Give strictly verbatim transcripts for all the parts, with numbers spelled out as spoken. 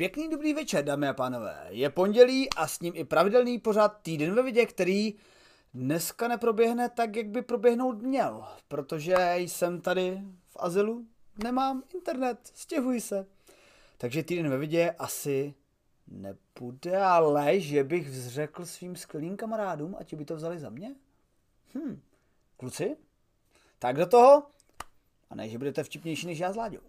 Pěkný dobrý večer, dámy a pánové. Je pondělí a s ním i pravidelný pořád Týden ve vědě, který dneska neproběhne tak, jak by proběhnout měl, protože jsem tady v azylu, nemám internet, stěhuji se. Takže Týden ve vědě asi nebude, ale že bych vzřekl svým skvělým kamarádům a ti by to vzali za mě? Hm, kluci? Tak do toho? A ne, že budete vtipnější než já s Láďou.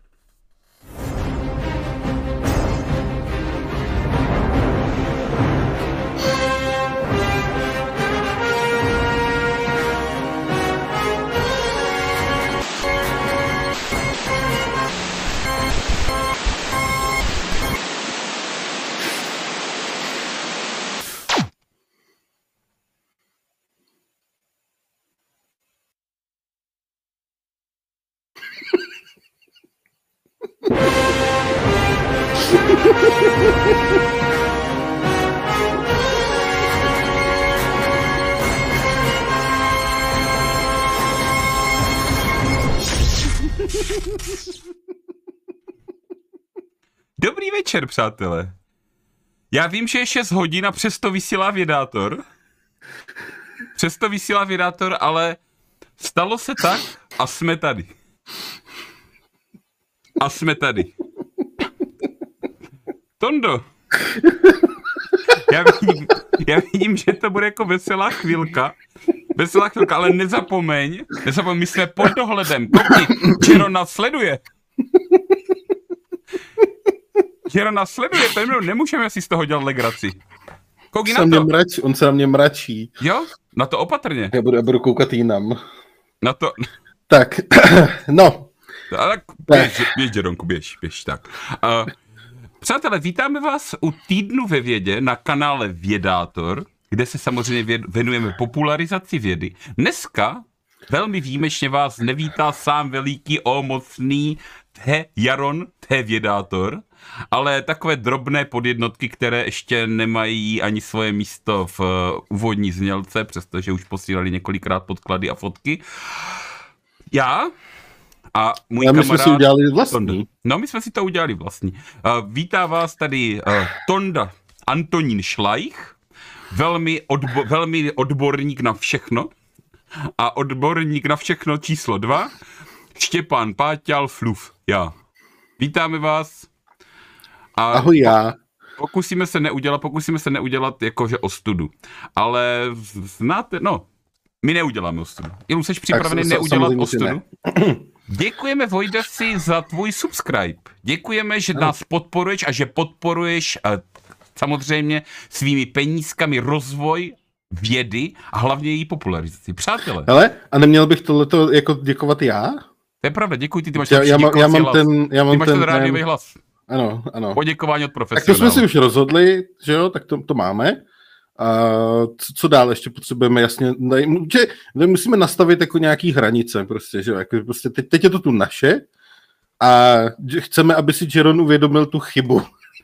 Dobrý večer, přátelé. Já vím, že je šest hodin a přesto vysílá Vědátor. Přesto vysílá Vědátor, ale stalo se tak a jsme tady. A jsme tady. Tondo. Já vidím, já vidím, že to bude jako veselá chvilka. Veselá chvilka, ale nezapomeň, nezapomeň, my jsme pod dohledem. Koukni, Čero nás sleduje. Čero nás sleduje, to nemůžeme si z toho dělat legraci. Koukni na to. Mrač, on se na mě mračí. Jo? Na to opatrně. Já budu, já budu koukat jinam. Na to... Tak, no. Tak, běž, běž, Jeronku, běž, běž, tak. Uh, přátelé, vítáme vás u Týdnu ve vědě na kanále Vědátor, kde se samozřejmě věd, věnujeme popularizaci vědy. Dneska velmi výjimečně vás nevítá sám veliký, omocný The Jaron, The Vědátor, ale takové drobné podjednotky, které ještě nemají ani svoje místo v uh, úvodní znělce, přestože už posílali několikrát podklady a fotky. Já a můj Já my kamarád... jsme si udělali vlastní. Tonda. No, my jsme si to udělali vlastní. Uh, vítá vás tady uh, Tonda Antonín Šlajch, velmi, odbo- velmi odborník na všechno a odborník na všechno číslo dva, Štěpán Páťal Fluf. Já. Vítáme vás. A Ahoj já. Pokusíme se neudělat, pokusíme se neudělat jakože ostudu. Ale znáte, no, my neuděláme ostudu. Jenom jsi připravený tak, neudělat ostudu? Ne. Děkujeme, Vojdasi, za tvůj subscribe. Děkujeme, že nás podporuješ a že podporuješ uh, samozřejmě svými penízkami rozvoj vědy a hlavně její popularizaci. Přátelé. Hele, a neměl bych tohleto jako děkovat já? To je pravda, děkuji ti, ty máš já, já, má, já mám hlas. ten, já mám ty máš ten, ten rádiový hlas. Ano, ano. Poděkování od profesionálu. Tak to jsme si už rozhodli, že jo, tak to, to máme. A co, co dál ještě potřebujeme jasně, že musíme nastavit jako nějaký hranice prostě, že jo, jako prostě teď, teď je to tu naše a chceme, aby si Jeron uvědomil tu chybu,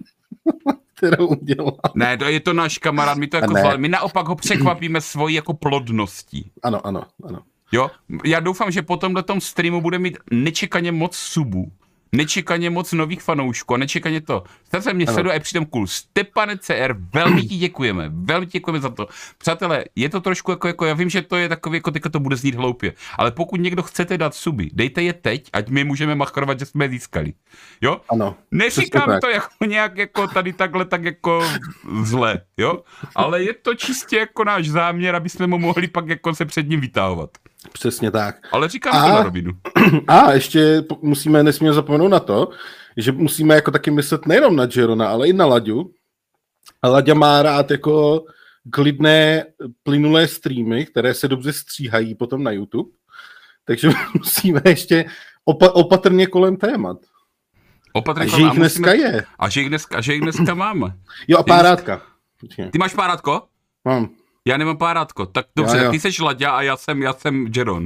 kterou udělal. Ne, to je to náš kamarád, my to jako zvládli. My naopak ho překvapíme svojí jako plodností. Ano, ano, ano. Jo, já doufám, že po tomhletom streamu bude mít nečekaně moc subů. Nečekaně moc nových fanoušků a nečekaně to. Jste mě sleduje a přitom cool. Stepane C R, velmi ti děkujeme, velmi ti děkujeme za to. Přátelé, je to trošku jako, jako já vím, že to je takový, jako teďka to bude znít hloupě, ale pokud někdo chcete dát suby, dejte je teď, ať my můžeme machrovat, že jsme je získali. Jo? Ano. Neříkám to jako nějak jako tady takhle tak jako zle, jo? Ale je to čistě jako náš záměr, aby jsme mu mohli pak jako se před ním vytahovat. Přesně tak. Ale říkám a, to na rovinu. A ještě musíme nesmírně zapomenout na to, že musíme jako taky myslet nejenom na Jerona, ale i na Laďu. A Laďa má rád jako klidné, plynulé streamy, které se dobře stříhají potom na YouTube. Takže musíme ještě opa- opatrně kolem témat. Opatrně a že jich dneska musíme... je. A že jich dneska, že jich dneska máme. Jo, a párátka. Ty máš párátko? Mám. Já nemám párátko. Tak dobře, já, ty seš Laďa a já jsem, já jsem Jeron.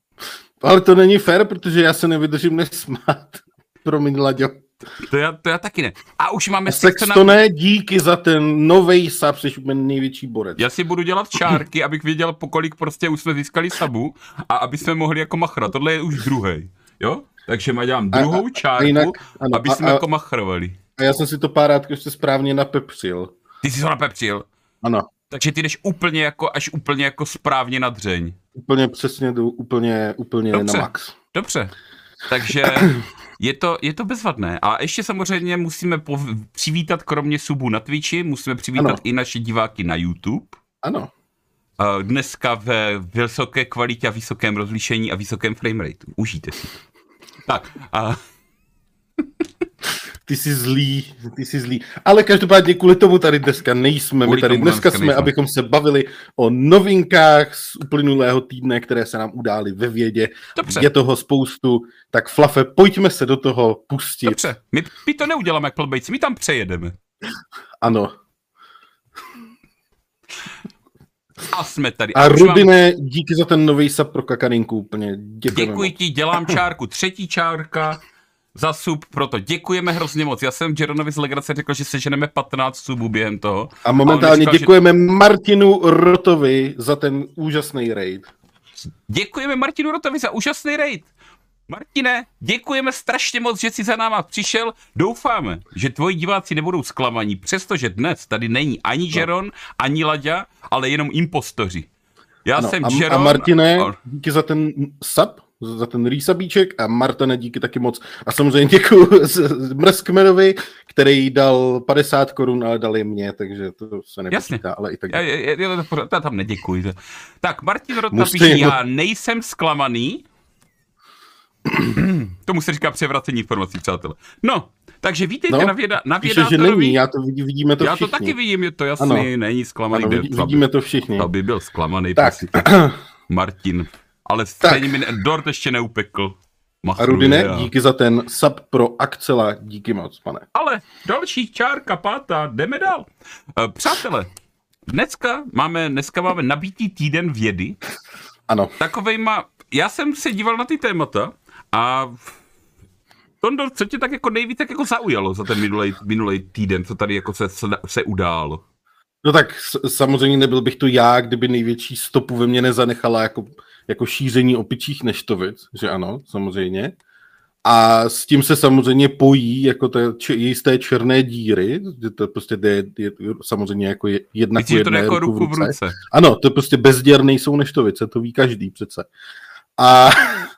Ale to není fér, protože já se nevydržím nesmát. Promiň, Laďo. To já, to já taky ne. A už máme... Sextone, na... díky za ten novej sub, jsi úplně největší borec. Já si budu dělat čárky, abych věděl, po kolik prostě už jsme získali subu a aby jsme mohli jako machrat. Tohle je už druhý, jo? Takže já dělám druhou a, čárku, a jinak, ano, aby jsme a, jako machrovali. A já jsem si to párátko ještě správně napepřil. Ty jsi to napepřil? Ano. Takže ty jdeš úplně jako, až úplně jako správně na dřeň. Úplně přesně, jdu úplně, úplně Dobře. na max. Dobře. Takže je to, je to bezvadné. A ještě samozřejmě musíme pov- přivítat kromě subů na Twitchi, musíme přivítat ano. i naše diváky na YouTube. Ano. Dneska ve vysoké kvalitě a vysokém rozlišení a vysokém framerateu. Užijte si. Tak. A... Ty jsi zlý, ty jsi zlý. Ale každopádně kvůli tomu tady dneska nejsme. My tady dneska jsme, nejsme. Abychom se bavili o novinkách z uplynulého týdne, které se nám udály ve vědě. Dobře. Je toho spoustu. Tak Flafe, pojďme se do toho pustit. Dobře, my, my to neuděláme jak plbejci, my tam přejedeme. Ano. A jsme tady. A, a Rudine, mám... díky za ten nový sub pro kakarinku úplně. Děkujeme. Děkuji ti, dělám čárku. Třetí čárka za sub, proto děkujeme hrozně moc. Já jsem Jeronovi z legrace řekl, že seženeme patnáct subů během toho. A momentálně říkal, děkujeme že... Martinu Rotovi za ten úžasný raid. Děkujeme Martinu Rotovi za úžasný raid. Martine, děkujeme strašně moc, že jsi za náma přišel. Doufáme, že tvoji diváci nebudou zklamaní, přestože dnes tady není ani Jeron, no. ani Laďa, ale jenom impostoři. Já ano, jsem a, Jeron. A Martine, a... díky za ten sub, za ten resubíček a Martine, díky taky moc. A samozřejmě děkuji Mrskmenovi, který dal padesát korun, ale dal je mě, takže to se nepočítá, ale i tak. Já, já, já, já tam neděkuji. Tak, Martin Rota píše, já nejsem zklamaný. Tomu se říká převracení informací, přátelé. No, takže vítejte no, na, věda, na Vědátorovi. Píše, že není, já to vidí, vidíme to já všichni. Já to taky vidím, je to jasný, ano. Není zklamaný. Ano, vidí, vidíme to všichni. Aby byl zklamaný, tak. Martin. Ale stejně mi Dort ještě neupekl. Machruje, a Rudine, a... díky za ten sub pro Axela, díky moc, pane. Ale další čárka, pátá, jdeme dál. Přátelé, dneska máme, dneska máme nabitý týden vědy. Ano. Takovejma, já jsem se díval na ty témata a Tondo, co tě tak jako nejvíc tak jako zaujalo za ten minulej, minulej týden, co tady jako se, se událo? No tak samozřejmě nebyl bych to já, kdyby největší stopu ve mně nezanechala jako, jako šíření opičích neštovic, že ano, samozřejmě. A s tím se samozřejmě pojí jako té č- jisté černé díry, že to prostě je, je samozřejmě jako je, jedna ku jedné jako ruku v ruce. v ruce. Ano, to prostě bezděrný jsou neštovice, to ví každý přece. A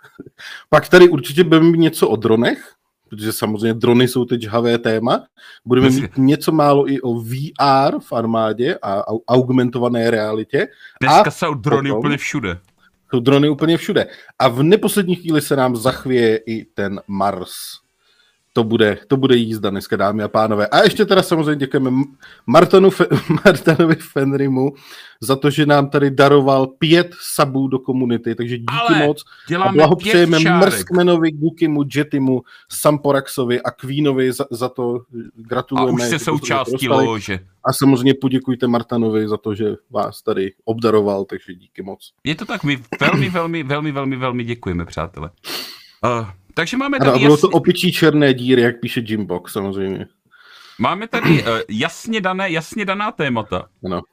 pak tady určitě budeme mít něco o dronech, protože samozřejmě drony jsou teď žhavé téma. Budeme mít něco málo i o V R v armádě a augmentované realitě. Dneska a jsou drony potom, úplně všude. Jsou drony úplně všude. A v neposlední chvíli se nám zachvěje i ten Mars. To bude, to bude jízda dneska, dámy a pánové. A ještě teda samozřejmě děkujeme Martinu Fe- Martinovi Fenrimu za to, že nám tady daroval pět sabů do komunity, takže díky Ale moc. A blahopřejeme Mrskmenovi, Gukimu, Jetimu, Samporaxovi a Queenovi za, za to. Gratulujeme. A už se součástí lože. A samozřejmě poděkujte Martinovi za to, že vás tady obdaroval, takže díky moc. Je to tak, my velmi, velmi, velmi, velmi, velmi děkujeme, přátelé. Uh, takže máme tady... Ano, bylo jasně... to opičí černé díry, jak píše Jimbox, samozřejmě. Máme tady uh, jasně, dané, jasně daná témata. Ano.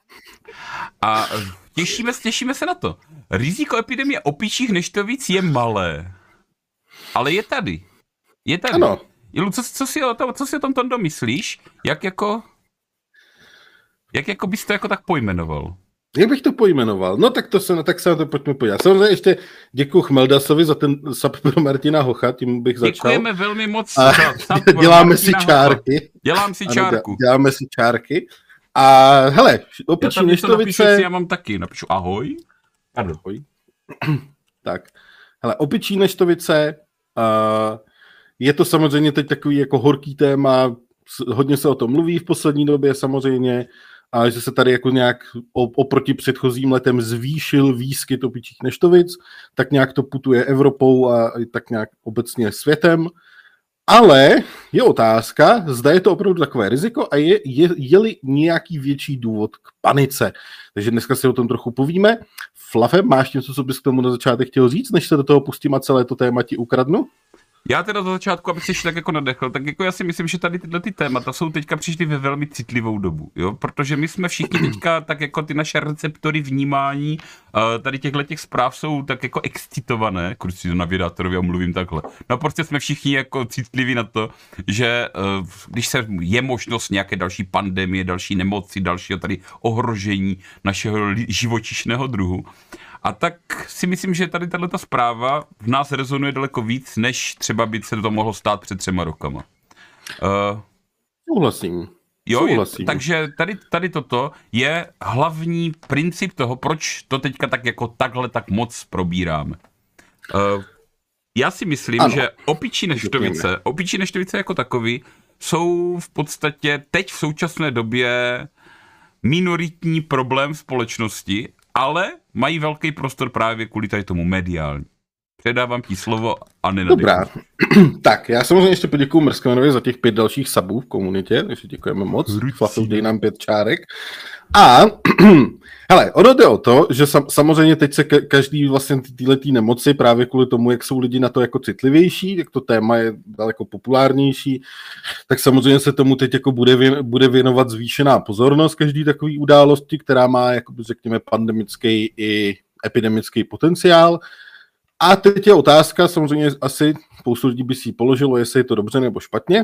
A těšíme, těšíme se na to. Riziko epidemie opičích neštovic je malé. Ale je tady. Je tady. Ano. Jilu, co, co, si o tom, co si o tom Tondo myslíš? Jak jako... Jak jako bys to jako tak pojmenoval? Jak bych to pojmenoval? No tak to se, no, tak se na to pojďme podívat. Samozřejmě ještě děkuji Chmeldasovi za ten sub pro Martina Hocha, tím bych začal. Děkujeme velmi moc a za sub pro děláme Martina si čárky. Hocha. Dělám si čárku. Ano, děláme si čárky. A hele, opičí neštovice... Já, já mám taky, napíšu ahoj. Ahoj. Tak, hele, opičí neštovice, uh, je to samozřejmě teď takový jako horký téma, hodně se o tom mluví v poslední době samozřejmě, a že se tady jako nějak oproti předchozím letem zvýšil výskyt opičích neštovic, tak nějak to putuje Evropou a tak nějak obecně světem. Ale je otázka, zda je to opravdu takové riziko a je, je, je-li nějaký větší důvod k panice. Takže dneska si o tom trochu povíme. Flafe, máš něco, co bys k tomu na začátek chtěl říct, než se do toho pustím a celé to téma ti ukradnu? Já teda do začátku, abych se ještě tak jako nadechl, tak jako já si myslím, že tady tyhle ty témata jsou teďka přišly ve velmi citlivou dobu, jo, protože my jsme všichni teďka tak jako ty naše receptory vnímání uh, tady těchto těch zpráv jsou tak jako excitované, když si to na Vědátorovi omluvím takhle. No prostě jsme všichni jako citliví na to, že uh, když se je možnost nějaké další pandemie, další nemoci, dalšího tady ohrožení našeho živočišného druhu, a tak si myslím, že tady tato zpráva v nás rezonuje daleko víc, než třeba by se to mohlo stát před třema rokama. Uh, Souhlasím. Jo, Souhlasím. Je, takže tady, tady toto je hlavní princip toho, proč to teďka tak jako takhle tak moc probíráme. Uh, já si myslím, ano. že opičí neštovice, opičí neštovice jako takový jsou v podstatě teď v současné době minoritní problém společnosti, ale mají velký prostor právě kvůli tady tomu mediální. Předávám ti slovo a nenadechnu. Dobrá. Tak, já samozřejmě ještě poděkuju Mrskamenovi za těch pět dalších subů v komunitě, takže děkujeme moc. Flafu, dej nám pět čárek. A, hele, ono jde o to, že sam, samozřejmě teď se ka- každý vlastně tyhletý nemoci právě kvůli tomu, jak jsou lidi na to jako citlivější, jak to téma je daleko populárnější, tak samozřejmě se tomu teď jako bude, věn, bude věnovat zvýšená pozornost každý takový události, která má, jako řekněme, pandemický i epidemický potenciál. A teď je otázka, samozřejmě asi spoustu lidí by si ji položilo, jestli je to dobře nebo špatně.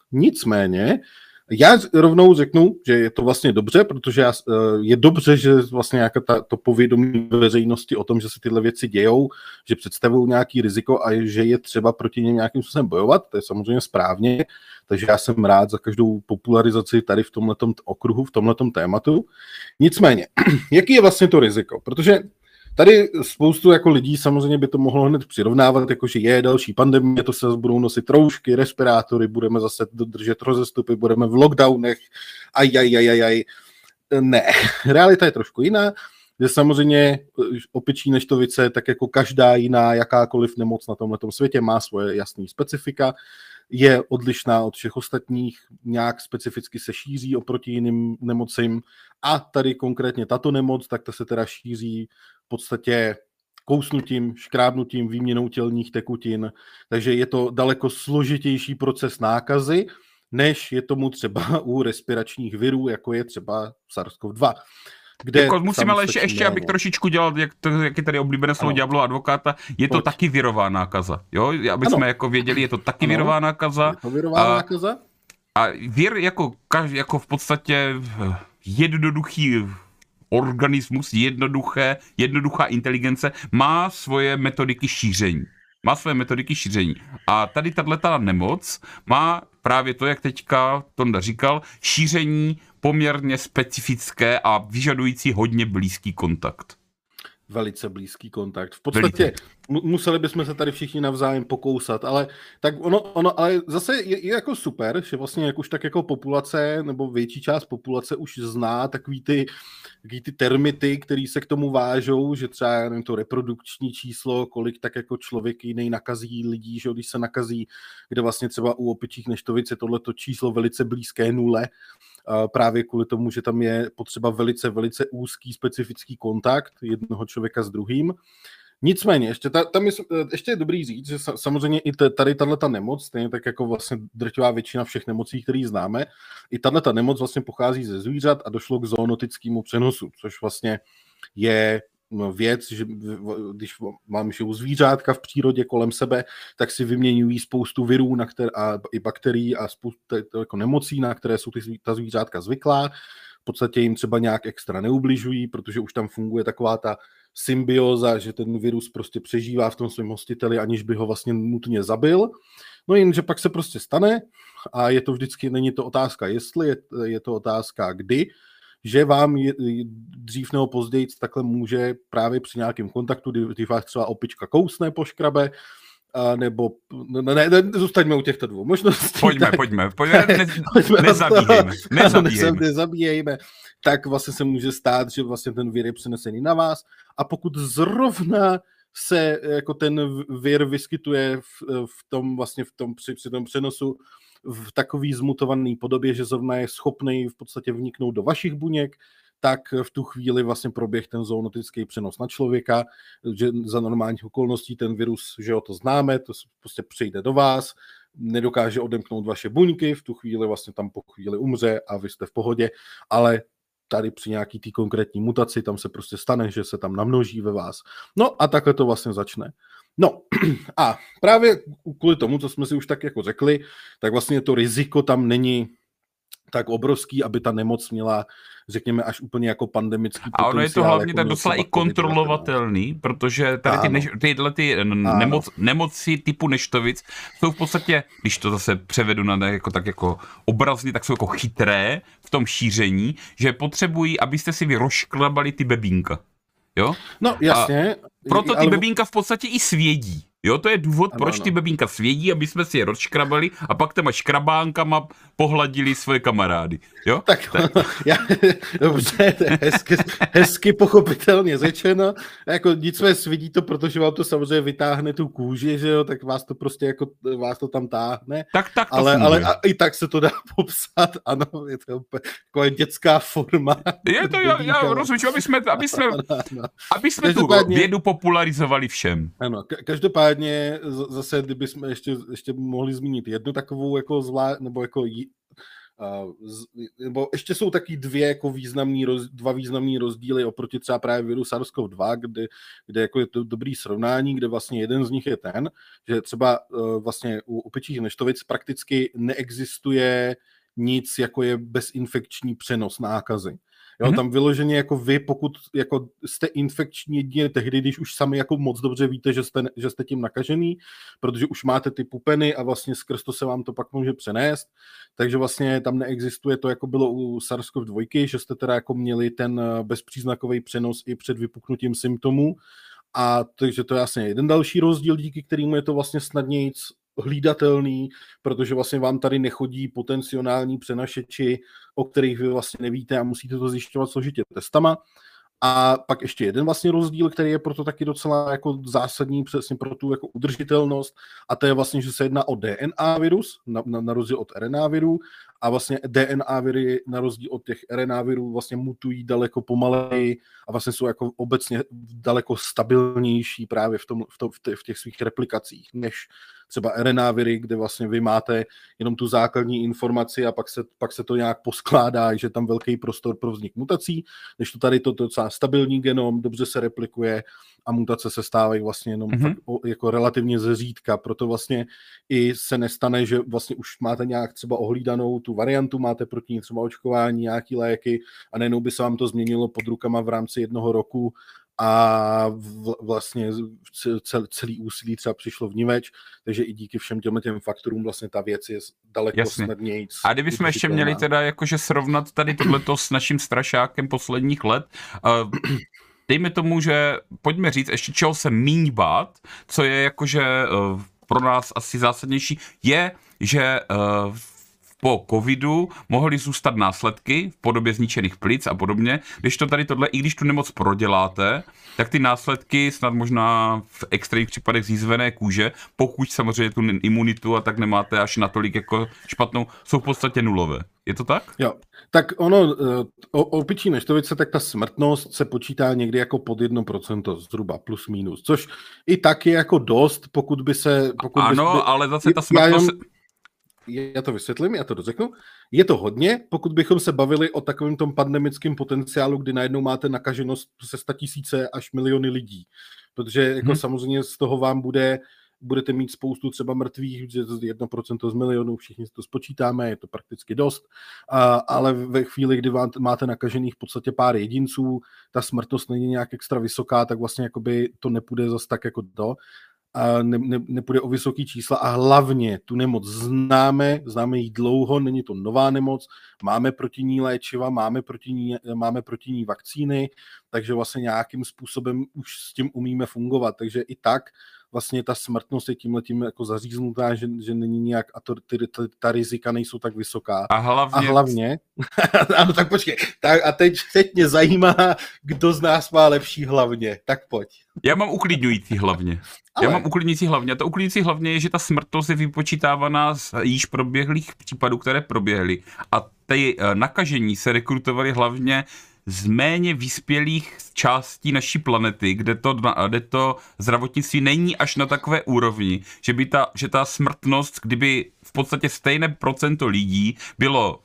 Nicméně, já rovnou řeknu, že je to vlastně dobře, protože já, je dobře, že vlastně nějaká ta, to povědomí veřejnosti o tom, že se tyhle věci dějou, že představují nějaký riziko a že je třeba proti něm nějakým způsobem bojovat, to je samozřejmě správně, takže já jsem rád za každou popularizaci tady v tomhletom okruhu, v tomhletom tématu. Nicméně, jaký je vlastně to riziko? Protože tady spoustu jako lidí samozřejmě by to mohlo hned přirovnávat, jakože je další pandemie, to se budou nosit roušky, respirátory, budeme zase dodržet rozestupy, budeme v lockdownech, ajajajajaj. Ne, realita je trošku jiná, že samozřejmě opičí neštovice, tak jako každá jiná jakákoliv nemoc na tomhletom světě má svoje jasné specifika, je odlišná od všech ostatních, nějak specificky se šíří oproti jiným nemocím a tady konkrétně tato nemoc, tak ta se teda šíří v podstatě kousnutím, škrábnutím, výměnou tělních tekutin, takže je to daleko složitější proces nákazy, než je tomu třeba u respiračních virů, jako je třeba SARS-CoV dva. Kde jako musím ale ještě, ještě, abych trošičku dělal, jak, to, jak je tady oblíbené slovo ďáblo advokáta, je to Pojď. taky virová nákaza, jo? Aby ano. jsme jako věděli, je to taky ano. virová nákaza. Je to virová a, nákaza. A vir jako, jako v podstatě jednoduchý organismus, jednoduché, jednoduchá inteligence má svoje metodiky šíření. Má svoje metodiky šíření. A tady tato nemoc má právě to, jak teďka Tonda říkal, šíření poměrně specifické a vyžadující hodně blízký kontakt. Velice blízký kontakt. V podstatě mu, museli bychom se tady všichni navzájem pokousat, ale tak ono, ono ale zase je, je jako super, že vlastně jak už tak jako populace, nebo větší část populace už zná takový ty, takový ty termity, který se k tomu vážou, že třeba já nevím, to reprodukční číslo, kolik tak jako člověk jiný nakazí lidí, že když se nakazí, kde vlastně třeba u opičích neštovic je tohleto číslo velice blízké nule, právě kvůli tomu, že tam je potřeba velice, velice úzký specifický kontakt jednoho člověka s druhým. Nicméně, ještě, ta, tam je, ještě je dobrý říct, že samozřejmě i tady tato nemoc, stejně tak jako vlastně drtivá většina všech nemocí, které známe, i tato nemoc vlastně pochází ze zvířat a došlo k zoonotickému přenosu, což vlastně je věc, že když mám žiju zvířátka v přírodě kolem sebe, tak si vyměňují spoustu virů na které, a i bakterií a spoustu jako nemocí, na které jsou ty, ta zvířátka zvyklá. V podstatě jim třeba nějak extra neubližují, protože už tam funguje taková ta symbioza, že ten virus prostě přežívá v tom svém hostiteli, aniž by ho vlastně nutně zabil. No jenže pak se prostě stane a je to vždycky, není to otázka jestli, je, je to otázka kdy, že vám je, dřív nebo později takhle může právě při nějakém kontaktu, kdy, kdy vás třeba opička kousne, poškrabe, a nebo, ne, ne, ne, zůstaňme u těchto dvou možností. Pojďme, tak, pojďme, pojďme, ne, nezabíjejme, nezabíjejme. nezabíjejme. Tak vlastně se může stát, že vlastně ten vir je přenesený na vás a pokud zrovna se jako ten vir vyskytuje v, v tom vlastně v tom, při, při tom přenosu v takový zmutovaný podobě, že zrovna je schopný v podstatě vniknout do vašich buněk, tak v tu chvíli vlastně proběh ten zoonotický přenos na člověka, že za normálních okolností ten virus, že jo, to známe, to prostě přijde do vás, nedokáže odemknout vaše buňky, v tu chvíli vlastně tam po chvíli umře a vy jste v pohodě, ale tady při nějaký té konkrétní mutaci tam se prostě stane, že se tam namnoží ve vás. No a takhle to vlastně začne. No a právě kvůli tomu, co jsme si už tak jako řekli, tak vlastně to riziko tam není tak obrovský, aby ta nemoc měla, řekněme, až úplně jako pandemický potenciál. A ono je to hlavně jako tak docela i kontrolovatelný, protože tady ty než, tyhle ty nemoc, nemoci typu neštovic jsou v podstatě, když to zase převedu na jako, tak jako obrazně, tak jsou jako chytré v tom šíření, že potřebují, abyste si vy rozšklabali ty bebínka. Jo? No jasně. A proto ty ale... bebínka v podstatě i svědí. Jo, to je důvod, ano, proč ano. ty bebínka svědí, aby jsme si je rozškrabali a pak těma škrabánkama pohladili svoje kamarády. Jo? Tak, tak. Já, dobře, to je hezky, hezky pochopitelně řečeno. Jako nicméně svědí to, protože vám to samozřejmě vytáhne tu kůži, že jo, tak vás to prostě jako, vás to tam táhne. Tak, tak to ale, ale a, i tak se to dá popsat, ano, je to úplně jako dětská forma. Je to, já, já rozumím, aby jsme, aby jsme, ano, ano. Aby jsme tu vědu popularizovali všem. Ano, každopádně zase, kdybychom ještě, ještě mohli zmínit jednu takovou jako zvlá, nebo jako uh, z, nebo ještě jsou taky dvě jako významný roz, dva významný rozdíly oproti třeba právě viru SARS-CoV dva, kde, kde jako je to dobrý srovnání, kde vlastně jeden z nich je ten, že třeba uh, vlastně u opičích neštovic prakticky neexistuje nic, jako je bezinfekční přenos nákazy. Jo, mm-hmm. Tam vyloženě jako vy, pokud jako jste infekční jedině tehdy, když už sami jako moc dobře víte, že jste, že jste tím nakažený, protože už máte ty pupeny a vlastně skrz to se vám to pak může přenést, takže vlastně tam neexistuje to, jako bylo u SARS-CoV dva, že jste teda jako měli ten bezpříznakový přenos i před vypuknutím symptomů, a takže to je vlastně jeden další rozdíl, díky kterému je to vlastně snadněji hlídatelný, protože vlastně vám tady nechodí potenciální přenašeči, o kterých vy vlastně nevíte a musíte to zjišťovat složitě testama. A pak ještě jeden vlastně rozdíl, který je proto taky docela jako zásadní přesně pro tu jako udržitelnost, a to je vlastně, že se jedná o D N A virus, na, na, na rozdíl od R N A virů, a vlastně D N A viry na rozdíl od těch R N A virů vlastně mutují daleko pomaleji a vlastně jsou jako obecně daleko stabilnější právě v, tom, v, to, v těch svých replikacích, než třeba R N A viry, kde vlastně vy máte jenom tu základní informaci a pak se, pak se to nějak poskládá, že je tam velký prostor pro vznik mutací, než to tady to, to docela stabilní genom, dobře se replikuje a mutace se stávají vlastně jenom mm-hmm. fakt, jako relativně zřídka, proto vlastně i se nestane, že vlastně už máte nějak třeba ohlídanou tu variantu, máte proti ní třeba očkování, nějaký léky a najednou by se vám to změnilo pod rukama v rámci jednoho roku a vlastně celý úsilí třeba přišlo vniveč, takže i díky všem těm těm faktorům vlastně ta věc je daleko snadněji. A kdybychom ještě měli teda jakože srovnat tady tohleto s naším strašákem posledních let, uh, dejme tomu, že pojďme říct ještě, čeho se míň bát, co je jakože uh, pro nás asi zásadnější, je, že uh, po covidu mohly zůstat následky v podobě zničených plic a podobně, když to tady tohle, i když tu nemoc proděláte, tak ty následky snad možná v extrémních případech zjízvené kůže, pokud samozřejmě tu imunitu a tak nemáte až natolik jako špatnou, jsou v podstatě nulové. Je to tak? Jo, tak ono, o opičí neštovice, tak ta smrtnost se počítá někdy jako pod jedno procento zhruba, plus minus, což i tak je jako dost, pokud by se... Pokud ano, by, ale zase ta smrtnost... Já to vysvětlím, já to dořeknu. Je to hodně, pokud bychom se bavili o takovém tom pandemickém potenciálu, kdy najednou máte nakaženost se statisíce až miliony lidí. Protože jako hmm. samozřejmě z toho vám bude, budete mít spoustu třeba mrtvých, že jedno procento z milionů, všichni si to spočítáme, je to prakticky dost, a, ale ve chvíli, kdy vám, máte nakažených v podstatě pár jedinců, ta smrtnost není nějak extra vysoká, tak vlastně jakoby to nepůjde zas tak jako to. A ne, ne, nepůjde o vysoký čísla a hlavně tu nemoc známe, známe ji dlouho, není to nová nemoc, máme proti ní léčiva, máme proti ní, máme proti ní vakcíny, takže vlastně nějakým způsobem už s tím umíme fungovat, takže i tak vlastně ta smrtnost je tímhletím jako zaříznutá, že, že není nějak, a to, ty, ty, ta rizika nejsou tak vysoká. A hlavně... A hlavně ano, tak počkej, tak a teď, teď mě zajímá, kdo z nás má lepší hlavně, tak pojď. Já mám uklidňující hlavně. Ale... Já mám uklidňující hlavně. A to uklidňující hlavně je, že ta smrtnost je vypočítávaná z již proběhlých případů, které proběhly. A ty nakažení se rekrutovaly hlavně z méně vyspělých částí naší planety, kde to, kde to zdravotnictví není až na takové úrovni, že by ta, že ta smrtnost, kdyby v podstatě stejné procento lidí bylo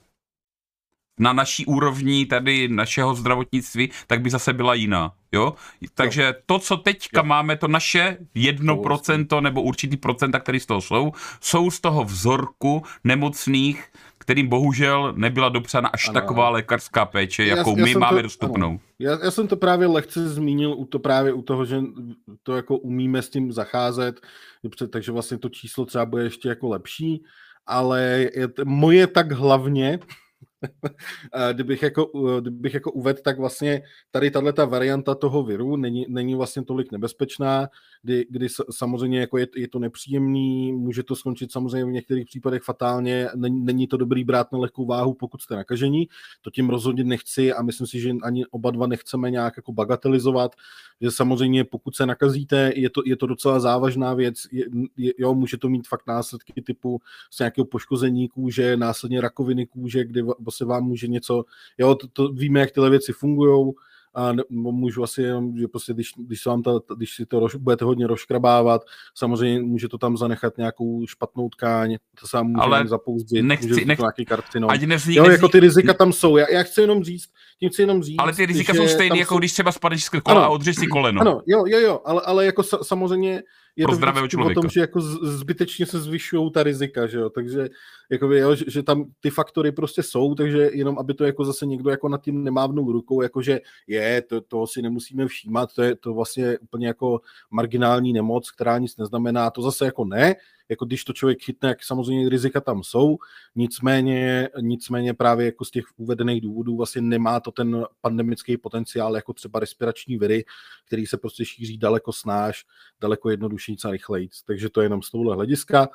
na naší úrovni tady našeho zdravotnictví, tak by zase byla jiná, jo? Takže to, co teďka jo. máme, to naše jedno procento nebo určitý procenta, který z toho jsou, jsou z toho vzorku nemocných, kterým bohužel nebyla dopřána až ano. taková lékařská péče, jakou já, já my máme to, dostupnou. Já, já jsem to právě lehce zmínil u to právě u toho, že to jako umíme s tím zacházet, takže vlastně to číslo třeba bude ještě jako lepší, ale je to, moje tak hlavně kdybych jako, kdybych jako uvedl, tak vlastně tady tato varianta toho viru není, není vlastně tolik nebezpečná, kdy, kdy samozřejmě jako je, je to nepříjemný, může to skončit samozřejmě v některých případech fatálně, není, není to dobrý brát na lehkou váhu, pokud jste nakažení, to tím rozhodně nechci a myslím si, že ani oba dva nechceme nějak jako bagatelizovat, že samozřejmě pokud se nakazíte, je to, je to docela závažná věc, je, je, jo, může to mít fakt následky typu z nějakého poškození kůže, následně rakoviny kůže, kdy se vám může něco, jo, to, to víme, jak tyhle věci fungujou a ne, můžu asi jenom, že prostě když, když, se vám ta, když si to rož, budete hodně rozkrabávat, samozřejmě může to tam zanechat nějakou špatnou tkáň, to se vám může ale zapouzbit, nechci, může nech... nějaký karcinom. Ať nezní, jo, nezní... jako ty rizika tam jsou, já, já chci jenom říct, tím chci jenom říct, ale ty rizika jsou stejné, jako jsou... když třeba spadneš z kola ano, a odřeš si koleno. Ano, jo, jo, jo, ale, ale jako sa, samozřejmě je pro to o tom, že jako zbytečně se zvyšují ta rizika, že jo, takže jakoby, jo, že, že tam ty faktory prostě jsou, takže jenom aby to jako zase někdo jako nad tím nemávnul rukou, jakože je, to, toho si nemusíme všímat, to je to vlastně úplně jako marginální nemoc, která nic neznamená, to zase jako ne, jako když to člověk chytne, jak samozřejmě rizika tam jsou, nicméně, nicméně právě jako z těch uvedených důvodů vlastně nemá to ten pandemický potenciál jako třeba respirační viry, který se prostě šíří daleko snáš, daleko jednodušší a rychleji. Takže to je jenom z tohohle hlediska,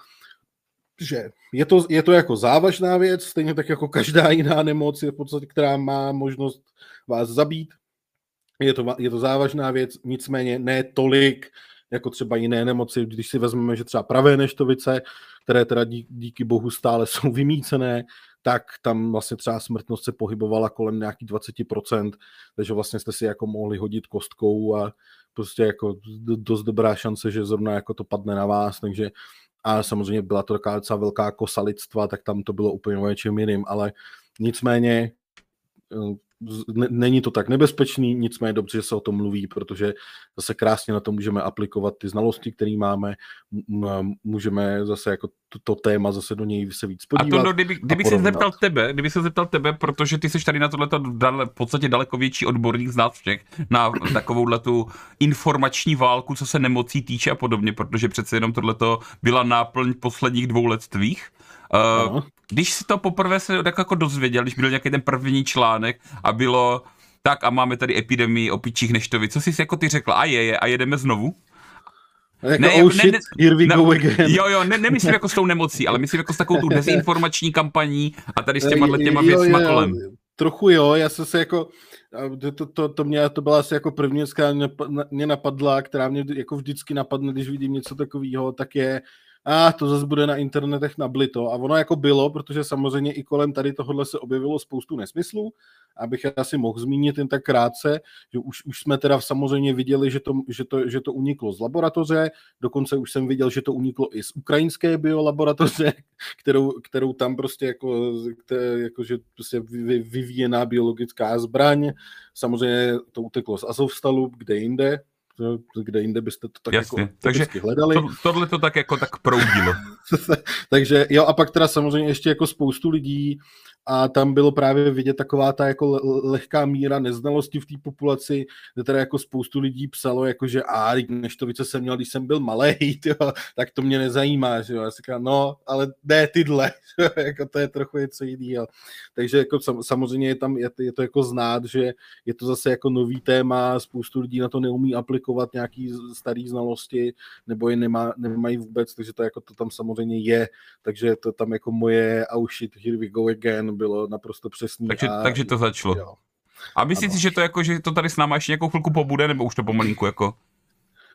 že je to, je to jako závažná věc, stejně tak jako každá jiná nemoc, je v podstatě, která má možnost vás zabít. Je to, je to závažná věc, nicméně ne tolik, jako třeba jiné nemoci, když si vezmeme, že třeba pravé neštovice, které teda dí, díky bohu stále jsou vymýcené, tak tam vlastně třeba smrtnost se pohybovala kolem nějakých dvacet procent, takže vlastně jste si jako mohli hodit kostkou a prostě jako dost dobrá šance, že zrovna jako to padne na vás, takže a samozřejmě byla to taková docela velká kosa lidstva, tak tam to bylo úplně o něčem jiným, ale nicméně není to tak nebezpečný, nicméně dobře, že se o tom mluví, protože zase krásně na to můžeme aplikovat ty znalosti, které máme, můžeme zase jako to, to téma zase do něj se víc podívat. A to, no, kdyby, kdyby se zeptal tebe, kdyby se zeptal tebe, protože ty jsi tady na tohleto dale, v podstatě daleko větší odborník z nás všech, na takovouhle tu informační válku, co se nemocí týče a podobně, protože přece jenom tohleto byla náplň posledních dvou let tvých. Uh, když si to poprvé se tak jako dozvěděl, když byl nějaký ten první článek a bylo tak a máme tady epidemii opičích neštovic, co jsi si jako ty řekla, a je, je, a jedeme znovu? Jako ne, oh shit, ne, here we ne, go again. Jo, jo, ne, nemyslím jako s tou nemocí, ale myslím jako s takovou tu dezinformační kampaní a tady s těma těma věcma kolem. Trochu jo, já jsem se jako, to, to, to, mě, to byla asi jako první, která mě napadla, která mě jako vždycky napadne, když vidím něco takového, tak je a ah, to zase bude na internetech nablito. A ono jako bylo, protože samozřejmě i kolem tady tohohle se objevilo spoustu nesmyslů, abych asi mohl zmínit jen tak krátce, že už, už jsme teda samozřejmě viděli, že to, že, to, že to uniklo z laboratoře, dokonce už jsem viděl, že to uniklo i z ukrajinské biolaboratoře, kterou, kterou tam prostě jako, které, jako že prostě vyvíjená biologická zbraň. Samozřejmě to uteklo z Azovstalu, kde jinde, kde jinde byste to tak jasně, jako takže hledali. To, tohle to tak jako tak proudilo. Takže jo, a pak teda samozřejmě ještě jako spoustu lidí a tam bylo právě vidět taková ta jako lehká míra neznalosti v té populaci, kde teda jako spoustu lidí psalo, jako že a neštovice jsem měl, když jsem byl malej, tyjo, tak to mě nezajímá, že jo. Já si říkám, no, ale ne tyhle, jako to je trochu něco jiného. Takže jako samozřejmě je tam, je, je to jako znát, že je to zase jako nový téma, spoustu lidí na to neumí aplikovat nějaký starý znalosti, nebo je nemá, nemají vůbec, takže to jako to tam samozřejmě je, takže to tam jako moje oh shit, here we go again, bylo naprosto přesný. Takže, a, takže to začalo. Jo. A myslíš si, že to jako, že to tady s náma ještě nějakou chvilku pobude, nebo už to pomalinku jako?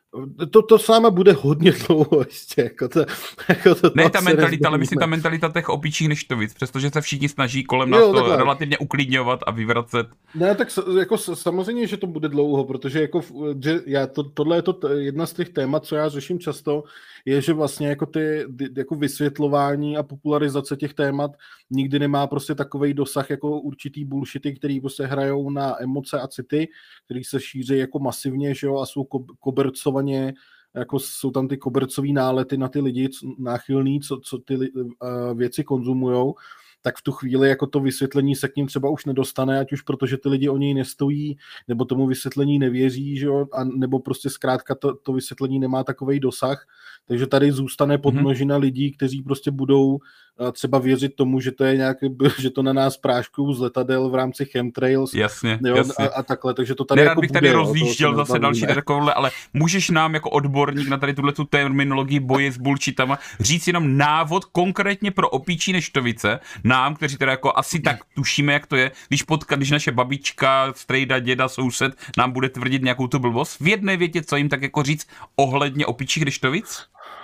To, to s náma bude hodně dlouho ještě. Jako to, jako to ne ta mentalita, ale myslím ta mentalita těch opičích neštovic, přestože se všichni snaží kolem nás jo, to takhle. relativně uklidňovat a vyvracet. Ne, tak jako samozřejmě, že to bude dlouho, protože jako, že já to, tohle je to jedna z těch témat, co já řeším často, je, že vlastně jako ty jako vysvětlování a popularizace těch témat nikdy nemá prostě takovej dosah jako určitý bullshity, který prostě hrajou na emoce a city, který se šíří jako masivně, že jo, a jsou ko- kobercovaně, jako jsou tam ty kobercový nálety na ty lidi náchylný, co, co ty uh, věci konzumujou, tak v tu chvíli jako to vysvětlení se k ním třeba už nedostane, ať už protože ty lidi o něj nestojí, nebo tomu vysvětlení nevěří, že jo, a nebo prostě zkrátka to, to vysvětlení nemá takovej dosah, takže tady zůstane podmnožina mm-hmm. lidí, kteří prostě budou třeba věřit tomu, že to je nějak, že to na nás práškují z letadel v rámci chemtrails. Jasně, jo, jasně. A, a takhle, takže to tady Nerad jako bych bude, tady jo, rozjížděl zase další takovouhle, ale můžeš nám jako odborník na tady tuhletu terminologii boje s bullshitama říct jenom návod konkrétně pro opíčí neštovice, nám, kteří teda jako asi tak tušíme, jak to je, když potkat, když naše babička, strejda, děda, soused nám bude tvrdit nějakou tu blbost, v jedné větě, co jim tak jako říct ohledně opíčích neštovic?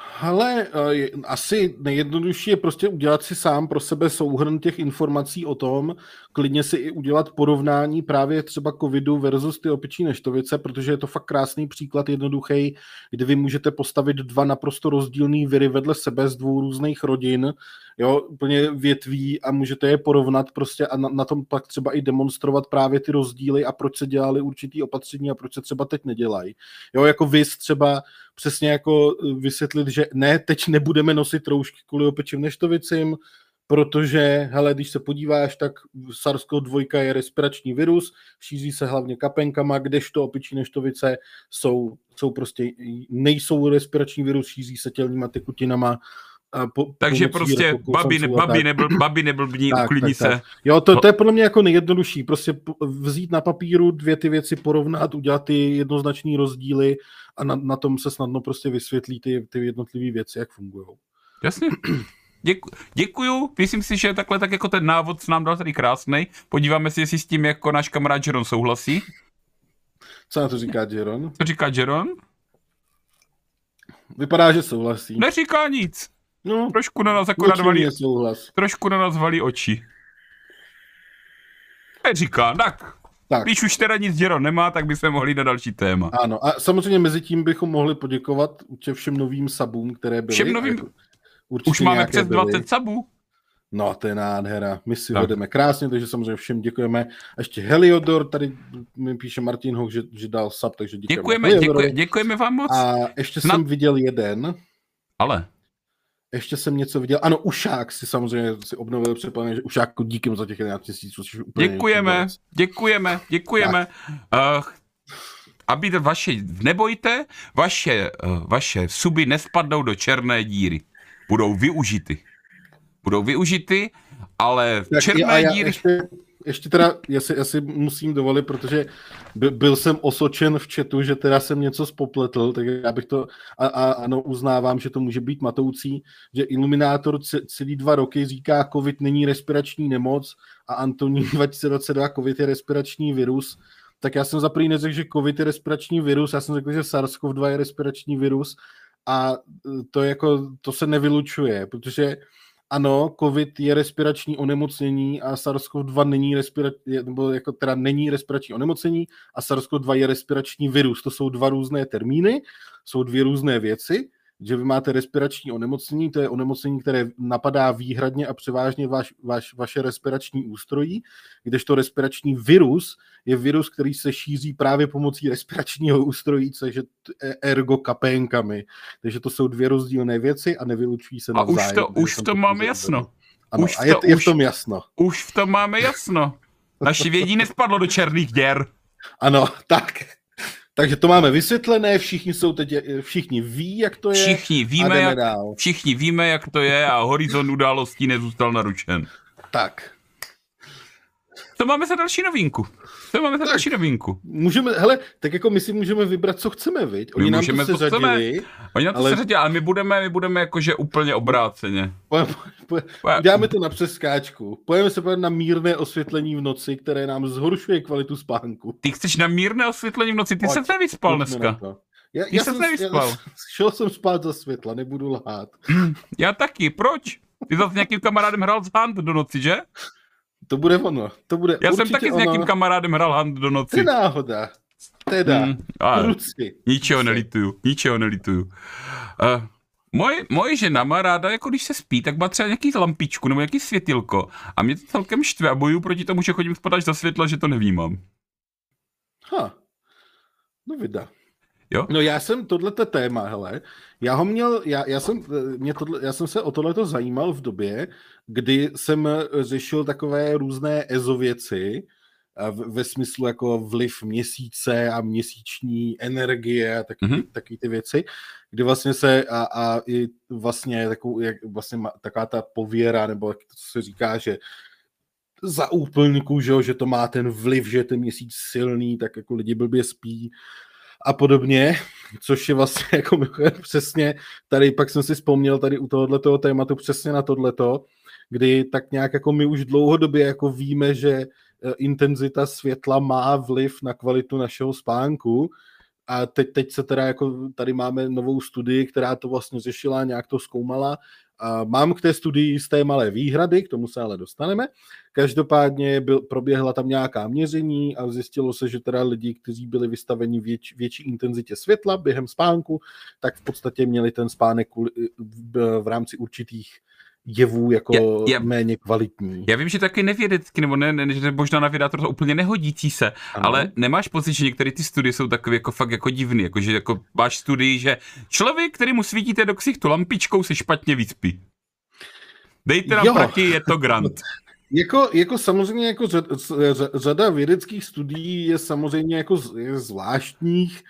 Ale uh, asi nejjednodušší je prostě udělat si sám pro sebe souhrn těch informací o tom, klidně si i udělat porovnání právě třeba covidu versus ty opičí neštovice, protože je to fakt krásný příklad, jednoduchý, kdy vy můžete postavit dva naprosto rozdílný viry vedle sebe z dvou různých rodin, jo, úplně větví a můžete je porovnat prostě a na, na tom pak třeba i demonstrovat právě ty rozdíly a proč se dělali určitý opatření a proč se třeba teď nedělají. Jo, jako vy třeba přesně jako vysvětlit, že ne, teď nebudeme nosit roušky kvůli opičím neštovicím, protože, hele, když se podíváš, tak SARS-CoV dva je respirační virus, šíří se hlavně kapenkama, kdežto opičí neštovice jsou, jsou prostě, nejsou respirační virus, šíří se tělníma tekutinama. Po, Takže prostě babi, ne, babi, nebyl, babi neblbní, uklidni se. Tak. Jo, to, to je podle mě jako nejjednodušší, prostě vzít na papíru dvě ty věci, porovnat, udělat ty jednoznačný rozdíly a na, na tom se snadno prostě vysvětlí ty, ty jednotlivé věci, jak fungují. Jasně. Děku, děkuju, myslím si, že takhle tak jako ten návod nám dal tady krásnej. Podíváme si, jestli s tím jako náš kamarád Jeron souhlasí. Co na to říká Jeron? Co říká Jeron? Vypadá, že souhlasí. Neříká nic. No, trošku na nás jako nadvalí, trošku na nás valí oči. Neříká, tak. tak. Když už teda nic Jeron nemá, tak bychom mohli na další téma. Ano, a samozřejmě mezi tím bychom mohli poděkovat všem novým sabům, které byly. Všem novým? Už máme přes dvacet sabů. No, to je nádhera. My si tak. vedeme krásně, takže samozřejmě všem děkujeme. A ještě Heliodor, tady mi píše Martin Hoch, že, že dal sub, takže děkujeme. Děkujeme, děkuj, děkujeme vám moc. A ještě Snad... jsem viděl jeden. Ale? Ještě jsem něco viděl. Ano, Ušák si samozřejmě si obnovil předplaně, že Ušáku díky za těch jedenáct tisíců. Děkujeme, děkujeme, děkujeme. Uh, aby vaše, nebojte, vaše, uh, vaše suby nespadnou do černé díry. Budou využity. Budou využity, ale tak černé já, díry... Ještě, ještě teda, já si, já si musím dovolit, protože by, byl jsem osočen v chatu, že teda jsem něco spopletl, tak já bych to, a, a ano, uznávám, že to může být matoucí, že Iluminátor celý dva roky říká, covid není respirační nemoc a Antonín dva tisíce dvacet dva, covid je respirační virus, tak já jsem za první neřekl, že covid je respirační virus, já jsem řekl, že SARS-CoV dva je respirační virus a to, jako, to se nevylučuje, protože ano, covid je respirační onemocnění a SARS-CoV dva není respirační, nebo jako teda není respirační onemocnění a SARS-CoV dva je respirační virus. To jsou dva různé termíny, jsou dvě různé věci, že vy máte respirační onemocnění, to je onemocnění, které napadá výhradně a převážně vaš, vaš, vaše respirační ústrojí, kdežto respirační virus je virus, který se šíří právě pomocí respiračního ústrojí, což je ergo kapénkami. Takže to jsou dvě rozdílné věci a nevylučují se navzájem. A už to, už v tom máme jasno. Ano, už a je, to, je už, v tom jasno. Už v tom máme jasno. Naše vědí nespadlo do černých děr. Ano, tak. Takže to máme vysvětlené, všichni jsou teď, všichni ví, jak to je. Všichni víme, jak, všichni víme, jak to je a horizont událostí nezůstal naručen. Tak. To máme za další novinku. To máme za další novinku. Můžeme, hele, tak jako my si můžeme vybrat, co chceme, viď? Oni my nám můžeme, to seřadili. Oni nám to ale... seřadili, ale my budeme, my budeme jakože úplně obráceně. Pojeme, pojeme, děláme to na přeskáčku. Pojeme se na mírné osvětlení v noci, které nám zhoršuje kvalitu spánku. Ty chceš na mírné osvětlení v noci? Ty Pojď, se nevyspal dneska. Já, Ty já jsi jsem, nevyspal. Já, šel jsem spát za světla, nebudu lhát. Já taky, proč? Ty zase s nějakým kamarádem hrál z Hunt do noci, že? To bude ono, to bude Já určitě jsem taky ono. s nějakým kamarádem hrál Hunt do To noci. je náhoda. Teda, Hmm, ale ruci. ničeho nelituju, ničeho nelituju. Uh, moje, moje žena má ráda, jako když se spí, tak má třeba nějaký lampičku nebo nějaký světilko a mě to celkem štve a bojuju proti tomu, že chodím spát až za světla, že to nevnímám. Ha, no vida. Jo? No já jsem tohleto téma, hele, já ho měl, já, já, jsem, mě tohle, já jsem se o tohleto zajímal v době, kdy jsem řešil takové různé ezo věci, ve smyslu jako vliv měsíce a měsíční energie a taky, mm-hmm. taky ty věci, kdy vlastně se a, a i vlastně, takovou, jak, vlastně taková ta pověra, nebo jak to se říká, že za úplňku, že, že to má ten vliv, že je ten měsíc silný, tak jako lidi blbě spí a podobně, což je vlastně jako přesně, tady pak jsem si vzpomněl tady u tohoto tématu přesně na tohleto, kdy tak nějak jako my už dlouhodobě jako víme, že intenzita světla má vliv na kvalitu našeho spánku a teď, teď se teda jako tady máme novou studii, která to vlastně řešila, nějak to zkoumala. A mám k té studii jisté malé výhrady, k tomu se ale dostaneme. Každopádně byl, proběhla tam nějaká měření a zjistilo se, že teda lidi, kteří byli vystaveni věč, větší intenzitě světla během spánku, tak v podstatě měli ten spánek v rámci určitých jevů jako já, já, méně kvalitní. Já vím, že taky nevědecky, nebo ne, ne, že možná na vědátor to úplně nehodící se, ano. Ale nemáš pocit, že některé ty studie jsou takové jako fakt jako divný, jako že jako máš studii, že člověk, který mu svítíte do ksichtu lampičkou, se špatně vyspí. Dejte nám proti, je to grant. Jako, jako samozřejmě jako řada, řada vědeckých studií je samozřejmě jako je zvláštních,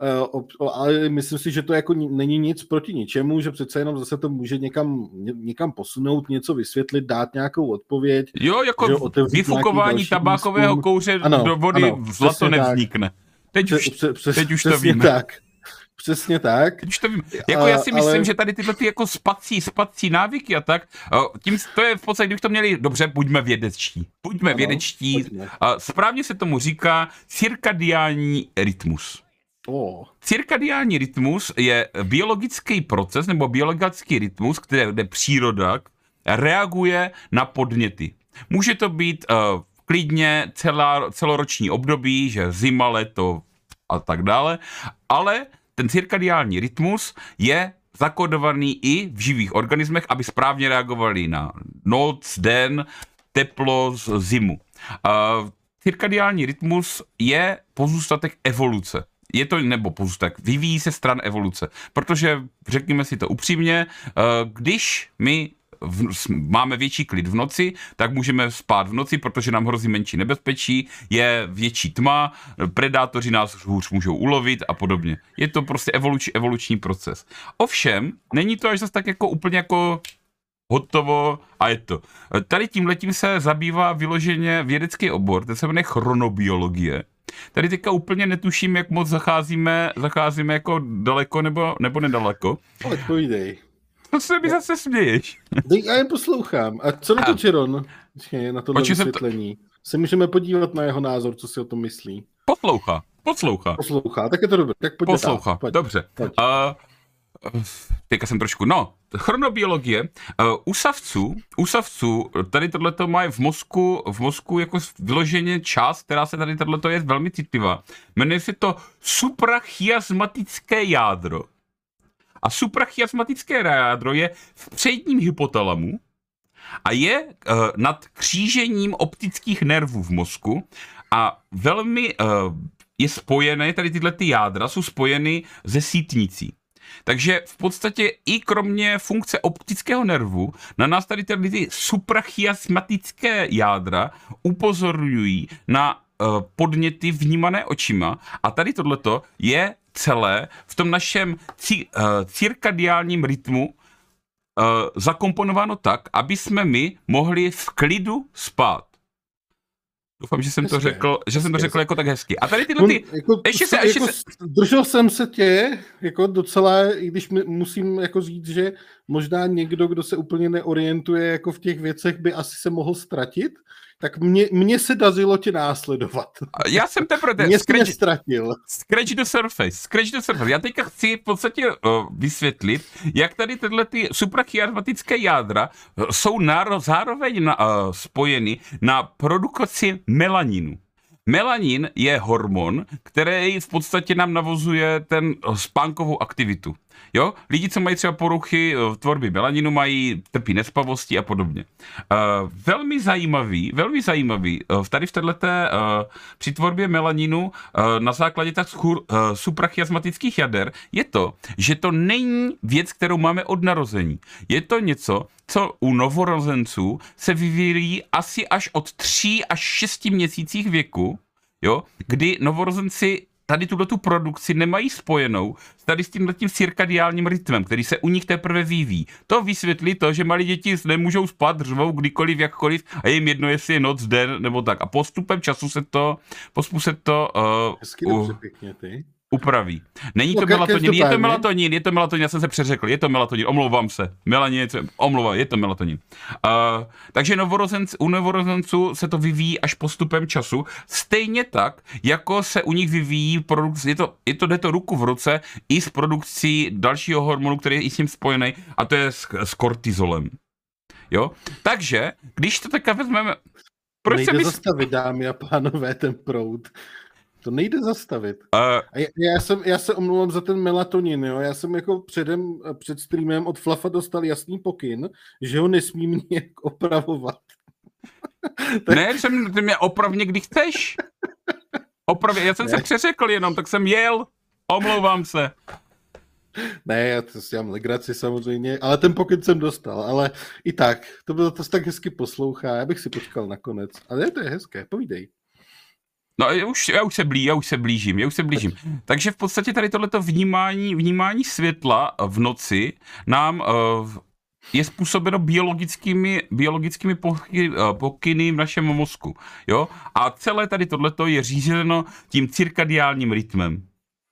ale myslím si, že to jako není nic proti ničemu, že přece jenom zase to může někam, někam posunout, něco vysvětlit, dát nějakou odpověď. Jo, jako vyfukování tabákového výzkum. Kouře ano, do vody ano, zlato nevznikne. Teď už, pře, pře, teď už to víme. Tak. Přesně tak. Teď už to vím. Jako a, já si myslím, ale... že tady tyhle ty jako spací, spací návyky a tak, tím to je v podstatě, kdybych to měli, dobře, buďme vědečtí. Buďme ano, vědečtí. Pojďme. Správně se tomu říká cirkadiální rytmus. Oh. Cirkadiální rytmus je biologický proces nebo biologický rytmus, kde příroda reaguje na podněty. Může to být uh, klidně celá, celoroční období, že zima, léto a tak dále, ale ten cirkadiální rytmus je zakodovaný i v živých organismech, aby správně reagovali na noc, den, teplo, zimu. Uh, cirkadiální rytmus je pozůstatek evoluce. Je to, nebo pozůstatek, vyvíjí se stran evoluce. Protože, řekněme si to upřímně, když my v, máme větší klid v noci, tak můžeme spát v noci, protože nám hrozí menší nebezpečí, je větší tma, predátoři nás hůř můžou ulovit a podobně. Je to prostě evoluč, evoluční proces. Ovšem, není to až zase tak jako úplně jako hotovo a je to. Tady tímhletím se zabývá vyloženě vědecký obor, ten se jmenuje chronobiologie. Tady teďka úplně netuším, jak moc zacházíme, zacházíme jako daleko nebo, nebo nedaleko. Ale povídej. To se mi zase směješ. Dej, já jen poslouchám. A co na to Čiron? Na tohle vysvětlení. To... Se můžeme podívat na jeho názor, co si o tom myslí. Poslouchá. Poslouchá. Poslouchá, tak je to dobré. Tak pojď Poslouchá, pojď. Dobře. Pojď. Uh, teďka jsem trošku, no, chronobiologie. Uh, u savců, u savců, tady tohleto má v mozku, v mozku jako vyloženě část, která se tady tohleto je velmi citlivá. Jmenuje se to suprachiasmatické jádro. A suprachiasmatické jádro je v předním hypotalamu a je uh, nad křížením optických nervů v mozku a velmi uh, je spojené, tady tyhle ty jádra jsou spojeny se sítnicí. Takže v podstatě i kromě funkce optického nervu na nás tady ty suprachiasmatické jádra upozorňují na uh, podněty vnímané očima a tady tohleto je celé v tom našem ci, uh, cirkadiálním rytmu uh, zakomponováno tak, aby jsme my mohli v klidu spát. Doufám, že jsem hezky, to řekl, že hezky, jsem to řekl jako tak hezky. A tady tyhle ty... Jako, ještě se, ještě jako se... Držel jsem se tě, jako docela, i když musím jako říct, že možná někdo, kdo se úplně neorientuje jako v těch věcech, by asi se mohl ztratit, tak mě, mě se dařilo tě následovat. Já jsem teprve... Mě jsi nestratil. Scratch the surface, scratch the surface. Já teďka chci v podstatě uh, vysvětlit, jak tady tyhle ty suprachiasmatické jádra jsou náro, zároveň na, uh, spojeny na produkci melaninu. Melanin je hormon, který v podstatě nám navozuje ten spánkovou aktivitu. Jo? Lidi, co mají třeba poruchy v tvorbě melaninu, mají trpí nespavosti a podobně. Uh, velmi zajímavý, velmi zajímavý uh, tady v této uh, při tvorbě melaninu uh, na základě tak schur, uh, suprachiasmatických jader je to, že to není věc, kterou máme od narození. Je to něco, co u novorozenců se vyvíjí asi až od tří až šesti měsících věku, jo? Kdy novorozenci tady tuto produkci nemají spojenou tady s tímhletím cirkadiálním rytmem, který se u nich teprve vyvíjí. To vysvětlí to, že malí děti nemůžou spát, řvou kdykoliv, jakkoliv a je jim jedno, jestli je noc, den nebo tak. A postupem času se to, postupem se to uh, Hezky dobře, pěkně, ty. upraví. Není to No, melatonin, je to melatonin, je to melatonin, já jsem se přeřekl, je to melatonin, omlouvám se. Melanin, omlouvám, je to melatonin. Uh, takže novorozenc, u novorozenců se to vyvíjí až postupem času, stejně tak, jako se u nich vyvíjí produkce, je to, je to jde to ruku v ruce i s produkcí dalšího hormonu, který je i s tím spojený, a to je s, s kortizolem. Jo? Takže, když to teďka vezmeme... Proč nejde mi... zastavit, dámy a pánové, ten proud. To nejde zastavit. Uh, a já, já, jsem, já se omlouvám za ten melatonin, jo. Já jsem jako předem, před streamem od Flafa dostal jasný pokyn, že ho nesmím nějak opravovat. tak... Ne, jsem, ty mě oprav někdy chceš. Opravě, já jsem ne. se přeřekl jenom, tak jsem jel. Omlouvám se. Ne, já to si dělám legraci samozřejmě, ale ten pokyn jsem dostal, ale i tak, to bylo to tak hezky poslouchá, já bych si počkal nakonec. Ale to je hezké, povídej. No, já už, já už se blí, já už se blížím, já už se blížím. Takže v podstatě tady tohleto vnímání, vnímání světla v noci nám uh, je způsobeno biologickými, biologickými poky, uh, pokyny v našem mozku. Jo? A celé tady tohleto je řízeno tím cirkadiálním rytmem.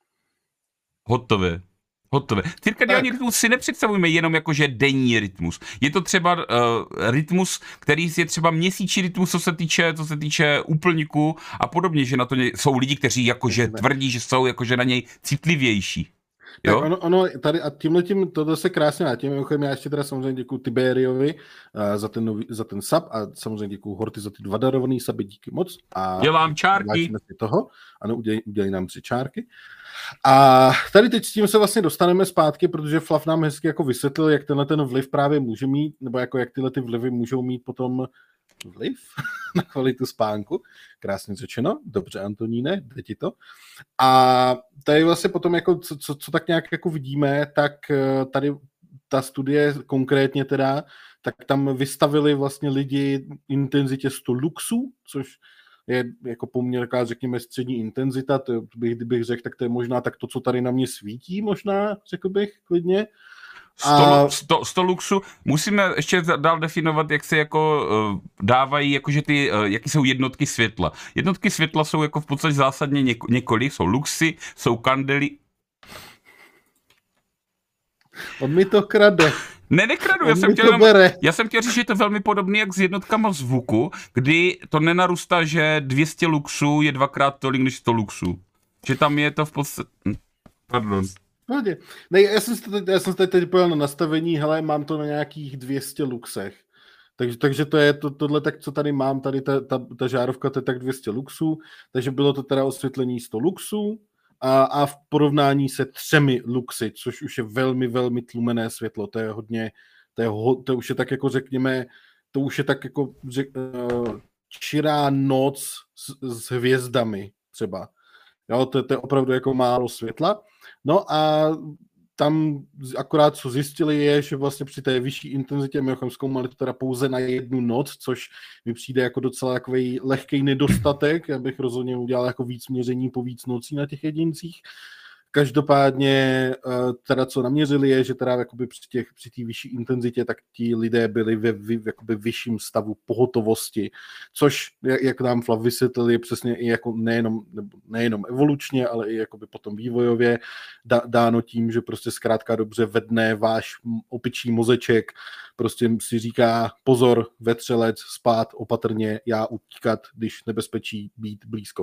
Hotové. Hotové. Cirkadiální rytmus si nepředstavujeme jenom jako, že denní rytmus. Je to třeba uh, rytmus, který je třeba měsíční rytmus, co se týče, co se týče úplňku a podobně, že na to jsou lidi, kteří jakože tvrdí, že jsou jakože na něj citlivější. Jo? Tak ono, ono tady a tímhletím, to se krásně na tím, já ještě teda samozřejmě děkuju Tiberiovi uh, za ten, nový, za ten sub a samozřejmě děkuju Horty za ty dva darovaný suby, díky moc. A dělám čárky. Toho. Ano, udělí, udělí nám tři čárky. A tady teď s tím se vlastně dostaneme zpátky, protože Flav nám hezky jako vysvětlil, jak tenhle ten vliv právě může mít, nebo jako jak tyhle ty vlivy můžou mít potom vliv na kvalitu spánku. Krásně řečeno. Dobře, Antoníne, jde ti to. A tady vlastně potom, jako, co, co, co tak nějak jako vidíme, tak tady ta studie konkrétně teda, tak tam vystavili vlastně lidi intenzitě sto luxů, což je jako poměr, řekněme, střední intenzita, to bych, kdybych řekl, tak to je možná tak to, co tady na mě svítí, možná, řekl bych, klidně. A... sto luxu, musíme ještě dál definovat, jak se jako uh, dávají, jakože ty, uh, jaký jsou jednotky světla. Jednotky světla jsou jako v podstatě zásadně něko, několik, jsou luxy, jsou kandely. On mi to krade. Ne, nekradu, já jsem, chtěl jenom, já jsem chtěl říct, že je to velmi podobné jak s jednotkama zvuku, kdy to nenarůstá, že dvě stě luxů je dvakrát tolik než sto luxů. Že tam je to v podstatě... Pardon. Ne, já jsem se teď, já jsem se teď pojel na nastavení, hele, mám to na nějakých dvě stě luxech. Takže, takže to je to, tohle, tak co tady mám, tady ta, ta, ta žárovka, to je tak dvě stě luxů, takže bylo to teda osvětlení sto luxů. A, a v porovnání se třemi luxy, což už je velmi, velmi tlumené světlo, to je hodně, to, je ho, to už je tak jako řekněme, to už je tak jako řek, uh, čirá noc s, s hvězdami třeba. Jo, to, to je opravdu jako málo světla. No a tam akorát co zjistili je, že vlastně při té vyšší intenzitě my jsme zkoumali to teda pouze na jednu noc, což mi přijde jako docela takový lehký nedostatek, abych rozhodně udělal jako víc měření po víc nocí na těch jedincích. Každopádně teda co naměřili je, že teda jakoby při těch, při té vyšší intenzitě, tak ti lidé byli ve v jakoby vyšším stavu pohotovosti, což, jak nám Flav vysvětlil, je přesně i jako nejenom, nejenom evolučně, ale i jakoby potom vývojově dáno tím, že prostě zkrátka dobře vedne váš opičí mozeček, prostě si říká pozor, vetřelec, spát opatrně, já utíkat, když nebezpečí být blízko.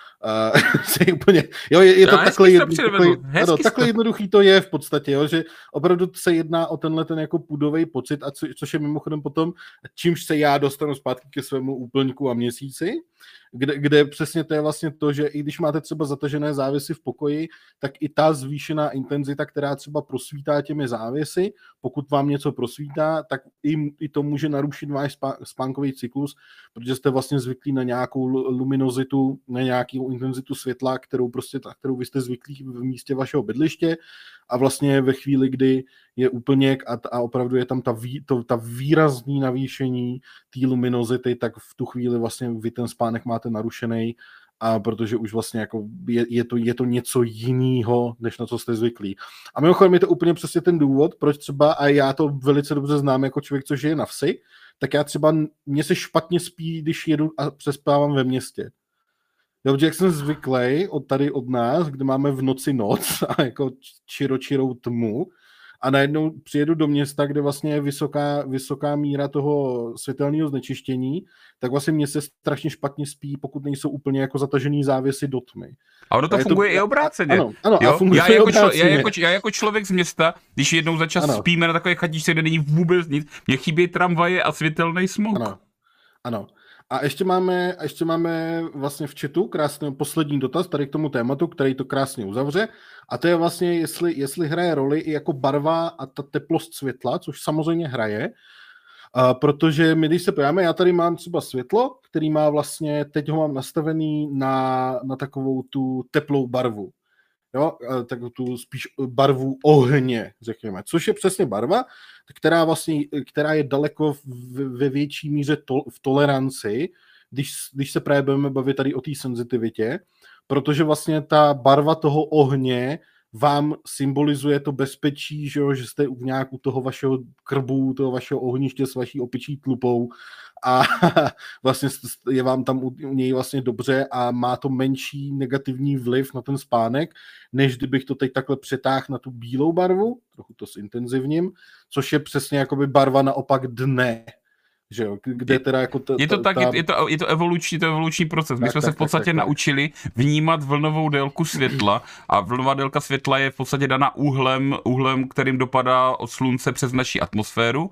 Uh, úplně, jo, je, je to no, takhle, jedno, takhle, ano, takhle jednoduchý to je v podstatě, jo, že opravdu se jedná o tenhle ten jako půdový pocit, a co, což je mimochodem potom, čímž se já dostanu zpátky ke svému úplňku a měsíci, kde, kde přesně to je vlastně to, že i když máte třeba zatažené závěsy v pokoji, tak i ta zvýšená intenzita, která třeba prosvítá těmi závěsy, pokud vám něco prosvítá, tak i, i to může narušit váš spá, spánkový cyklus, protože jste vlastně zvyklí na nějakou luminozitu, na nějakou intenzitu světla, kterou prostě kterou vy jste zvyklí v místě vašeho bydliště, a vlastně ve chvíli, kdy je úplněk a, a opravdu je tam ta, vý, to, ta výrazný navýšení té luminozity, tak v tu chvíli vlastně vy ten spánek máte narušený, a protože už vlastně jako je, je, to, je to něco jiného, než na co jste zvyklí. A mimochodem je to úplně přesně ten důvod, proč třeba, a já to velice dobře znám jako člověk, co žije na vsi, tak já třeba, mně se špatně spí, když jedu a přespávám ve městě. Jo, jak jsem zvyklý od tady od nás, kde máme v noci noc a jako čiročirou tmu, a najednou přijedu do města, kde vlastně je vysoká, vysoká míra toho světelného znečištění, tak vlastně mě se strašně špatně spí, pokud nejsou úplně jako zatažený závěsy do tmy. A ono to a funguje to, i obráceně. Ano, ano, jo? A funguje já, jako obráceně. Člo, já, jako, já jako člověk z města, když jednou za čas ano. spíme na takové chatičce, kde není vůbec nic, mě chybí tramvaje a světelný smog. Ano, ano. A ještě máme, ještě máme vlastně v chatu krásný poslední dotaz tady k tomu tématu, který to krásně uzavře. A to je vlastně, jestli, jestli hraje roli i jako barva a ta teplost světla, což samozřejmě hraje. A protože my, když se podíváme, já tady mám třeba světlo, který má vlastně, teď ho mám nastavený na, na takovou tu teplou barvu. Jo, tak tu spíš barvu ohně, řekněme, což je přesně barva, která vlastně, která je daleko v, ve větší míře to, v toleranci, když, když se právě budeme bavit tady o té senzitivitě, protože vlastně ta barva toho ohně vám symbolizuje to bezpečí, že, jo, že jste v nějakou toho vašeho krbu, toho vašeho ohniště s vaší opičí tlupou a vlastně je vám tam u něj vlastně dobře a má to menší negativní vliv na ten spánek, než kdybych to teď takhle přetáhl na tu bílou barvu, trochu to zintenzivním, což je přesně jakoby barva naopak dne. Že jo, kde teda jako ta, je to tak, ta... je, je, to, je to evoluční, to evoluční proces. My tak, jsme tak, se v podstatě tak, tak, naučili vnímat vlnovou délku světla a vlnová délka světla je v podstatě daná úhlem, úhlem, kterým dopadá od slunce přes naši atmosféru.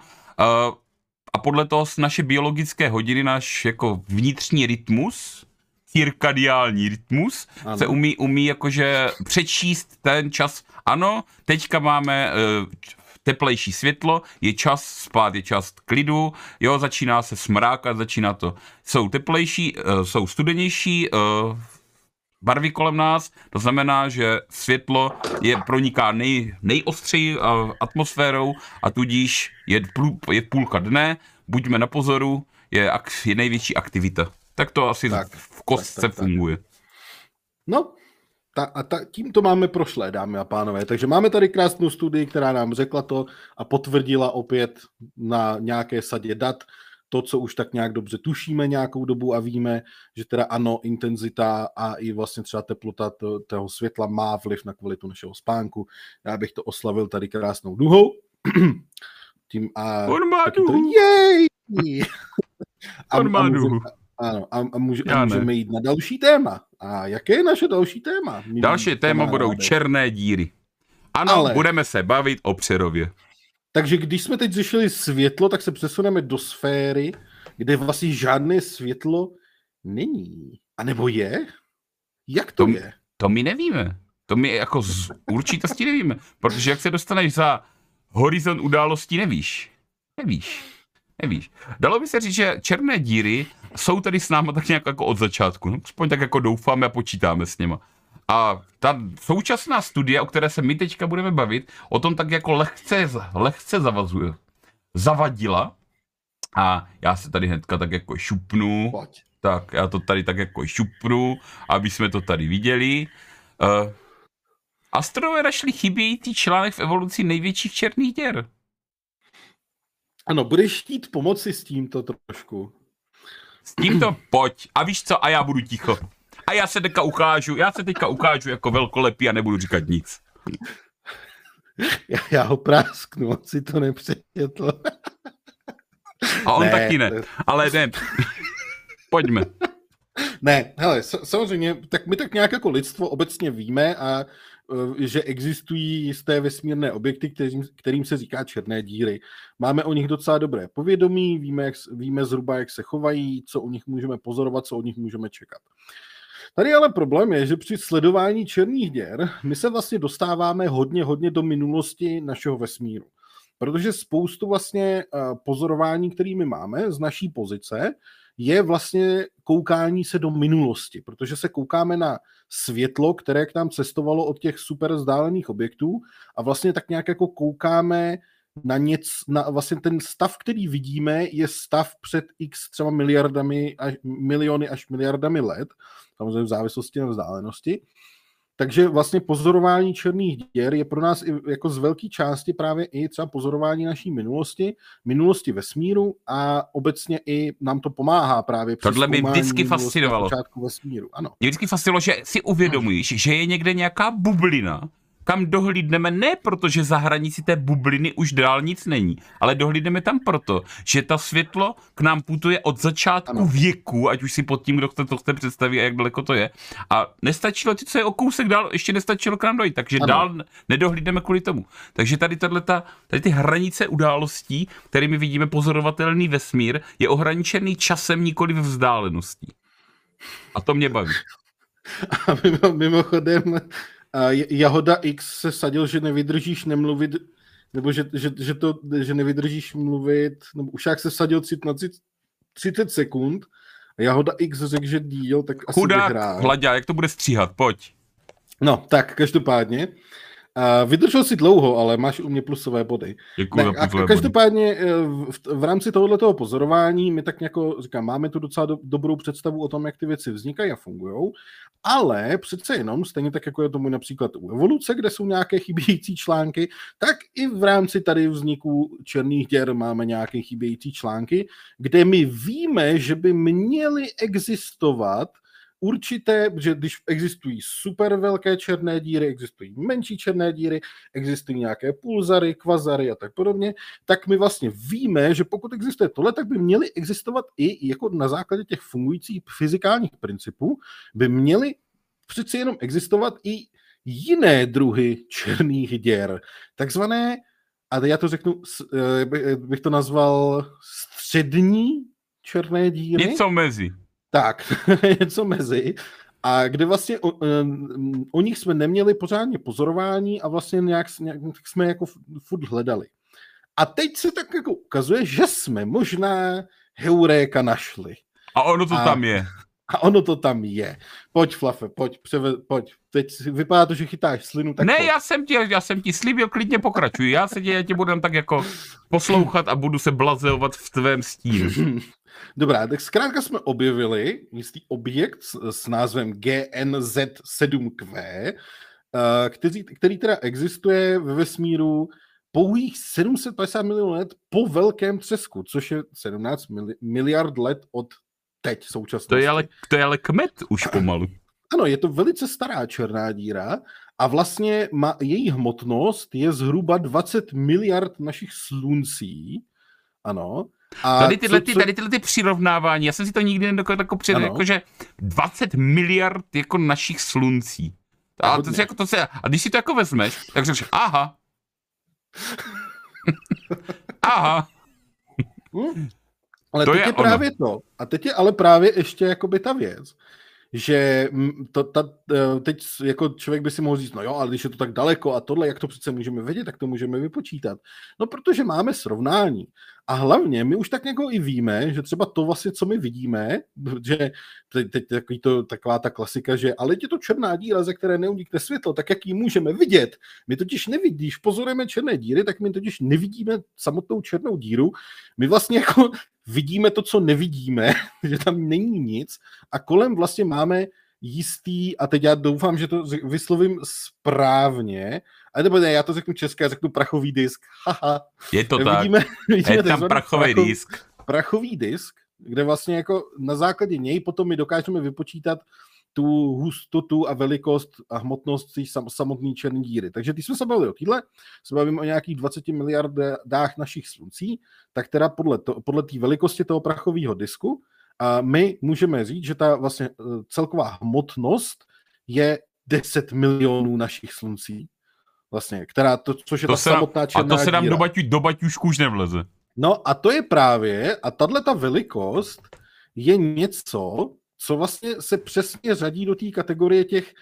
A podle toho naše biologické hodiny, náš jako vnitřní rytmus, cirkadiální rytmus, ano. se umí, umí jakože přečíst ten čas. Ano, teďka máme teplejší světlo, je čas spát, je čas klidu, jo, začíná se smrákat, začíná to. Jsou teplejší, uh, jsou studenější uh, barvy kolem nás, to znamená, že světlo je proniká nej, nejostřeji uh, atmosférou a tudíž je, plů, je půlka dne, buďme na pozoru, je, ak, je největší aktivita. Tak to asi tak, v kostce tak, tak, funguje. Tak. No, Ta, a ta, tím to máme prošlé, dámy a pánové. Takže máme tady krásnou studii, která nám řekla to a potvrdila opět na nějaké sadě dat to, co už tak nějak dobře tušíme nějakou dobu a víme, že teda ano, intenzita a i vlastně třeba teplota to, toho světla má vliv na kvalitu našeho spánku. Já bych to oslavil tady krásnou duhou. Tím a taky to jej! a, a můžeme, ano, a, a, může, a můžeme jít na další téma. A jaké je naše další téma? Další téma budou černé díry. Ano, ale budeme se bavit o Přerově. Takže když jsme teď řešili světlo, tak se přesuneme do sféry, kde vlastně žádné světlo není. A nebo je? Jak to, to je? To my nevíme. To my jako z určitosti nevíme. Protože jak se dostaneš za horizont událostí, nevíš. Nevíš. Nevíš. Dalo by se říct, že černé díry jsou tady s náma tak nějak jako od začátku. No, aspoň tak jako doufáme a počítáme s něma. A ta současná studie, o které se my teďka budeme bavit, o tom tak jako lehce, lehce zavazuje. Zavadila. A já se tady hnedka tak jako šupnu. Pojď. Tak, já to tady tak jako šupnu, aby jsme to tady viděli. Uh, Astronomové našli chybějící článek v evoluci největších černých děr. Ano, budeš chtít pomoci s tímto trošku. S tímto pojď. A víš co? A já budu ticho. A já se teďka ukážu, já se teďka ukážu jako velkolepý a nebudu říkat nic. Já, já ho prásknu, on si to nepřečetl. A on ne, taky ne, ale ne. Pojďme. Ne, hele, samozřejmě, tak my tak nějak jako lidstvo obecně víme, a že existují jisté vesmírné objekty, kterým, kterým se říká černé díry. Máme o nich docela dobré povědomí, víme, jak, víme zhruba, jak se chovají, co o nich můžeme pozorovat, co o nich můžeme čekat. Tady ale problém je, že při sledování černých děr my se vlastně dostáváme hodně, hodně do minulosti našeho vesmíru. Protože spoustu vlastně pozorování, kterými máme z naší pozice, je vlastně koukání se do minulosti, protože se koukáme na světlo, které k nám cestovalo od těch super vzdálených objektů, a vlastně tak nějak jako koukáme na něco, na vlastně ten stav, který vidíme, je stav před x třeba miliardami, až, miliony až miliardami let, samozřejmě v závislosti na vzdálenosti. Takže vlastně pozorování černých děr je pro nás i jako z velké části právě i třeba pozorování naší minulosti, minulosti vesmíru, a obecně i nám to pomáhá právě při tohle mě vždycky fascinovalo. Počátku vesmíru. Ano. Mě vždycky fascinovalo, že si uvědomíš, že je někde nějaká bublina, kam dohlídneme ne protože za hranici té bubliny už dál nic není, ale dohlídneme tam proto, že ta světlo k nám putuje od začátku ano. věku, ať už si pod tím, kdo chce, to chce představit a jak daleko to je. A nestačilo ti, co je o kousek dál, ještě nestačilo k nám dojít, takže ano. dál nedohlídneme kvůli tomu. Takže tady, tato, tady ty hranice událostí, kterými vidíme pozorovatelný vesmír, je ohraničený časem, nikoli vzdáleností. A to mě baví. A mimo, mimochodem, a Jahoda X se sadil, že nevydržíš nemluvit, nebo že, že, že, to, že nevydržíš mluvit, nebo už jak se sadil na třicet sekund, a Jahoda X řekl, že díl, tak asi Chudák, vyhrál. Hladě, jak to bude stříhat, pojď. No, tak každopádně. Uh, vydržel si dlouho, ale máš u mě plusové body. Děkuji, ne, a každopádně v, v rámci tohoto pozorování my tak jako říkám, máme tu docela do, dobrou představu o tom, jak ty věci vznikají a fungují, ale přece jenom, stejně tak jako je tomu například u evoluce, kde jsou nějaké chybějící články, tak i v rámci tady vzniku černých děr máme nějaké chybějící články, kde my víme, že by měly existovat určité, že když existují super velké černé díry, existují menší černé díry, existují nějaké pulzary, kvazary a tak podobně, tak my vlastně víme, že pokud existuje tohle, tak by měly existovat i jako na základě těch fungujících fyzikálních principů, by měly přeci jenom existovat i jiné druhy černých děr. Takzvané, a já to řeknu, bych to nazval střední černé díry. Něco mezi. Tak, něco mezi. A kde vlastně o, o nich jsme neměli pořádně pozorování a vlastně nějak, nějak jsme jako furt hledali. A teď se tak jako ukazuje, že jsme možná heuréka našli. A ono to a, tam je. A ono to tam je. Pojď, Flafe, pojď, převe, pojď. Teď vypadá to, že chytáš slinu. Tak ne, pojď. já jsem, ti, já jsem ti slíbil, klidně pokračuj. Já se tě, já tě budu tak jako poslouchat a budu se blazeovat v tvém stínu. Dobrá, tak zkrátka jsme objevili jistý objekt s, s názvem G N Z sedm Q, který, který teda existuje ve vesmíru pouhých sedm set padesát milionů let po velkém třesku, což je sedmnáct miliard let od teď současnosti. To je ale, to je ale kmet už pomalu. Ano, je to velice stará černá díra a vlastně má, její hmotnost je zhruba dvacet miliard našich sluncí. Ano. A tady, tyhle, co, ty, co... tady tyhle ty přirovnávání, já jsem si to nikdy nedokázal jako předat, jakože dvacet miliard jako našich sluncí. A, to jako to se, a když si to jako vezmeš, tak řekneš, aha. aha. Hmm. Ale to teď je, je právě to. A teď je ale právě ještě jakoby ta věc, že to, ta, teď jako člověk by si mohl říct, no jo, ale když je to tak daleko a tohle, jak to přece můžeme vědět, tak to můžeme vypočítat. No protože máme srovnání. A hlavně my už tak jako i víme, že třeba to vlastně, co my vidíme, že teď, teď takový to, taková ta klasika, že ale je to černá díra, ze které neunikne světlo, tak jak ji můžeme vidět? My totiž nevidíme, když pozorujeme černé díry, tak my totiž nevidíme samotnou černou díru. My vlastně jako vidíme to, co nevidíme, že tam není nic a kolem vlastně máme jistý, a teď já doufám, že to vyslovím správně, ale nebo ne, já to řeknu česky, já řeknu prachový disk. Haha. Je to vidíme, tak. vidíme je tam prachový prachov, disk. Prachový disk, kde vlastně jako na základě něj potom my dokážeme vypočítat tu hustotu a velikost a hmotnost sam, samotné černé díry. Takže když jsme se bavili o týhle, se bavíme o nějakých dvaceti miliardách našich sluncí, tak teda podle té podle velikosti toho prachového disku a my můžeme říct, že ta vlastně celková hmotnost je deset milionů našich sluncí, vlastně, která to, což je to ta samotná černá díra. A to se nám do, baťu, do baťušku už nevleze. No a to je právě, a tato velikost je něco, co vlastně se přesně řadí do té kategorie těch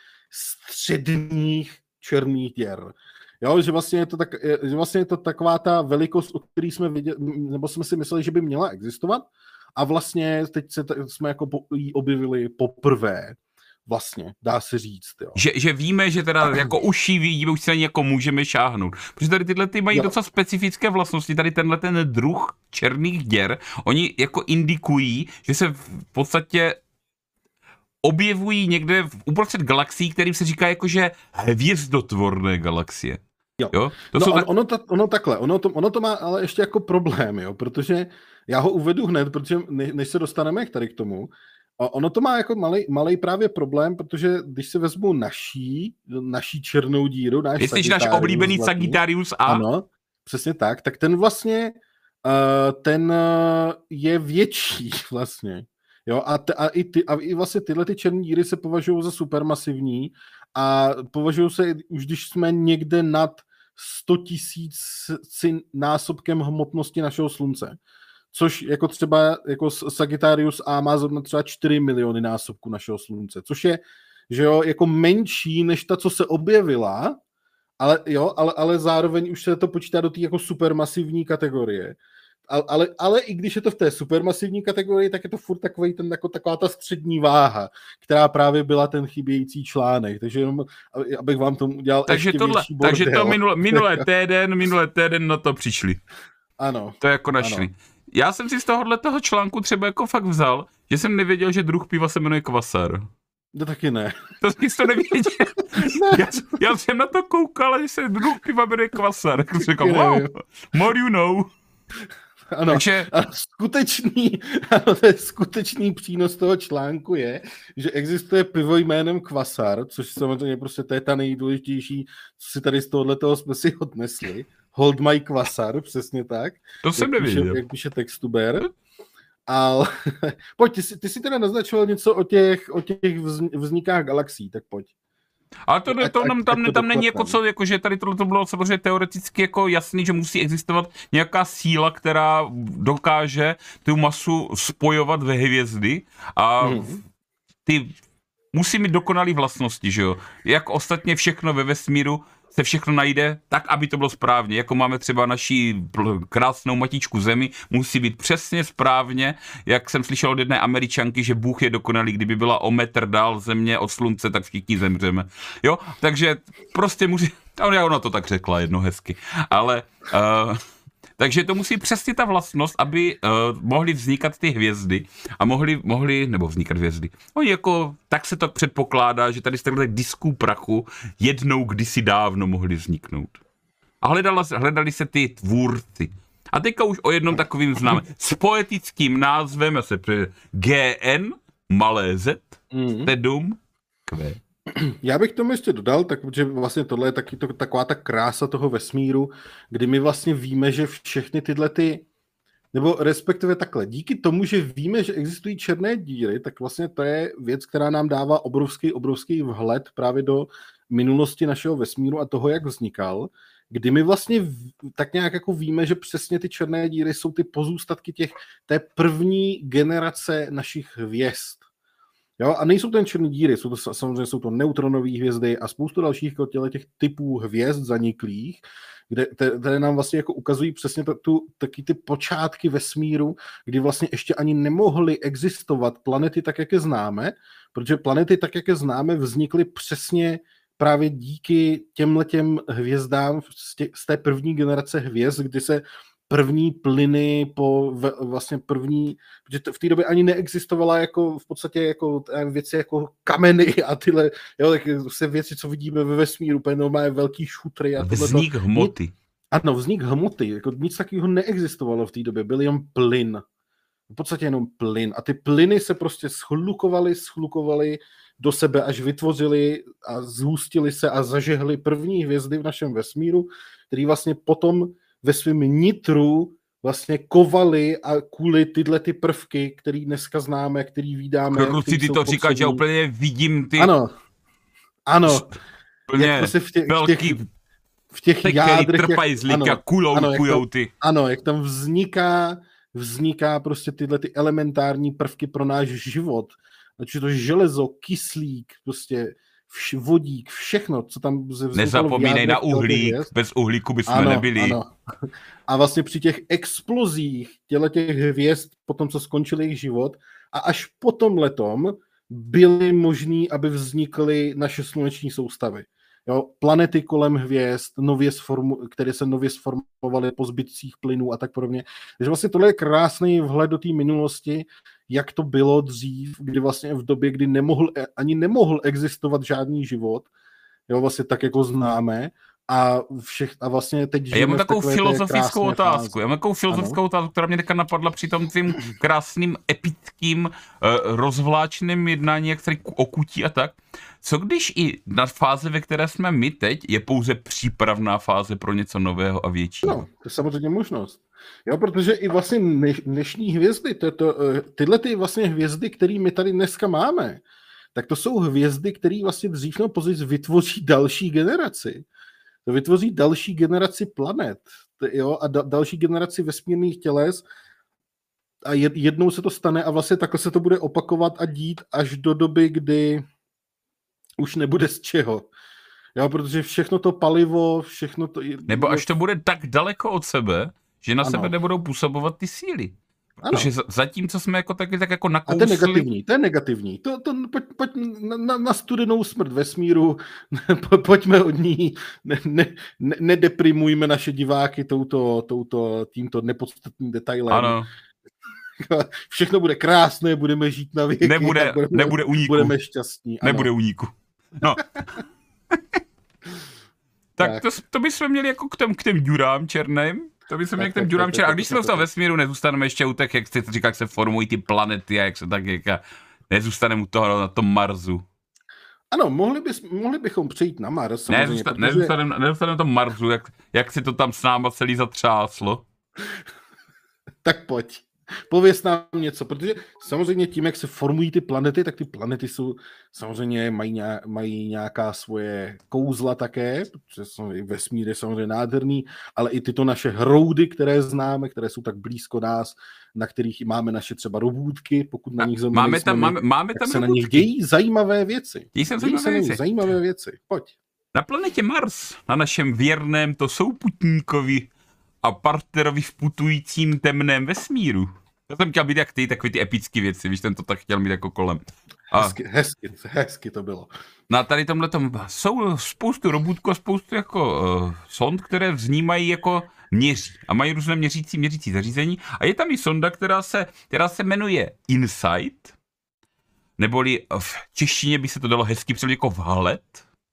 středních černých děr. Jo, že vlastně je to, tak, že vlastně je to taková ta velikost, o které jsme viděli, nebo jsme si mysleli, že by měla existovat, a vlastně teď se, jsme jako ji objevili poprvé. Vlastně, dá se říct. Jo. Že, že víme, že teda jako uší vidíme, už se na ně jako můžeme šáhnout. Protože tady tyhle ty mají jo. docela specifické vlastnosti. Tady tenhle ten druh černých děr, oni jako indikují, že se v podstatě objevují někde v uprostřed galaxií, kterým se říká jakože hvězdotvorné galaxie. Jo. Jo? To no jsou on, tak... ono, to, ono takhle, ono to, ono to má ale ještě jako problém, jo, protože já ho uvedu hned, protože ne, než se dostaneme tady k tomu, ono to má jako malej, malej právě problém, protože když se vezmu naší, naší černou díru, náš Jestliž náš oblíbený zlatý, Sagittarius A. Ano, přesně tak, tak ten vlastně, uh, ten uh, je větší vlastně. Jo, a, t- a, i ty, a i vlastně tyhle ty černé díry se považují za supermasivní a považují se, už když jsme někde nad sto tisíc násobkem hmotnosti našeho slunce. Což jako třeba jako Sagittarius A má zrovna třeba čtyři miliony násobků našeho slunce, což je, že jo, jako menší než ta, co se objevila, ale jo, ale, ale zároveň už se to počítá do té jako supermasivní kategorie. Ale, ale, ale i když je to v té supermasivní kategorii, tak je to furt takový ten, jako taková ta střední váha, která právě byla ten chybějící článek. Takže jenom, abych vám tomu udělal takže ještě tohle, větší bordel. Takže to minule, minulé týden, minulé týden na to přišli. Ano. To jako našli. Ano. Já jsem si z tohohle toho článku třeba jako fakt vzal, že jsem nevěděl, že druh piva se jmenuje kvasar. No taky ne. To jsi to nevěděl. já, já jsem na to koukal, že se druh piva jmenuje kvasar. Tak jsem říkal, wow, more you know. Ano, Takže... a skutečný, ano, to je skutečný přínos toho článku je, že existuje pivo jménem Kvasar, což samozřejmě prostě to je ta nejdůležitější, co si tady z tohohletoho jsme si odnesli. Hold my Kvasar, přesně tak. To jsem jak nevěděl. Píše, jak píše textuber. Ale pojď, ty jsi, ty jsi teda naznačoval něco o těch, o těch vznikách galaxií, tak pojď. Ale to, to, tam, tam, tam není jako co, jako že tady tohle to bylo samozřejmě teoreticky jako jasný, že musí existovat nějaká síla, která dokáže tu masu spojovat ve hvězdy a hmm. ty musí mít dokonalý vlastnosti, že jo. Jak ostatně všechno ve vesmíru se všechno najde tak, aby to bylo správně. Jako máme třeba naší krásnou matičku Zemi, musí být přesně správně, jak jsem slyšel od jedné Američanky, že Bůh je dokonalý, kdyby byla o metr dál Země od slunce, tak všichni zemřeme. Jo, takže prostě musí, ona to tak řekla jedno hezky, ale uh, takže to musí přesně ta vlastnost, aby uh, mohly vznikat ty hvězdy a mohly, mohly, nebo vznikat hvězdy. Oni jako, tak se to předpokládá, že tady z takhle disků prachu jednou kdysi dávno mohly vzniknout. A hledala, hledali se ty tvůrci. A teďka už o jednom takovým známe. S poetickým názvem se pře G N, malé Z, sedm, Q. Já bych tomu ještě dodal, tak, protože vlastně tohle je taky to, taková ta krása toho vesmíru, kdy my vlastně víme, že všechny tyhle ty, nebo respektive takhle, díky tomu, že víme, že existují černé díry, tak vlastně to je věc, která nám dává obrovský, obrovský vhled právě do minulosti našeho vesmíru a toho, jak vznikal, kdy my vlastně tak nějak jako víme, že přesně ty černé díry jsou ty pozůstatky těch, té první generace našich hvězd. Jo, a nejsou to jen černé díry, jsou to, samozřejmě jsou to neutronové hvězdy a spoustu dalších těch typů hvězd zaniklých, kde, které nám vlastně jako ukazují přesně tu, taky ty počátky vesmíru, kdy vlastně ještě ani nemohly existovat planety tak, jak je známe, protože planety tak, jak je známe, vznikly přesně právě díky těmhletěm hvězdám z, tě, z té první generace hvězd, kdy se první plyny po vlastně první, protože v té době ani neexistovala jako v podstatě jako věci jako kameny a tyhle, jo, tak se věci, co vidíme ve vesmíru, úplně normálně velký šutry. A vznik hmoty. Ano, vznik hmoty, jako nic takového neexistovalo v té době, byl jen plyn. V podstatě jenom plyn. A ty plyny se prostě schlukovaly, schlukovaly do sebe, až vytvořili a zhustili se a zažehli první hvězdy v našem vesmíru, který vlastně potom ve svém nitru vlastně kovali a kvůli tyhle ty prvky, který dneska známe, který vídáme. Kruci, ty to říkáš, že úplně vidím ty... Ano, ano. Plně prostě v těch, velký... v těch, v těch jádrech, trpají zlíka, kulou, ano, kujou ty. Ano, jak tam vzniká, vzniká prostě tyhle ty elementární prvky pro náš život. Ať je to železo, kyslík, prostě vš, vodík, všechno, co tam vznikalo. Nezapomínej na uhlík, bez uhlíku bychom ano, nebyli. Ano. A vlastně při těch explozích těch hvězd, potom co skončil jejich život, a až po tomhletom byly možný, aby vznikly naše sluneční soustavy. Jo, planety kolem hvězd, nově sformu, které se nově sformovaly po zbytcích plynů a tak podobně. Takže vlastně tohle je krásný vhled do té minulosti, jak to bylo dřív, kdy vlastně v době, kdy nemohl, ani nemohl existovat žádný život, jo, vlastně tak, jako známe, a, všech, a vlastně teď žijeme. Já mám takovou filozofickou otázku. fázi. Já mám takovou filozofickou ano. otázku, která mě teďka napadla při tom tvým krásným, epickým, uh, rozvláčným jednání, jak tady okutí a tak. Co když i na fáze, ve které jsme my teď, je pouze přípravná fáze pro něco nového a většího? No, to je samozřejmě možnost. Jo, protože i vlastně dnešní hvězdy, to, to, tyhle ty vlastně hvězdy, které my tady dneska máme, tak to jsou hvězdy, které vlastně dřív nebo později vytvoří další generaci. To vytvoří další generaci planet, jo, a da, další generaci vesmírných těles a jednou se to stane a vlastně takhle se to bude opakovat a dít až do doby, kdy už nebude z čeho. Jo, protože všechno to palivo, všechno to... Nebo až to bude tak daleko od sebe, že na ano. sebe nebudou působovat ty síly. Protože zatím, co jsme jako taky tak jako nakousli... A to je negativní, to je negativní. To, to, pojď, pojď na, na studenou smrt vesmíru, pojďme od ní, ne, ne, ne, nedeprimujme naše diváky touto, touto, tímto nepodstatným detailem. Ano. Všechno bude krásné, budeme žít na věky. Nebude, budeme, nebude úniku. Budeme šťastní. Ano. Nebude úniku. No. tak, tak. To, to bychom měli jako k těm, k těm děrám černým. To by se měl k těm děrám černým. A když jsme v tom vesmíru, nezůstaneme ještě u těch, jak se říká, jak se formují ty planety a jak se tak, jak nezůstaneme u toho na tom Marsu. Ano, mohli, bys, mohli bychom přejít na Mars. Ne, zůsta, protože... nezůstaneme, nezůstaneme na tom Marsu, jak, jak si to tam s náma celý zatřáslo. Tak pojď. Pověz nám něco, protože samozřejmě tím, jak se formují ty planety, tak ty planety jsou samozřejmě mají, nějak, mají nějaká svoje kouzla také, protože vesmír je samozřejmě nádherný, ale i tyto naše hroudy, které známe, které jsou tak blízko nás, na kterých máme naše třeba robůtky, pokud na nich máme tam, jsme, máme, máme tam se robůtky. Na nich dějí zajímavé věci. Dějí se dějí zajímavé, se věci. zajímavé věci. Pojď. Na planetě Mars, na našem věrném to souputníkovi a partnerovi v putujícím temném vesmíru. Já jsem chtěl být jak ty, takový ty epický věci, víš, ten to tak chtěl mít jako kolem. A hezky, hezky, hezky to bylo. No tady tomhletom jsou spoustu robůtků a spoustu jako uh, sond, které vnímají jako měří a mají různé měřící, měřící zařízení. A je tam i sonda, která se, která se jmenuje InSight, neboli v češtině by se to dalo hezky přeložit jako vhled.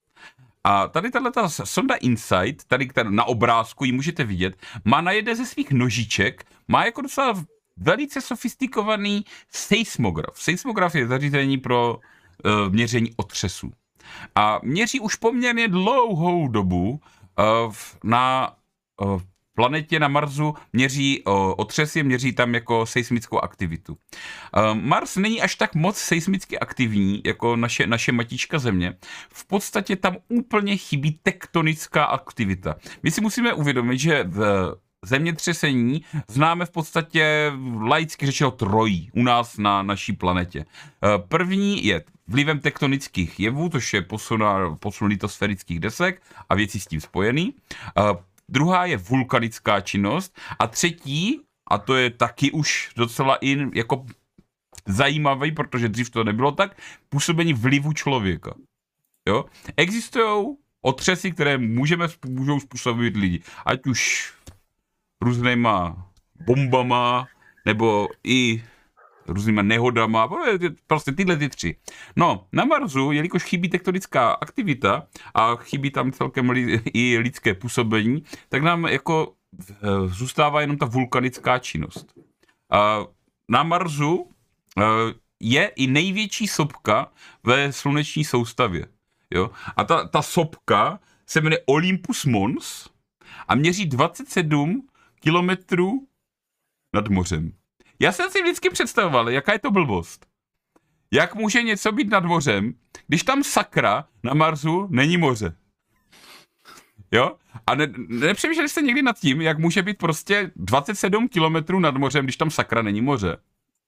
A tady tato sonda InSight, tady na obrázku ji můžete vidět, má na jedné ze svých nožiček, má jako docela velice sofistikovaný seismograf. Seismograf je zařízení pro uh, měření otřesů. A měří už poměrně dlouhou dobu uh, na uh, planetě na Marsu, měří uh, otřesy, měří tam jako seismickou aktivitu. Uh, Mars není až tak moc seismicky aktivní, jako naše, naše matička Země. V podstatě tam úplně chybí tektonická aktivita. My si musíme uvědomit, že v zemětřesení známe v podstatě laicky řečeno trojí u nás na naší planetě. První je vlivem tektonických jevů, což je posun, posun litosférických desek a věcí s tím spojený. Druhá je vulkanická činnost a třetí, a to je taky už docela in, jako zajímavý, protože dřív to nebylo tak, působení vlivu člověka. Jo? Existují otřesy, které můžeme, můžou způsobit lidi. Ať už různýma bombama, nebo i různýma nehodama, prostě tyhle ty tři. No, na Marsu, jelikož chybí tektonická aktivita a chybí tam celkem li, i lidské působení, tak nám jako zůstává jenom ta vulkanická činnost. A na Marsu je i největší sopka ve sluneční soustavě. Jo? A ta, ta sopka se jmenuje Olympus Mons a měří dvacet sedm kilometrů nad mořem. Já jsem si vždycky představoval, jaká je to blbost. Jak může něco být nad mořem, když tam sakra na Marsu není moře. Jo? A ne, nepřemýšleli jste někdy nad tím, jak může být prostě dvacet sedm kilometrů nad mořem, když tam sakra není moře.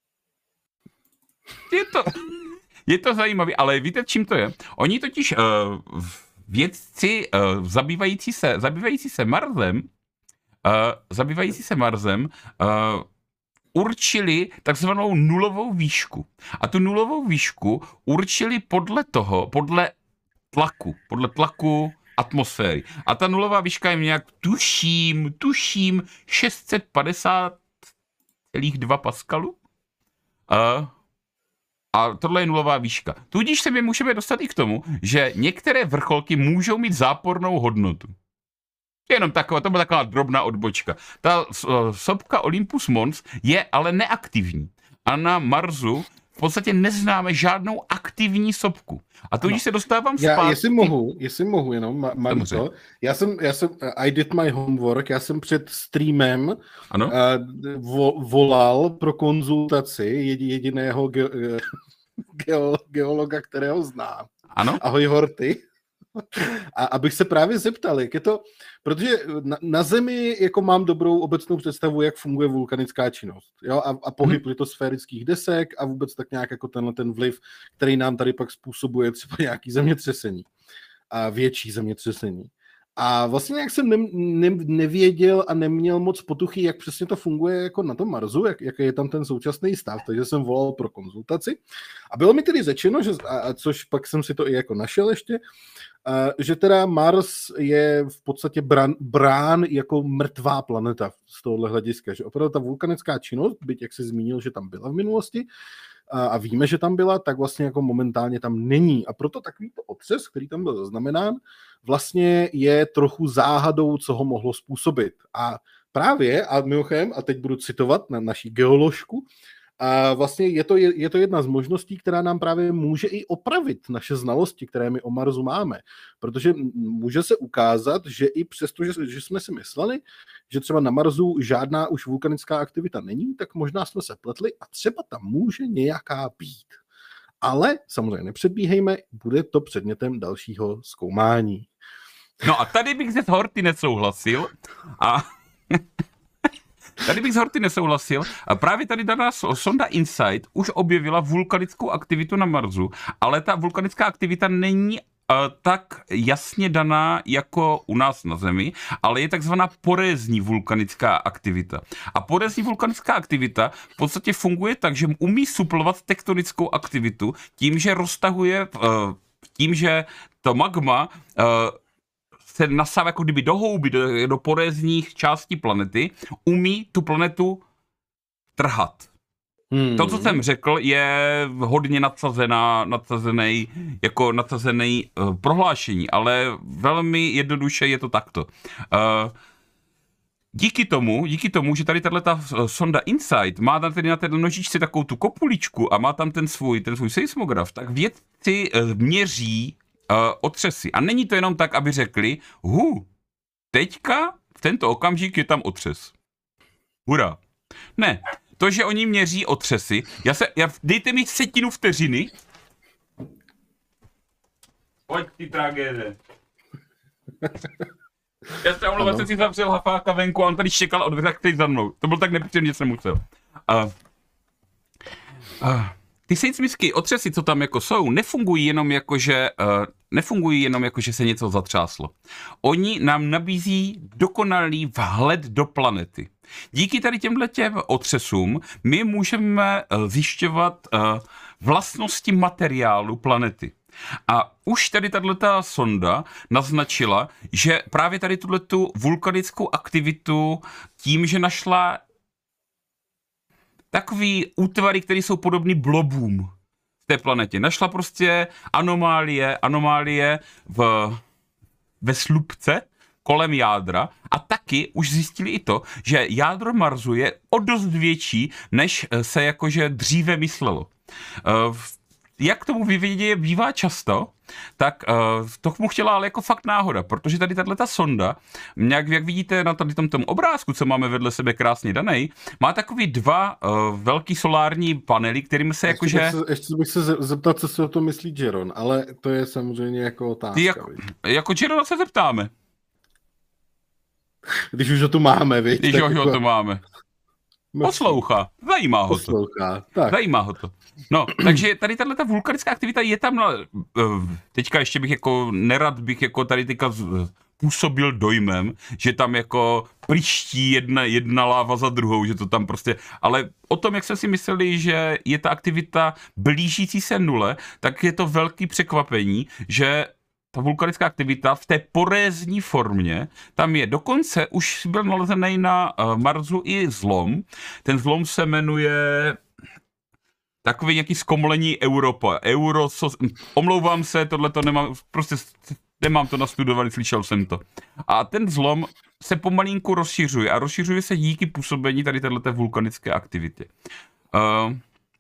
Je to, je to zajímavé, ale víte, čím to je? Oni totiž uh, vědci uh, zabývající se, zabývající se Marsem, uh, zabývající se Marsem, uh, určili takzvanou nulovou výšku. A tu nulovou výšku určili podle toho, podle tlaku, podle tlaku atmosféry. A ta nulová výška je nějak, tuším, tuším, šest set padesát celá dva paskalů. Uh, a tohle je nulová výška. Tudíž se my můžeme dostat i k tomu, že některé vrcholky můžou mít zápornou hodnotu. Jenom taková, to byla taková drobná odbočka. Ta sopka Olympus Mons je ale neaktivní. A na Marsu v podstatě neznáme žádnou aktivní sopku. A to, když se dostávám zpátky... Já, jestli mohu, jestli mohu jenom, mám to. Já jsem, já jsem, I did my homework, já jsem před streamem ano? Uh, vo, volal pro konzultaci jediného ge, ge, geologa, kterého znám. Ano? Ahoj Horty. A abych se právě zeptal, jak je to, protože na, na Zemi jako mám dobrou obecnou představu, jak funguje vulkanická činnost, jo, a, a pohyb hmm. litosférických desek a vůbec tak nějak jako tenhle ten vliv, který nám tady pak způsobuje třeba nějaký zemětřesení a větší zemětřesení. A vlastně nějak jsem ne, ne, nevěděl a neměl moc potuchy, jak přesně to funguje jako na tom Marsu, jak, jaký je tam ten současný stav, takže jsem volal pro konzultaci. A bylo mi tedy řečeno, že, a, což pak jsem si to i jako našel ještě, a, že teda Mars je v podstatě brán, brán jako mrtvá planeta z tohohle hlediska, že opravdu ta vulkanická činnost, byť jak jsi zmínil, že tam byla v minulosti, a víme, že tam byla, tak vlastně jako momentálně tam není. A proto takovýto otřes, který tam byl zaznamenán, vlastně je trochu záhadou, co ho mohlo způsobit. A právě, a mimochodem, a teď budu citovat na naší geoložku, a vlastně je to, je to jedna z možností, která nám právě může i opravit naše znalosti, které my o Marsu máme. Protože může se ukázat, že i přesto, že, že jsme si mysleli, že třeba na Marsu žádná už vulkanická aktivita není, tak možná jsme se pletli a třeba tam může nějaká být. Ale samozřejmě nepředbíhejme, bude to předmětem dalšího zkoumání. No a tady bych se s Horty nesouhlasil a... Tady bych s Horty nesouhlasil. A právě tady daná sonda InSight už objevila vulkanickou aktivitu na Marsu, ale ta vulkanická aktivita není uh, tak jasně daná jako u nás na Zemi, ale je takzvaná porézní vulkanická aktivita. A porézní vulkanická aktivita v podstatě funguje tak, že umí suplovat tektonickou aktivitu tím, že roztahuje, uh, tím, že to magma uh, se nasává jako kdyby do houby, do, do porézních částí planety, umí tu planetu trhat. Hmm. To, co jsem řekl, je hodně nadsazená, nadsazený, jako nadsazený uh, prohlášení, ale velmi jednoduše je to takto. Uh, díky tomu, díky tomu, že tady tato sonda InSight má tam tedy na té nožičce takovou tu kopuličku a má tam ten svůj, ten svůj seismograf, tak vědci uh, měří Uh, otřesy. A není to jenom tak, aby řekli, hu, teďka v tento okamžik je tam otřes. Hurá. Ne, to, že oni měří otřesy, já se, já, dejte mi setinu vteřiny. Pojď ty tragédie. Já se omlouvám, jsem si zavřel hafáka venku a on tady čekal od dveře, který za mnou. To byl tak nepříjemný, že jsem musel. Uh, uh, Ty seismické otřesy, co tam jako jsou, nefungují jenom jako, že, uh, nefungují jenom jako, že se něco zatřáslo. Oni nám nabízí dokonalý vhled do planety. Díky tady těmhle těm otřesům my můžeme uh, zjišťovat uh, vlastnosti materiálu planety. A už tady tato sonda naznačila, že právě tady tuhletu vulkanickou aktivitu tím, že našla takový útvary, které jsou podobný blobům v té planetě. Našla prostě anomálie, anomálie v, ve slupce kolem jádra a taky už zjistili i to, že jádro Marsu je o dost větší, než se jakože dříve myslelo. Jak tomu vyvědě bývá často, tak uh, to mu chtěla ale jako fakt náhoda, protože tady tato sonda, jak, jak vidíte na tady tom, tom obrázku, co máme vedle sebe krásně danej, má takový dva uh, velký solární panely, kterým se ještě jakože... Bych se, ještě bych se zeptat, co si o to myslí Jeron, ale to je samozřejmě jako otázka. Jako, jako Jerona se zeptáme. Když už ho tu máme, viď? Když už ho tu máme. Poslouchá, zajímá ho to. Poslouchá, tak. Zajímá ho to. No, takže tady tato vulkanická aktivita je tam, na, teďka ještě bych jako, nerad bych jako tady teďka působil dojmem, že tam jako priští jedna, jedna láva za druhou, že to tam prostě, ale o tom, jak jsme si mysleli, že je ta aktivita blížící se nule, tak je to velký překvapení, že ta vulkanická aktivita v té porézní formě, tam je dokonce, už byl nalezený na uh, Marsu i zlom. Ten zlom se jmenuje takový nějaký zkomolení Europa. Euro, so, omlouvám se, tohle to nemám, prostě nemám to nastudovaný, slyšel jsem to. A ten zlom se pomalinku rozšiřuje a rozšiřuje se díky působení tady této vulkanické aktivity. Uh,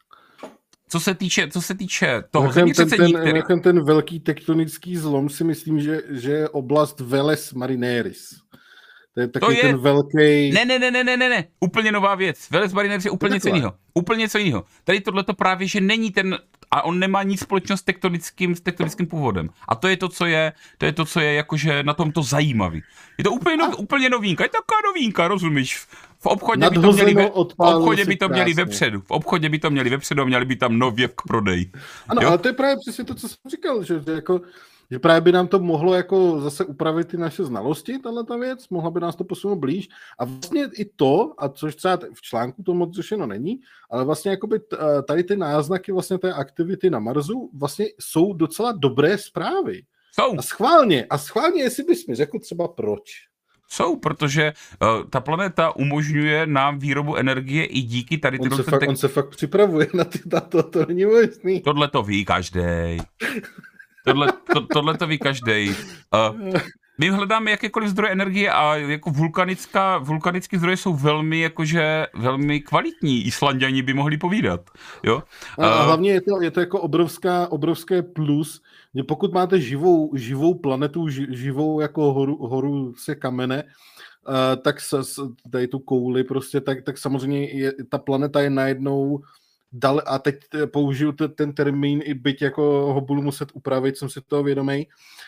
Co se týče, co se týče toho zemětřesení, ten, který... ten, ten velký tektonický zlom si myslím, že, že je oblast Veles Marineris. To je taky to je... ten velký... Ne, ne, ne, ne, ne, ne, úplně nová věc. Veles Marineris je úplně něco jiného. Úplně něco jiného. Tady tohleto právě, že není ten... A on nemá nic společného s tektonickým, s tektonickým původem. A to je to, co je, to je to, co je jakože na tomto zajímavý. Je to úplně, nov, úplně novínka. Je to taková novínka, rozumíš? V obchodě by to měli, ve, v obchodě by to měli vepředu. V obchodě by to měli vepředu a měli by tam nově k prodeji. Ano, jo? Ale to je právě přesně to, co jsem říkal, že, že, jako, že právě by nám to mohlo jako zase upravit ty naše znalosti, tato věc, mohla by nás to posunout blíž. A vlastně i to, a což třeba v článku to moc řešeno není, ale vlastně jakoby tady ty náznaky vlastně té aktivity na Marsu vlastně jsou docela dobré zprávy. Jsou. A schválně, a schválně, jestli bys mi řekl třeba proč. Jsou, protože uh, ta planeta umožňuje nám výrobu energie i díky tady... On se, fakt, tek... on se fakt připravuje na, ty, na to, to není možný. Tohle to ví každej. Tohle, to, tohle to ví každej. Uh, my hledáme jakékoliv zdroje energie a jako vulkanická, vulkanické zdroje jsou velmi, jakože, velmi kvalitní. Islanďani by mohli povídat. Jo? A, a hlavně je to, je to jako obrovská, obrovské plus, že pokud máte živou, živou planetu, živou jako horu, horu se kamene, uh, tak s, tady tu kouli prostě, tak, tak samozřejmě je, ta planeta je najednou dal, a teď použiju t, ten termín, i byť jako ho budu muset upravit, jsem si toho vědomý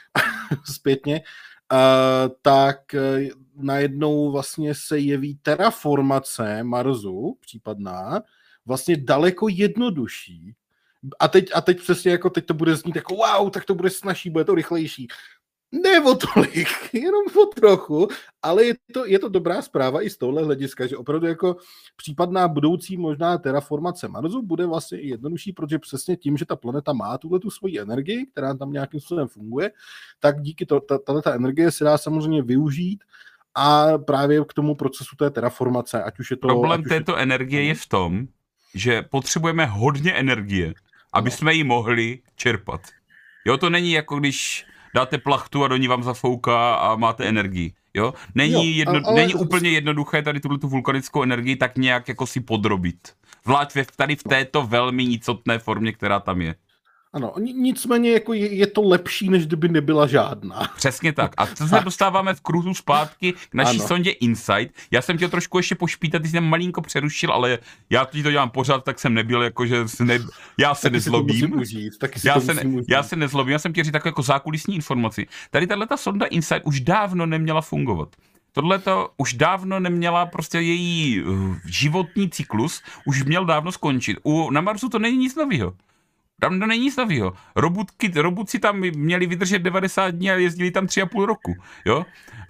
zpětně, uh, tak uh, najednou vlastně se jeví terraformace Marsu, případná, vlastně daleko jednodušší. A teď, a teď přesně jako teď to bude znít jako wow, tak to bude snazší, bude to rychlejší. Ne o tolik, jenom o trochu, ale je to, je to dobrá zpráva i z tohle hlediska, že opravdu jako případná budoucí možná terraformace Marsu bude vlastně i jednodušší, protože přesně tím, že ta planeta má tuhle tu svoji energii, která tam nějakým způsobem funguje, tak díky to, ta, tato energie se dá samozřejmě využít a právě k tomu procesu té terraformace, ať už je to... Problém ať této je... energie je v tom, že potřebujeme hodně energie, aby no. jsme ji mohli čerpat. Jo, to není jako když dáte plachtu a do ní vám zafouká a máte energii. Jo? Není, jo, jedno, ale... není úplně jednoduché tady tuhle tu vulkanickou energii tak nějak jako si podrobit. Zvlášť tady v této velmi nicotné formě, která tam je. Ano, nicméně jako je, je to lepší, než kdyby nebyla žádná. Přesně tak. A co se dostáváme v kruhu zpátky k naší ano. sondě Insight. Já jsem tě trošku ještě pošpítat, ty jsi mě malinko přerušil, ale já ti to dělám pořád, tak jsem nebyl, jakože ne, já se taky nezlobím. Užít, já, se ne, já se nezlobím, já jsem ti říct takovou jako zákulisní informaci. Tady tato sonda Insight už dávno neměla fungovat. Tohle to už dávno neměla, prostě její životní cyklus už měl dávno skončit. U, na Marsu to není nic nového. Tam to není nic nového. Robotky, robotci tam měli vydržet devadesát dní a jezdili tam tři a půl roku. Jo?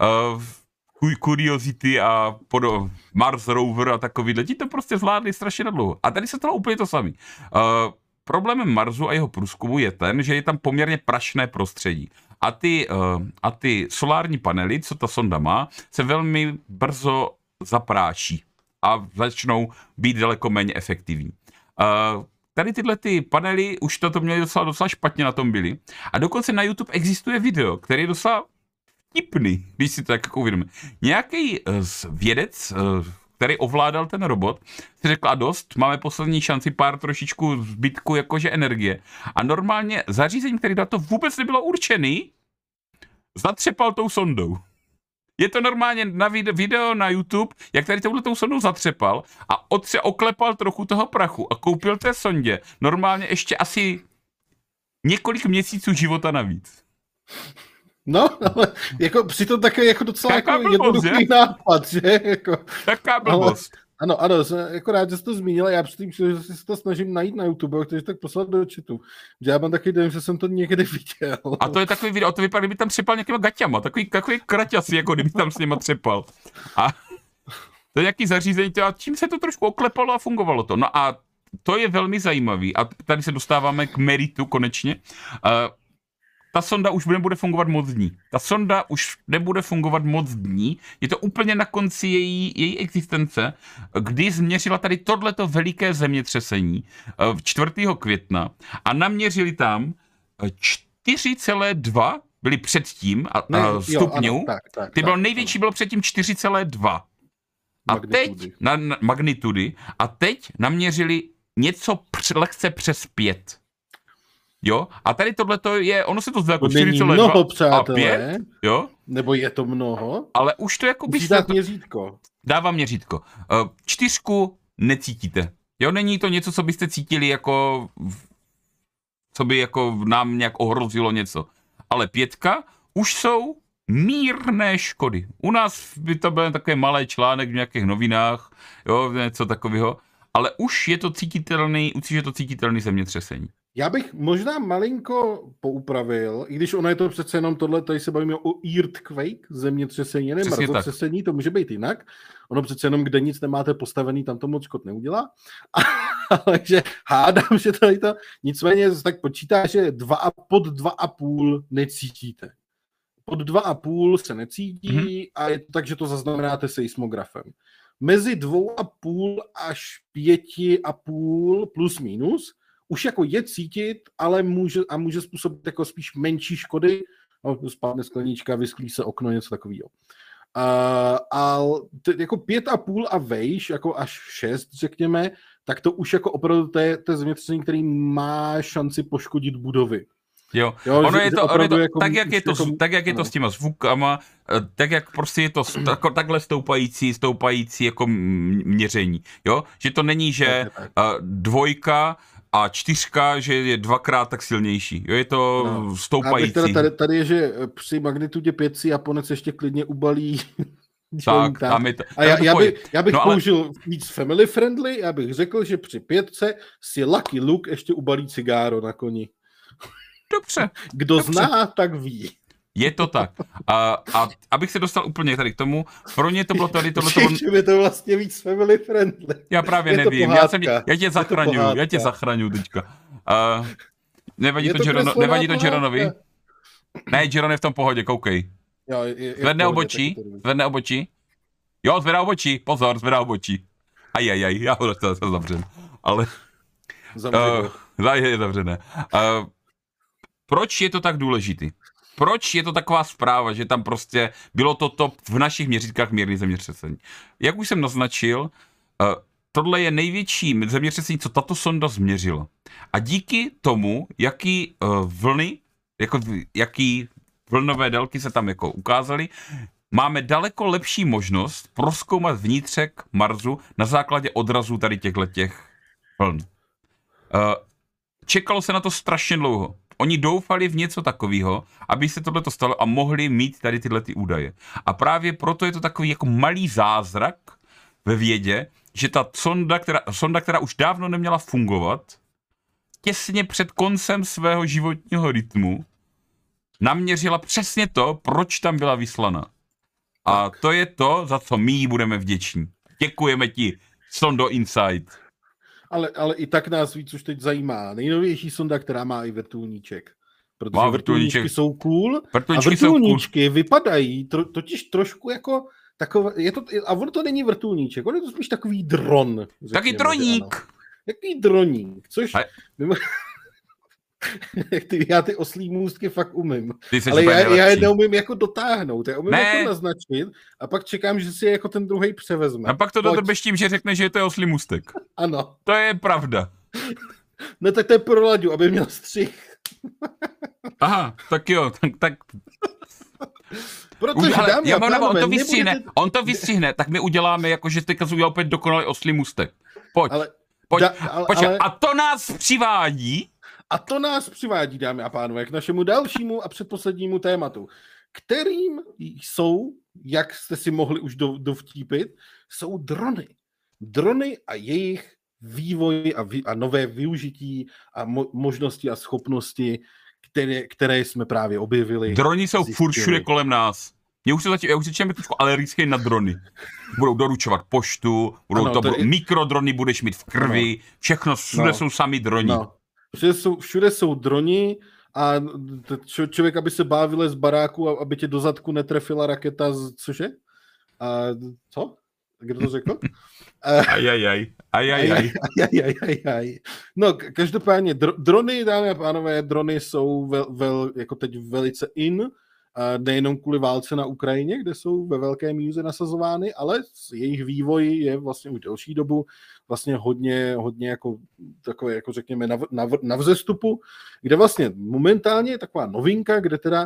Uh, Curiosity a pod, Mars Rover a takovýhle. Ti to prostě zvládli strašně dlouho. A tady se stalo úplně to samé. Uh, problémem Marsu a jeho průzkumu je ten, že je tam poměrně prašné prostředí. A ty, uh, a ty solární panely, co ta sonda má, se velmi brzo zapráší a začnou být daleko méně efektivní. Uh, tady tyhle ty panely už toto měly docela, docela špatně na tom byly. A dokonce na YouTube existuje video, který je docela vtipný, když si to tak jako uvědomíme. Nějaký uh, vědec, uh, který ovládal ten robot, si řekl a dost, máme poslední šanci pár trošičku zbytku jakože energie. A normálně zařízení, které na to vůbec nebylo určený, zatřepal tou sondou. Je to normálně na video na YouTube, jak tady touhletou sondou zatřepal a otře oklepal trochu toho prachu a koupil té sondě normálně ještě asi několik měsíců života navíc. No, ale jako přitom také jako docela jako jednoduchý nápad, že? Jako, Taká blbost. Ano, ano, jsem jako rád, že jsi to zmínil, já předtím, že si to snažím najít na YouTube, takže tak poslat do chatu. Že já mám takový den, že jsem to někde viděl. A to je takový video, to vypadá, kdyby tam třepal nějakýma gaťama, takový, takový kraťasy, jako kdyby tam s něma třepal. A to je nějaký zařízení, a čím se to trošku oklepalo a fungovalo to. No a to je velmi zajímavý a tady se dostáváme k meritu konečně. Uh, Ta sonda už nebude fungovat moc dní. Ta sonda už nebude fungovat moc dní. Je to úplně na konci její, její existence, kdy změřila tady tohleto veliké zemětřesení čtvrtého května a naměřili tam čtyři celé dva, byly předtím a, ne, a stupňů. Jo, ano, tak, tak, Ty bylo tak, největší, ano. Bylo předtím čtyři celé dva. A magnitudy. teď, na, na, magnitudy, a teď naměřili něco př, lehce přes pět. Jo, a tady tohleto je, ono se to zdá jako čtyři celé dva a pět, jo? Nebo je to mnoho? Ale už to jako by... dát měřítko. Dávám měřítko. Čtyřku necítíte. Jo, není to něco, co byste cítili jako, co by jako nám nějak ohrozilo něco. Ale pětka už jsou mírné škody. U nás by to byl takový malý článek v nějakých novinách, jo, něco takového. Ale už je to cítitelný, už je to cítitelný zemětřesení. Já bych možná malinko poupravil, i když ono je to přece jenom tohle, tady se bavíme o earthquake, zemětřesení, ne mrazotřesení, to může být jinak. Ono přece jenom, kde nic nemáte postavený, tam to moc škod neudělá. Takže hádám, že tady to, nicméně tak počítá, že dva a, pod dva a půl necítíte. Pod dva a půl se necítí mm-hmm. a je to tak, že to zaznamenáte seismografem. Mezi dvou a půl až pěti a půl plus minus už jako je cítit, ale může, a může způsobit jako spíš menší škody. No, spadne sklenička, vysklí se okno, něco takového. Uh, a t- jako pět a půl a vejš, jako až šest, řekněme, tak to už jako opravdu to je zemětřesení, který má šanci poškodit budovy. Jo, jo ono že, je to, ono je to jako, tak, jak je to, jako, tak, jak je to s těma zvukama, tak, jak prostě je to tak, takhle stoupající, stoupající jako měření, jo, že to není, že uh, dvojka a čtyřka, že je dvakrát tak silnější. Jo, je to no. stoupající. Teda tady, tady je, že při magnitudě pět si Japonec ještě klidně ubalí. Tak, tam je to, a já, já, by, já bych no, použil ale... víc family friendly, já bych řekl, že při pětce si Lucky Luke ještě ubalí cigáro na koni. Dobře. Kdo dobře. zná, tak ví. Je to tak. A, a abych se dostal úplně tady k tomu, pro ně to bylo tady tohle. To je to vlastně víc family friendly. Já právě je nevím. Já, jsem, já tě zachraňuju, já tě zachraňuju teďka. Uh, nevadí to, to, Gerono, nevadí to Geronovi? Ne, Geron je v tom pohodě, koukej. Jo, je, je zvedne obočí, zvedne obočí. Jo, zvedá obočí, pozor, zvedá obočí. Ajajaj, já ho to zavřem. Ale... Zavřené. Uh, je zavřené. Uh, proč je to tak důležitý? Proč je to taková zpráva, že tam prostě bylo toto v našich měřítkách mírný zemětřesení? Jak už jsem naznačil, tohle je největší zemětřesení, co tato sonda změřila. A díky tomu, jaký vlny, jako jaký vlnové délky se tam jako ukázaly, máme daleko lepší možnost prozkoumat vnitřek Marsu na základě odrazů tady těchto těch vln. Čekalo se na to strašně dlouho. Oni doufali v něco takového, aby se tohleto stalo a mohli mít tady tyhle ty údaje. A právě proto je to takový jako malý zázrak ve vědě, že ta sonda, která, sonda, která už dávno neměla fungovat, těsně před koncem svého životního rytmu naměřila přesně to, proč tam byla vyslaná. A to je to, za co my jí budeme vděční. Děkujeme ti, Sondo Insight. Ale, ale i tak nás víc už teď zajímá nejnovější sonda, která má i vrtulníček. Protože Má vrtulníčky vrtulníček. jsou cool Vrtulníčky a vrtulníčky cool. vypadají tro, totiž trošku jako takové, je to, a ono to není vrtulníček, on je to spíš takový dron. Taky droník. Jaký droník, což... A... ty, já ty oslí můstky fakt umím. Ale já, já je neumím jako dotáhnout, já umím ne. jako naznačit a pak čekám, že si jako ten druhej převezme. A pak to dodrbeš tím, že řekne, že to je oslí můstek. Ano. To je pravda. No tak to je pro Laďu, aby měl střih. Aha, tak jo, tak... tak... Protože, ale, dámy já a mám, pánové, on to vystřihne, nebudete... on to vystřihne, tak my uděláme jako, že teďka jsi udělal opět dokonalý oslí můstek. Pojď, ale, pojď, da, ale, pojď. Ale... A to nás přivádí... A to nás přivádí, dámy a pánové, k našemu dalšímu a předposlednímu tématu, kterým jsou, jak jste si mohli už do, dovtípit, jsou drony. Drony a jejich vývoj a, vy, a nové využití a mo, možnosti a schopnosti, které, které jsme právě objevili. Drony jsou zjistili. furt všude kolem nás. Mě už se zatím, já už začínám být trošku alergický na drony. Budou doručovat poštu, budou ano, to, to je... mikrodrony budeš mít v krvi, ano. Všechno, všude no. jsou sami droni. No. Všude jsou, všude jsou droni a č- člověk, aby se bál z baráku, aby tě do zadku netrefila raketa z... Cože? A co? Kdo to řekl? Ajajaj. Ajajaj. Ajajaj. No, každopádně dr- drony, dámy a pánové, drony jsou vel, vel, jako teď velice in, a nejenom kvůli válce na Ukrajině, kde jsou ve velké míře nasazovány, ale jejich vývoj je vlastně už delší dobu vlastně hodně, hodně jako takové, jako řekněme, na, na, na vzestupu, kde vlastně momentálně je taková novinka, kde teda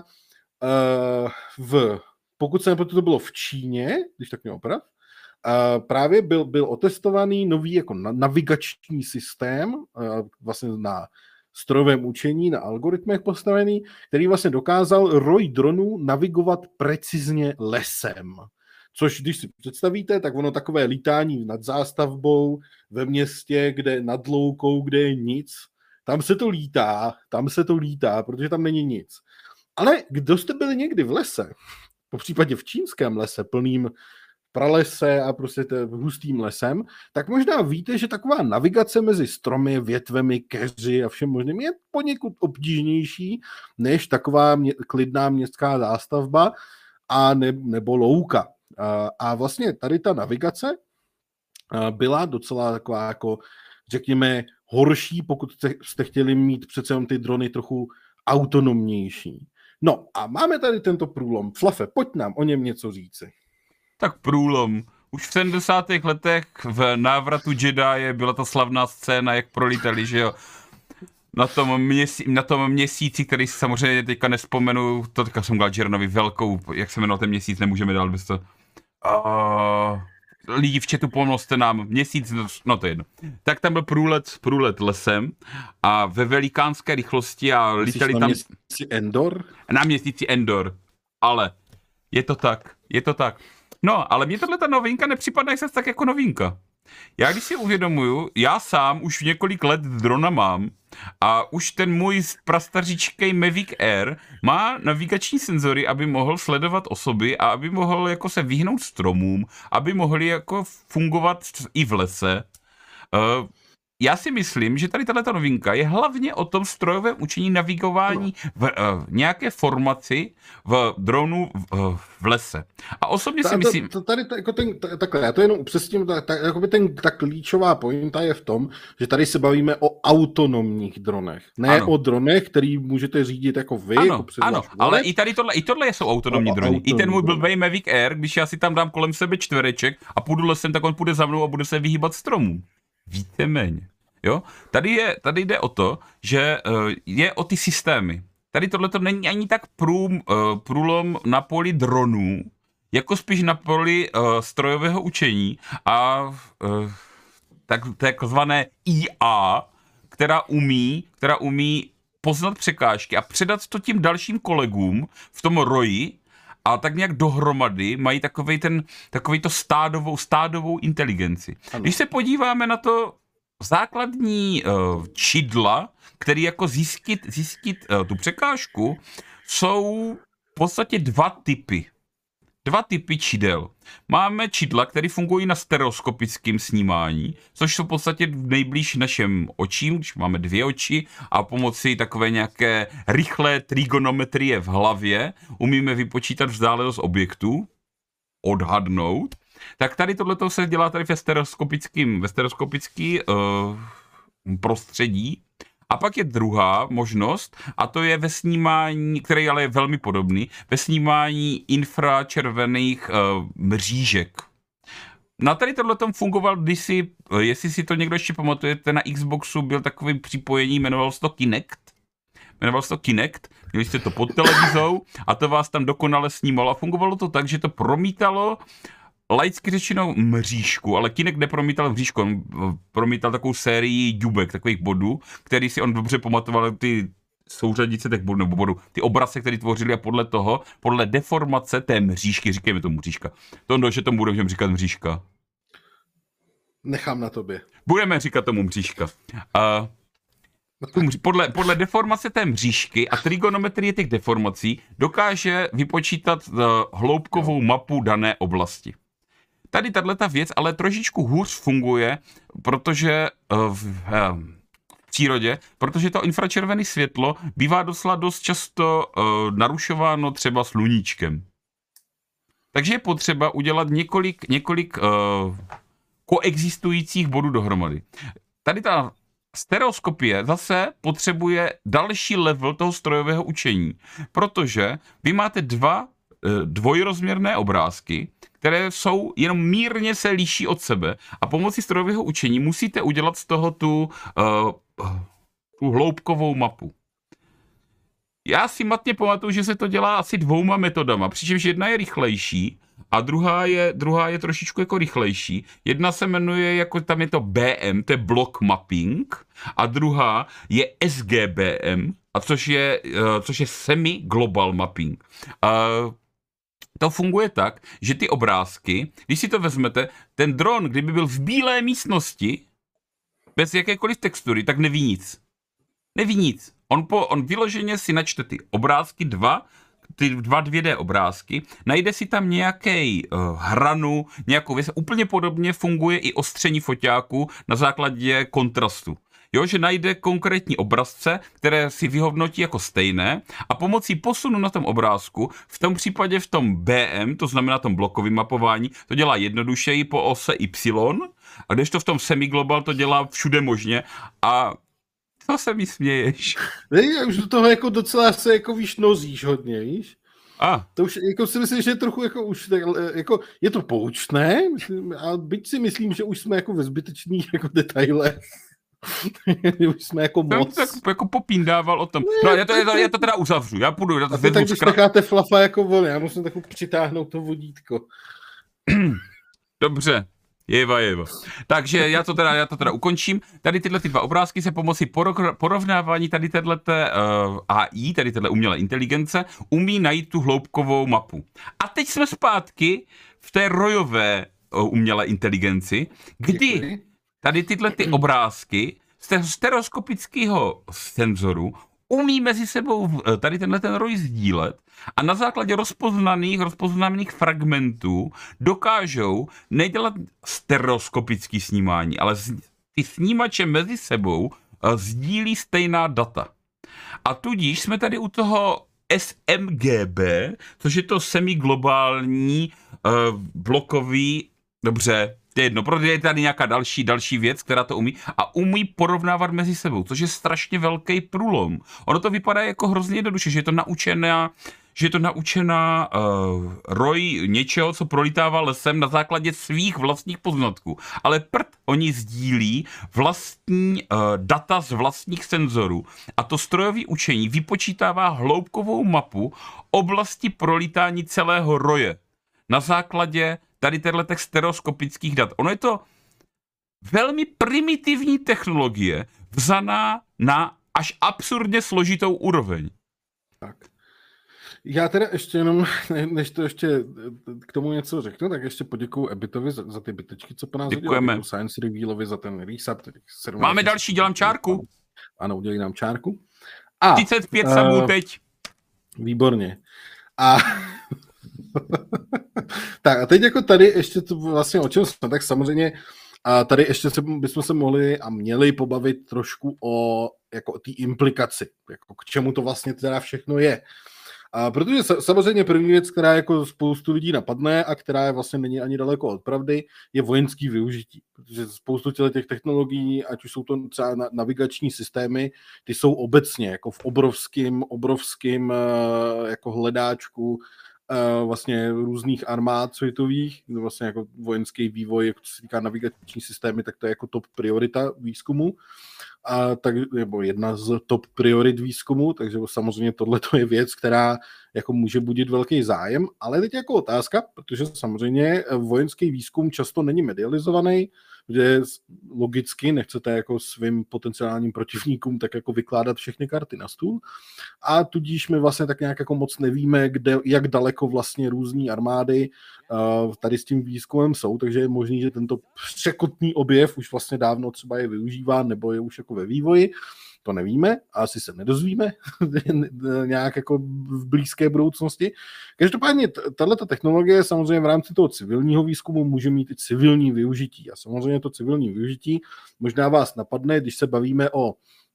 uh, v, pokud se nepletu, to bylo v Číně, když tak mě oprav, uh, právě byl, byl otestovaný nový jako navigační systém, uh, vlastně na strojovém učení, na algoritmech postavený, který vlastně dokázal roj dronů navigovat precizně lesem. Což, když si představíte, tak ono takové lítání nad zástavbou ve městě, kde nad loukou, kde je nic, tam se to lítá, tam se to lítá, protože tam není nic. Ale kdo jste byli někdy v lese, po případě v čínském lese, plným pralese a prostě hustým lesem, tak možná víte, že taková navigace mezi stromy, větvemi, keři a všem možným je poněkud obtížnější než taková mě, klidná městská zástavba a ne, nebo louka. A, a vlastně tady ta navigace byla docela taková jako, řekněme, horší, pokud jste chtěli mít přece jen ty drony trochu autonomnější. No a máme tady tento průlom. Flafe, pojď nám o něm něco říci. Tak průlom. Už v sedmdesátých letech v Návratu Jedi byla ta slavná scéna, jak prolítali, že jo, na tom, měsí, na tom měsíci, který samozřejmě teďka nespomenu, to teďka jsem dal Jernovi velkou, jak se jmenoval ten měsíc, nemůžeme dál bez to. Uh, lidi v chatu pomozte nám, měsíc, no to je jedno. Tak tam byl průlet, průlet lesem a ve velikánské rychlosti a lítali tam... Na měsíci Endor? Na měsíci Endor, ale je to tak, je to tak. No, ale mně tato novinka nepřipadá jak tak jako novinka. Já když si uvědomuju, já sám už několik let drona mám a už ten můj prastaříčkej Mavic Air má navigační senzory, aby mohl sledovat osoby a aby mohl jako se vyhnout stromům, aby mohli jako fungovat i v lese. Uh, Já si myslím, že tady tato novinka je hlavně o tom strojovém učení navigování v uh, nějaké formaci v dronu v, uh, v lese. A osobně si myslím... To, to, tady to, jako ten, t, takhle, já to jenom upřesním, ta, ta, jakoby ten, ta klíčová pointa je v tom, že tady se bavíme o autonomních dronech. Ne ano. o dronech, který můžete řídit jako vy. Ano, jako ano, ale i tady tohle, i tohle jsou autonomní o, drony. autonomní I ten můj drony. blbej Mavic Air, když já si tam dám kolem sebe čtvereček a půjdu lesem, tak on půjde za mnou a bude se vyhýbat stromům. Víceméně. Jo? Tady, je, tady jde o to, že uh, je o ty systémy. Tady tohleto není ani tak prům, uh, průlom na poli dronů, jako spíš na poli uh, strojového učení a uh, tak, takzvané I A, která umí, která umí poznat překážky a předat to tím dalším kolegům v tom roji a tak nějak dohromady mají takovej ten, takovej to stádovou, stádovou inteligenci. Ano. Když se podíváme na to základní uh, čidla, který jako zjistit, zjistit uh, tu překážku, jsou v podstatě dva typy. dva typy čidel. Máme čidla, které fungují na stereoskopickém snímání, což jsou v podstatě nejblíž našem očím, když máme dvě oči a pomocí takové nějaké rychlé trigonometrie v hlavě umíme vypočítat vzdálenost objektů, odhadnout. Tak tady tohleto se dělá tady ve stereoskopickém, ve stereoskopický uh, prostředí. A pak je druhá možnost, a to je ve snímání, který ale je velmi podobný, ve snímání infračervených uh, mřížek. Na tady tohletom fungoval kdysi, jestli si to někdo ještě pamatujete, na Xboxu byl takový připojení, jmenoval se to Kinect. Jmenoval se to Kinect, měli jste to pod televizou a to vás tam dokonale snímalo a fungovalo to tak, že to promítalo laicky řečeno mřížku, ale Kinect nepromítal mřížku, on promítal takovou sérii důbek, takových bodů, který si on dobře pamatoval ty souřadice těch bodů, nebo bodů, ty obrazy, které tvořili a podle toho, podle deformace té mřížky, říkejme tomu mřížka. To, že tomu budeme říkat mřížka. Nechám na tobě. Budeme říkat tomu mřížka. Uh, Podle, podle deformace té mřížky a trigonometrie těch deformací dokáže vypočítat uh, hloubkovou mapu dané oblasti. Tady tato věc ale trošičku hůř funguje, protože uh, v, uh, v přírodě, protože to infračervené světlo bývá docela dost často uh, narušováno třeba sluníčkem. Takže je potřeba udělat několik, několik uh, koexistujících bodů dohromady. Tady ta stereoskopie zase potřebuje další level toho strojového učení, protože vy máte dva dvojrozměrné obrázky, které jsou jenom mírně se liší od sebe a pomocí strojového učení musíte udělat z toho tu, uh, tu hloubkovou mapu. Já si matně pamatuju, že se to dělá asi dvouma metodama, přičemž jedna je rychlejší a druhá je, druhá je trošičku jako rychlejší. Jedna se jmenuje, jako tam je to B M, to je block mapping, a druhá je S G B M, a což je, uh, což je semi-global mapping. Uh, to funguje tak, že ty obrázky, když si to vezmete, ten dron, kdyby byl v bílé místnosti, bez jakékoliv textury, tak neví nic. Neví nic. On, po, on vyloženě si načte ty obrázky, dva, ty dva dvě dé obrázky, najde si tam nějaký uh, hranu, nějakou věc. Úplně podobně funguje i ostření foťáku na základě kontrastu. Jo, že najde konkrétní obrazce, které si vyhodnotí jako stejné a pomocí posunu na tom obrázku, v tom případě v tom B M, to znamená tom blokovém mapování, to dělá jednodušeji po ose Y, a kdežto v tom semi-global to dělá všude možně a co se mi směješ? Ne, už do toho jako docela se jako víš nozíš hodně, víš? A. To už jako si myslím, že je trochu jako už tak, jako je to poučné, a byť si myslím, že už jsme jako ve zbytečných jako detailech. Už jsme jako moc. Tak jako popíndával o tom. No já to, já to, já to teda uzavřu, já půjdu. Já to a to tak, když zkrát... necháte flafa jako volně, já musím takovou přitáhnout to vodítko. Dobře. Jeva, jeva. Takže já to teda, já to teda ukončím. Tady tyhle ty dva obrázky se pomocí porovnávání tady téhleté uh, A I, tady téhle umělé inteligence, umí najít tu hloubkovou mapu. A teď jsme zpátky v té rojové uh, umělé inteligenci, kdy Děkuji. Tady tyhle ty obrázky z toho stereoskopického senzoru umí mezi sebou tady tenhle ten roj sdílet a na základě rozpoznaných, rozpoznaných fragmentů dokážou nedělat stereoskopické snímání, ale ty snímače mezi sebou sdílí stejná data. A tudíž jsme tady u toho S M G B, což je to semiglobální uh, blokový, dobře, to je jedno, protože je tady nějaká další, další věc, která to umí a umí porovnávat mezi sebou, což je strašně velký průlom. Ono to vypadá jako hrozně jednoduše, že je to naučená, že je to naučená uh, roj něčeho, co prolítává lesem na základě svých vlastních poznatků. Ale prd, oni sdílí vlastní uh, data z vlastních senzorů a to strojové učení vypočítává hloubkovou mapu oblasti prolítání celého roje na základě tady těchto stereoskopických dat. Ono je to velmi primitivní technologie, vzaná na až absurdně složitou úroveň. Tak. Já teda ještě jenom, než to ještě k tomu něco řeknu, tak ještě poděkuju Ebitovi za, za ty bytečky, co po nás Děkujeme. Děkuju Science Revealovi za ten resub. Máme další, dělám čárku. Ano, udělí nám čárku. A, třicet pět uh, samů teď. Výborně. A Tak a teď jako tady ještě to vlastně o čem jsme, tak samozřejmě a tady ještě se, bychom se mohli a měli pobavit trošku o jako té implikaci, jako k čemu to vlastně teda všechno je. A protože samozřejmě první věc, která jako spoustu lidí napadne a která je vlastně není ani daleko od pravdy, je vojenský využití. Protože spoustu těch technologií, ať už jsou to třeba navigační systémy, ty jsou obecně jako v obrovském, obrovském jako hledáčku vlastně různých armád světových, vlastně jako vojenský vývoj, jako co se týká navigační systémy, tak to je jako top priorita výzkumu. A tak, nebo jedna z top priorit výzkumu, takže samozřejmě tohle je věc, která jako může budit velký zájem, ale teď jako otázka, protože samozřejmě vojenský výzkum často není medializovaný, že logicky nechcete jako svým potenciálním protivníkům tak jako vykládat všechny karty na stůl a tudíž my vlastně tak nějak jako moc nevíme, kde, jak daleko vlastně různý armády uh, tady s tím výzkumem jsou, takže je možný, že tento překotný objev už vlastně dávno třeba je využíván nebo je už jako ve vývoji. To nevíme a asi se nedozvíme nějak jako v blízké budoucnosti. Každopádně tato technologie samozřejmě v rámci toho civilního výzkumu může mít i civilní využití. A samozřejmě to civilní využití možná vás napadne, když se bavíme o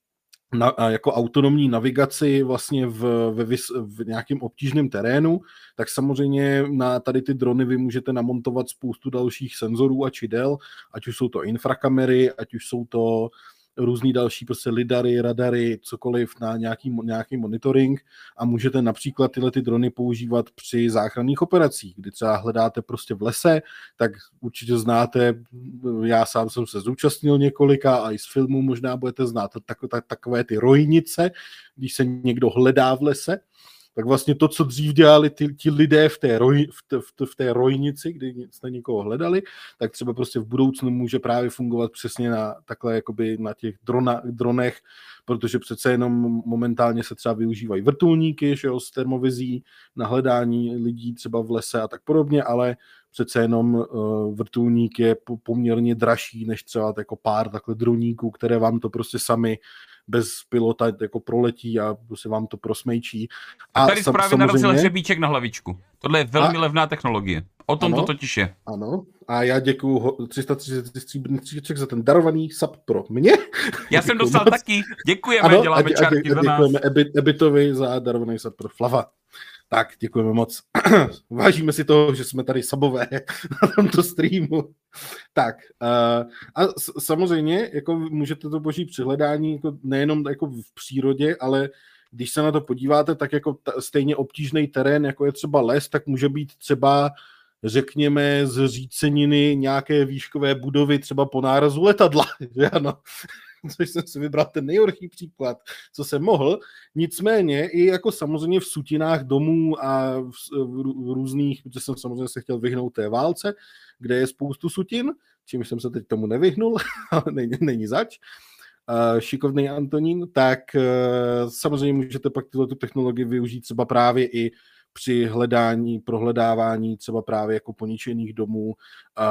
na, jako autonomní navigaci vlastně v, v, v nějakém obtížném terénu, tak samozřejmě na tady ty drony vy můžete namontovat spoustu dalších senzorů a čidel, ať už jsou to infrakamery, ať už jsou to různý další prostě lidary, radary, cokoliv na nějaký, nějaký monitoring a můžete například tyhle ty drony používat při záchranných operacích, kdy třeba hledáte prostě v lese, tak určitě znáte, já sám jsem se zúčastnil několika a i z filmů možná budete znát tak, tak, takové ty rojnice, když se někdo hledá v lese, tak vlastně to, co dřív dělali ty, ti lidé v té, roj, v, t, v, t, v té rojnici, kdy jste někoho hledali, tak třeba prostě v budoucnu může právě fungovat přesně na takhle jakoby na těch drona, dronech, protože přece jenom momentálně se třeba využívají vrtulníky, že jo, s termovizí na hledání lidí třeba v lese a tak podobně, ale přece jenom uh, vrtulník je po, poměrně dražší než třeba jako pár takhle droníků, které vám to prostě sami bez pilota jako proletí a se vám to prosmejčí. A tady sam, právě narazil hřebíček na hlavičku. Tohle je velmi a... levná technologie. O tom ano, to totiž je. Ano. A já děkuju tři sta třicet stříbrných stříček za ten darovaný sub pro mě. Já jsem dostal moc. Taky. Děkujeme, ano, děláme a dě, čárky a dě, a za nás. Děkujeme Ebit, Ebitovi za darovaný sub pro Flava. Tak, děkujeme moc. Vážíme si toho, že jsme tady sabové na tomto streamu. Tak, uh, a s- samozřejmě jako můžete to boží přihledání jako nejenom jako v přírodě, ale když se na to podíváte, tak jako t- stejně obtížný terén, jako je třeba les, tak může být třeba, řekněme, z říceniny nějaké výškové budovy třeba po nárazu letadla. Že ano? Což jsem si vybral ten nejhorší příklad, co jsem mohl. Nicméně i jako samozřejmě v sutinách domů a v, v, v různých, protože jsem samozřejmě se chtěl vyhnout té válce, kde je spoustu sutin, čím jsem se teď tomu nevyhnul, ale není, není zač. Uh, šikovný Antonín, tak uh, samozřejmě můžete pak tyto technologie využít třeba právě i při hledání, prohledávání třeba právě jako poničených domů uh,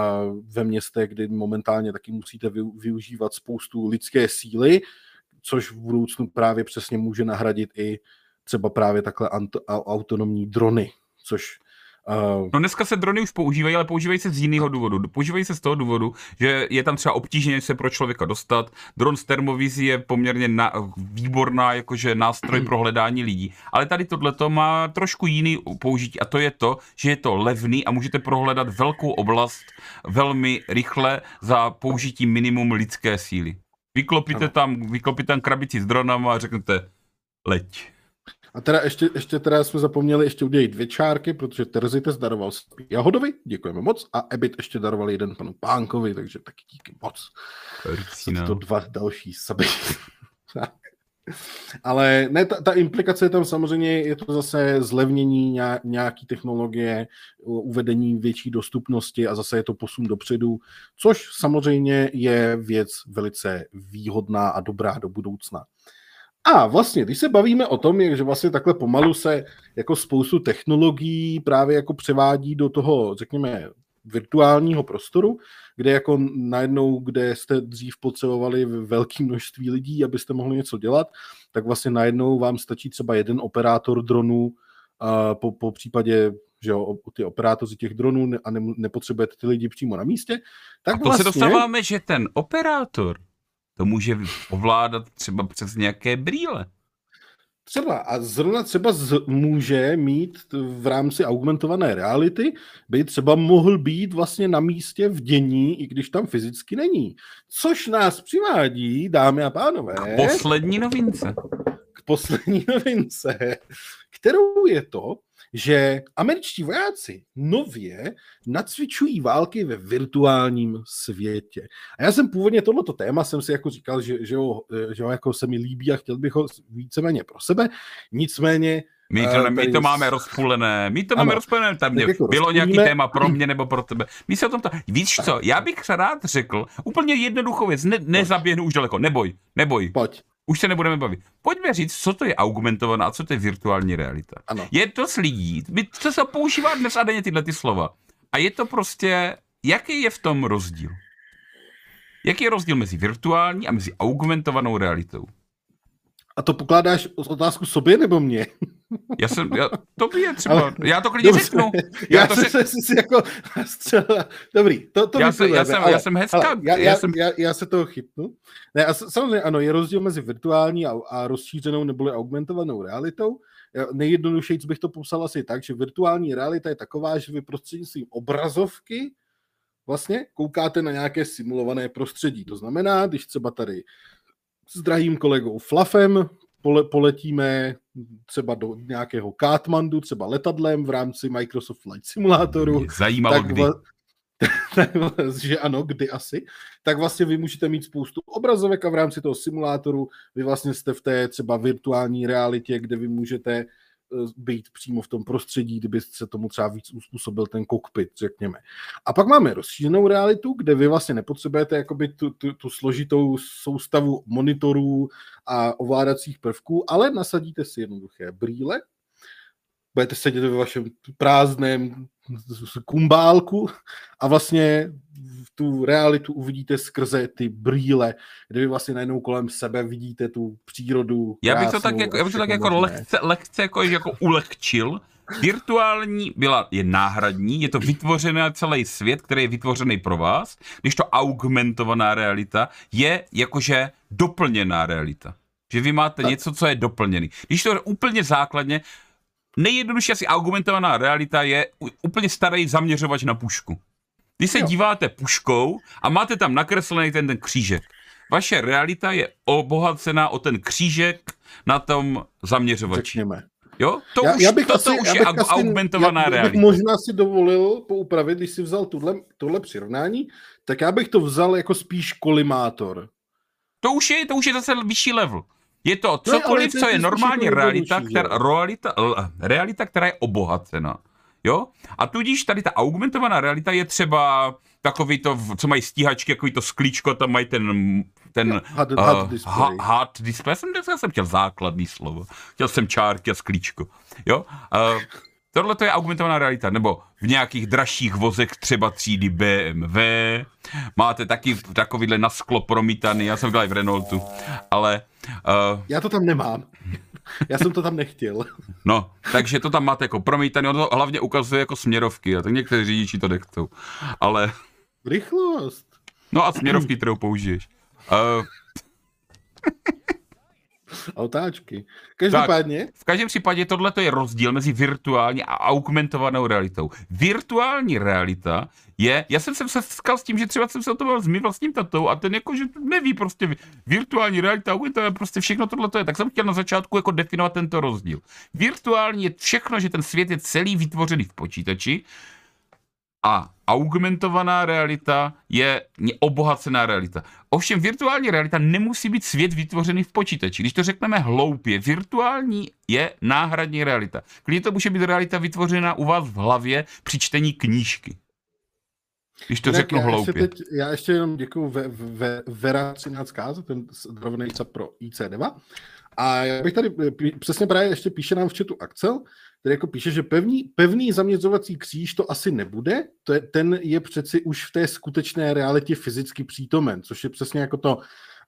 ve městech, kde momentálně taky musíte vy, využívat spoustu lidské síly, což v budoucnu právě přesně může nahradit i třeba právě takhle ant- autonomní drony, což Uh... No dneska se drony už používají, ale používají se z jiného důvodu. Používají se z toho důvodu, že je tam třeba obtížně se pro člověka dostat. Dron s termovizí je poměrně na, výborná jakože nástroj pro hledání lidí. Ale tady tohleto má trošku jiný použití a to je to, že je to levný a můžete prohledat velkou oblast velmi rychle za použití minimum lidské síly. Vyklopíte tam, vyklopíte tam krabici s dronama a řeknete leď. A teda ještě, ještě teda jsme zapomněli ještě udělat dvě čárky, protože Terzites daroval Jahodovi, děkujeme moc, a Ebit ještě daroval jeden panu Pánkovi, takže taky díky moc. Jsou to dva další saby. Ale ne, ta, ta implikace je tam samozřejmě, je to zase zlevnění nějaký technologie, uvedení větší dostupnosti a zase je to posun dopředu, což samozřejmě je věc velice výhodná a dobrá do budoucna. A vlastně, když se bavíme o tom, že vlastně takhle pomalu se jako spoustu technologií právě jako převádí do toho, řekněme, virtuálního prostoru, kde jako najednou, kde jste dřív potřebovali velké množství lidí, abyste mohli něco dělat, tak vlastně najednou vám stačí třeba jeden operátor dronu, po, po případě že jo, ty operátoři těch dronů a ne, nepotřebujete ty lidi přímo na místě, tak a to vlastně... se dostáváme, že ten operátor to může ovládat třeba přes nějaké brýle. Třeba a zrovna třeba z, může mít v rámci augmentované reality, by třeba mohl být vlastně na místě v dění, i když tam fyzicky není. Což nás přivádí, dámy a pánové... K poslední novince. K poslední novince, kterou je to, že američtí vojáci nově nacvičují války ve virtuálním světě. A já jsem původně tohleto téma jsem si jako říkal, že, že, ho, že ho jako se mi líbí a chtěl bych ho víceméně pro sebe. Nicméně... My to, uh, my to máme rozpůlené, my to ano, máme rozpůlené, tam mě jako bylo nějaký téma pro mě nebo pro tebe. My se o tom to... Víš co, já bych rád řekl, úplně jednoduchou věc, ne, nezaběhnu už daleko, neboj, neboj. Pojď. Už se nebudeme bavit. Pojďme říct, co to je augmentovaná a co to je virtuální realita. Ano. Je to s lidí, co se používá dnes a denně tyhle ty slova. A je to prostě, jaký je v tom rozdíl? Jaký je rozdíl mezi virtuální a mezi augmentovanou realitou? A to pokládáš otázku sobě nebo mě? Já jsem, já, to je třeba, ale, já to klidně řeknu. Já, já to jsem řek... se si jako střela. Dobrý, to, to já, se, já, jsem, ale, já jsem hezká. Ale, já, já, já, jsem... já, já se toho chytnu. Ne, a samozřejmě ano, je rozdíl mezi virtuální a, a rozšířenou neboli augmentovanou realitou. Nejjednodušeji bych to popsal asi tak, že virtuální realita je taková, že vy prostřednictvím obrazovky vlastně koukáte na nějaké simulované prostředí. To znamená, když třeba tady s drahým kolegou Flafem pole, poletíme třeba do nějakého Katmandu, třeba letadlem v rámci Microsoft Flight Simulatoru. Zajímalo tak kdy. Vla, tak, že ano, kdy asi. Tak vlastně vy můžete mít spoustu obrazovek a v rámci toho simulátoru vy vlastně jste v té třeba virtuální realitě, kde vy můžete být přímo v tom prostředí, kdyby se tomu třeba víc uspůsobil ten kokpit, řekněme. A pak máme rozšířenou realitu, kde vy vlastně nepotřebujete jakoby tu, tu, tu složitou soustavu monitorů a ovládacích prvků, ale nasadíte si jednoduché brýle, budete sedět ve vašem prázdném kumbálku a vlastně tu realitu uvidíte skrze ty brýle, kde vy vlastně najednou kolem sebe vidíte tu přírodu. Já bych to tak jako, já bych to tak jako lehce, lehce jako, jako ulehčil. Virtuální byla, je náhradní, je to vytvořený celý svět, který je vytvořený pro vás, když to augmentovaná realita je jakože doplněná realita. Že vy máte tak něco, co je doplněný. Když to je úplně základně, nejjednodušší asi augmentovaná realita je úplně starý zaměřovač na pušku. Když se jo. díváte puškou a máte tam nakreslený ten, ten křížek, vaše realita je obohacená o ten křížek na tom zaměřovači. Řekněme. Jo? To já, už, já bych to, asi, to už já je bych augmentovaná asi, já, realita. Já bych možná si dovolil poupravit, když si vzal tuhle, tohle přirovnání, tak já bych to vzal jako spíš kolimátor. To už je, to už je zase vyšší level. Je to cokoliv, co je normální realita, která, realita, realita, která je obohacena. Jo? A tudíž tady ta augmentovaná realita je třeba takový to, co mají stíhačky, takový to sklíčko, tam mají ten, ten hard, uh, hard display. Hard display. Já jsem, já jsem chtěl základní slovo. Chtěl jsem čárky a sklíčko. Jo? Uh, tohle to je augmentovaná realita. Nebo v nějakých dražších vozech třeba třídy B M W. Máte taky takovýhle na sklo promítaný. Já jsem byl i v Renaultu. Ale... Uh, já to tam nemám. Já jsem to tam nechtěl. No, takže to tam máte jako promítaný, ono to hlavně ukazuje jako směrovky, a tak někteří řidiči to nechcou, ale... Rychlost. No a směrovky, kterou použiješ. Uh... Autáčky. Každopádně. Tak, v každém případě tohle je rozdíl mezi virtuální a augmentovanou realitou. Virtuální realita je, já jsem se setkal s tím, že třeba jsem se o tom byl s mým vlastním tatou a ten jako, že neví prostě virtuální realita, augmentovaná, prostě všechno tohle je. Tak jsem chtěl na začátku jako definovat tento rozdíl. Virtuální je všechno, že ten svět je celý vytvořený v počítači, a augmentovaná realita je obohacená realita. Ovšem virtuální realita nemusí být svět vytvořený v počítači. Když to řekneme hloupě, virtuální je náhradní realita. Klidně to může být realita vytvořená u vás v hlavě při čtení knížky. Když to Jinak řeknu já hloupě. Ještě teď, já ještě jenom děkuju ve, ve, Vera třináct K za ten drobný cap pro I C dva. A já bych tady, přesně právě ještě píše nám v chatu Axel, který jako píše, že pevný, pevný zaměřovací kříž to asi nebude, to je, ten je přeci už v té skutečné realitě fyzicky přítomen, což je přesně jako to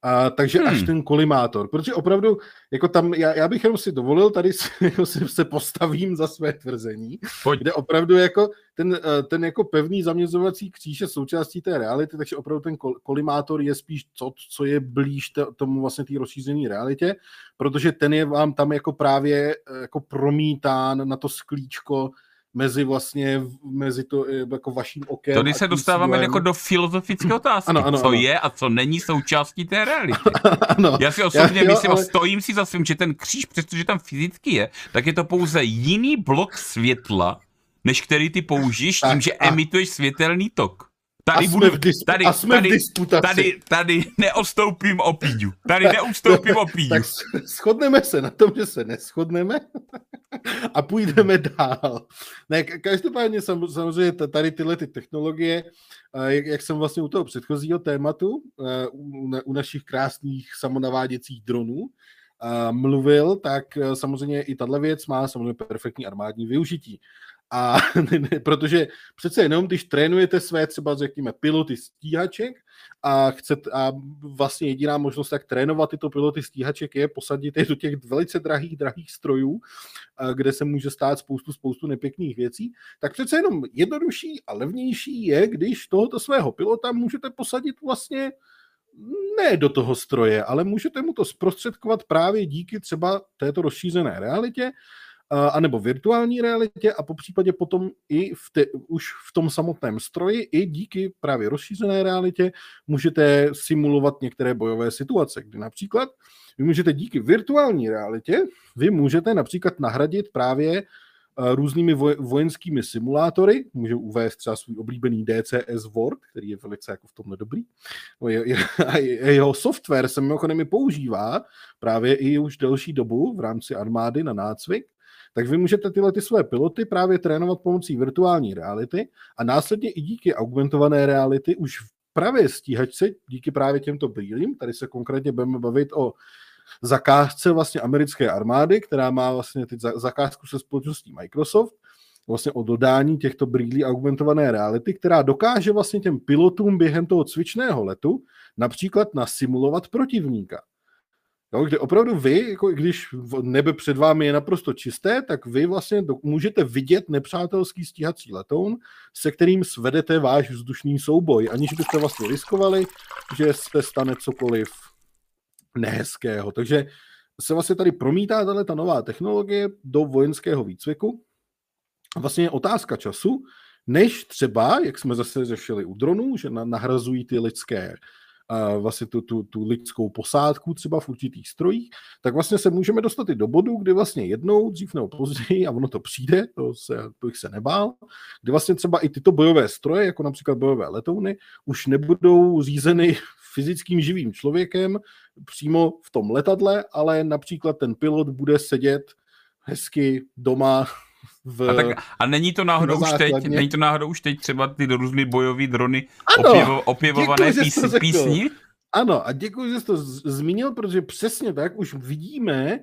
A, takže hmm. až ten kolimátor, protože opravdu, jako tam, já, já bych jenom si dovolil, tady si, jako si, se postavím za své tvrzení, Pojď. Kde opravdu jako ten, ten jako pevný zaměřovací kříž je součástí té reality, takže opravdu ten kolimátor je spíš to, co je blíž tomu vlastně té rozšířené realitě, protože ten je vám tam jako právě jako promítán na to sklíčko mezi vlastně, mezi to jako vaším okem. Tady se dostáváme jako do filozofické otázky, ano, ano, co ano. je a co není součástí té reality. ano. Já si osobně já, jo, myslím, ale... stojím si za svým, že ten kříž, přestože tam fyzicky je, tak je to pouze jiný blok světla, než který ty použiješ tak, tím, že a... emituješ světelný tok. Tady, budu, dispu- tady, tady, tady, tady neostoupím opíďu. Tady neustoupím opíďu. Tak shodneme se na tom, že se neshodneme a půjdeme dál. Ne, každopádně samozřejmě tady tyhle ty technologie, jak, jak jsem vlastně u toho předchozího tématu, u, u našich krásných samonaváděcích dronů mluvil, tak samozřejmě i tato věc má samozřejmě perfektní armádní využití. A ne, protože přece jenom, když trénujete své třeba, řekněme, piloty stíhaček a, chcete, a vlastně jediná možnost, jak trénovat tyto piloty stíhaček, je posadit je do těch velice drahých, drahých strojů, kde se může stát spoustu, spoustu nepěkných věcí, tak přece jenom jednodušší a levnější je, když tohoto svého pilota můžete posadit vlastně ne do toho stroje, ale můžete mu to zprostředkovat právě díky třeba této rozšířené realitě, anebo virtuální realitě a popřípadě potom i v te, už v tom samotném stroji i díky právě rozšířené realitě můžete simulovat některé bojové situace, kdy například vy můžete díky virtuální realitě, vy můžete například nahradit právě různými vojenskými simulátory, můžu uvést třeba svůj oblíbený D C S Ward, který je velice jako v tomhle dobrý. Jeho software se mimochodem i používá právě i už delší dobu v rámci armády na nácvik, tak vy můžete tyhle ty své piloty právě trénovat pomocí virtuální reality a následně i díky augmentované reality už v pravé stíhačce, díky právě těmto brýlím, tady se konkrétně budeme bavit o zakázce vlastně americké armády, která má vlastně teď zakázku se společností Microsoft, vlastně o dodání těchto brýlí augmentované reality, která dokáže vlastně těm pilotům během toho cvičného letu například nasimulovat protivníka. Jo, kde opravdu vy, jako když nebe před vámi je naprosto čisté, tak vy vlastně do, můžete vidět nepřátelský stíhací letoun, se kterým svedete váš vzdušný souboj, aniž byste vlastně riskovali, že se stane cokoliv nehezkého. Takže se vlastně tady promítá tato ta nová technologie do vojenského výcviku. A vlastně je otázka času, než třeba, jak jsme zase řešili u dronů, že nahrazují ty lidské vlastně tu, tu, tu lidskou posádku třeba v určitých strojích, tak vlastně se můžeme dostat i do bodu, kdy vlastně jednou, dřív nebo později, a ono to přijde, to, se, to bych se nebál, kdy vlastně třeba i tyto bojové stroje, jako například bojové letouny, už nebudou řízeny fyzickým živým člověkem přímo v tom letadle, ale například ten pilot bude sedět hezky doma v, a, tak, a není to náhodou už teď, není to náhodou už teď třeba ty různý bojový drony opěvo, opěvované pís, písni? Ano, a děkuji, že jsi to z- zmínil, protože přesně tak už vidíme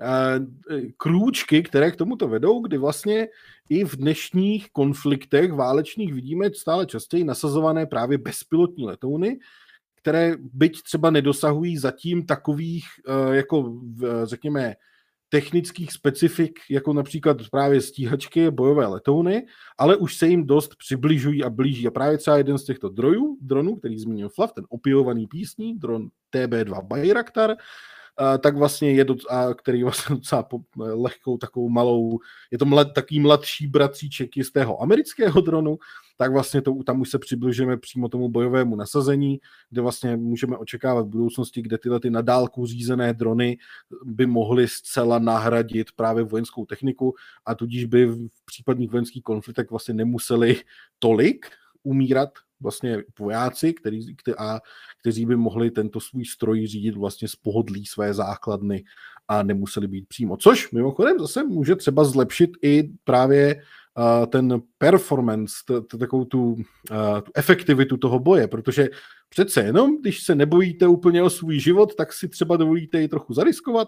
uh, krůčky, které k tomuto vedou, kdy vlastně i v dnešních konfliktech válečných vidíme stále častěji nasazované právě bezpilotní letouny, které byť třeba nedosahují zatím takových, uh, jako řekněme, technických specifik, jako například právě stíhačky, bojové letouny, ale už se jim dost přibližují a blíží. A právě třeba jeden z těchto drojů, dronů, který zmínil Flav, ten opěvovaný písní, dron T B dva Bayraktar, a tak vlastně je, doc, a který vlastně docela po, lehkou takovou malou, je to mlad, takový mladší bratříček jistého amerického dronu, tak vlastně to, tam už se přibližujeme přímo tomu bojovému nasazení, kde vlastně můžeme očekávat v budoucnosti, kde tyhle ty na dálku řízené drony by mohly zcela nahradit právě vojenskou techniku a tudíž by v případných vojenských konfliktech vlastně nemuseli tolik umírat vlastně vojáci, který, kte, a, kteří by mohli tento svůj stroj řídit vlastně z pohodlí své základny a nemuseli být přímo. Což mimochodem zase může třeba zlepšit i právě uh, ten performance, t, t, takovou tu, uh, tu efektivitu toho boje, protože přece jenom, když se nebojíte úplně o svůj život, tak si třeba dovolíte i trochu zariskovat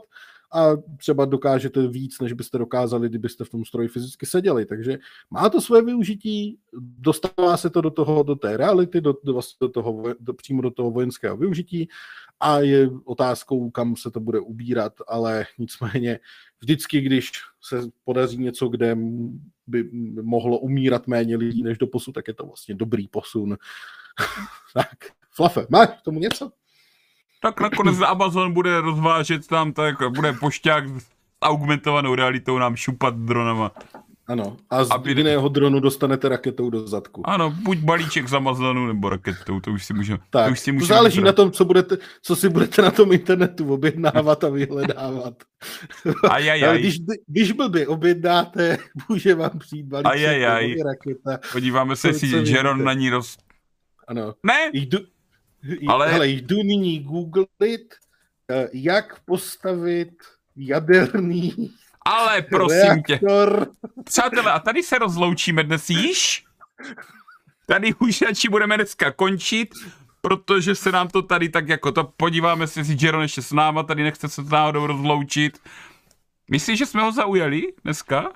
a třeba dokážete víc, než byste dokázali, kdybyste v tom stroji fyzicky seděli. Takže má to své využití, dostává se to do toho, do té reality, do, do, do toho, do, přímo do toho vojenského využití a je otázkou, kam se to bude ubírat, ale nicméně vždycky, když se podaří něco, kde by mohlo umírat méně lidí než do posud, tak je to vlastně dobrý posun. Tak, Flafe, máš k tomu něco? Tak nakonec Amazon bude rozvážet tam, tak bude pošťák s augmentovanou realitou nám šupat dronama. Ano, a z Aby... jiného dronu dostanete raketou do zadku. Ano, buď balíček z Amazonu, nebo raketou, to už si můžeme. Tak, to, už si to záleží vybrat. na tom, co, budete, co si budete na tom internetu objednávat a vyhledávat. Ajajaj. Když, když blbě objednáte, může vám přijít balíček Ajajaj. nebo raketa. Podíváme se, jestli Jeron na ní roz... Ano. Ne? Jdu, Ale... hele, jdu nyní googlit, jak postavit jaderný Ale prosím tě. reaktor. Přátelé, a tady se rozloučíme dnes již. Tady už radši budeme dneska končit, protože se nám to tady tak jako to podíváme se, jestli Jeron ještě s náma tady nechce se náhodou rozloučit. Myslíš, že jsme ho zaujali dneska?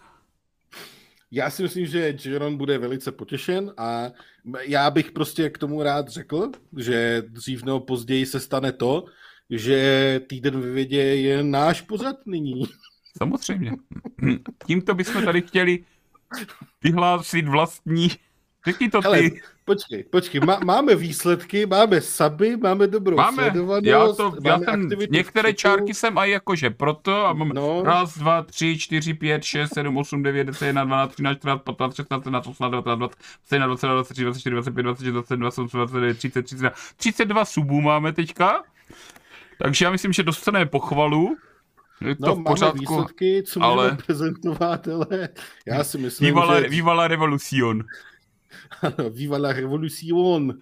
Já si myslím, že Jeron bude velice potěšen a já bych prostě k tomu rád řekl, že dřív nebo později se stane to, že Týden ve vědě je náš pořad nyní. Samozřejmě. Tímto bychom tady chtěli vyhlásit vlastní... Řekni to ty. Hele, počkej, počkej, má, máme výsledky, máme suby, máme dobrou máme, sledovanost, já to, já máme jsem, aktivitu některé v čárky jsem aj jakože proto a mám no. raz, dva, tři, čtyři, pět, šest, sedm, osm, devět, deset, jedna, dvanáct, třináct, čtrnáct, patnáct, šestnáct, sedmnáct, osmnáct, devatenáct, dvacet, dvacet jedna, dvacet dva, dvacet tři, dvacet čtyři, dvacet pět, dvacet šest, dvacet sedm, dvacet osm, dvacet devět, třicet, třicet jedna, třicet dva subů máme teďka, takže já myslím, že dostaneme pochvalu. Je to no, v pořádku, máme výsledky, co ale... můžeme prezentovat, ale já si myslím, Viva že... Viva la revolution. Ano, Viva la revolution.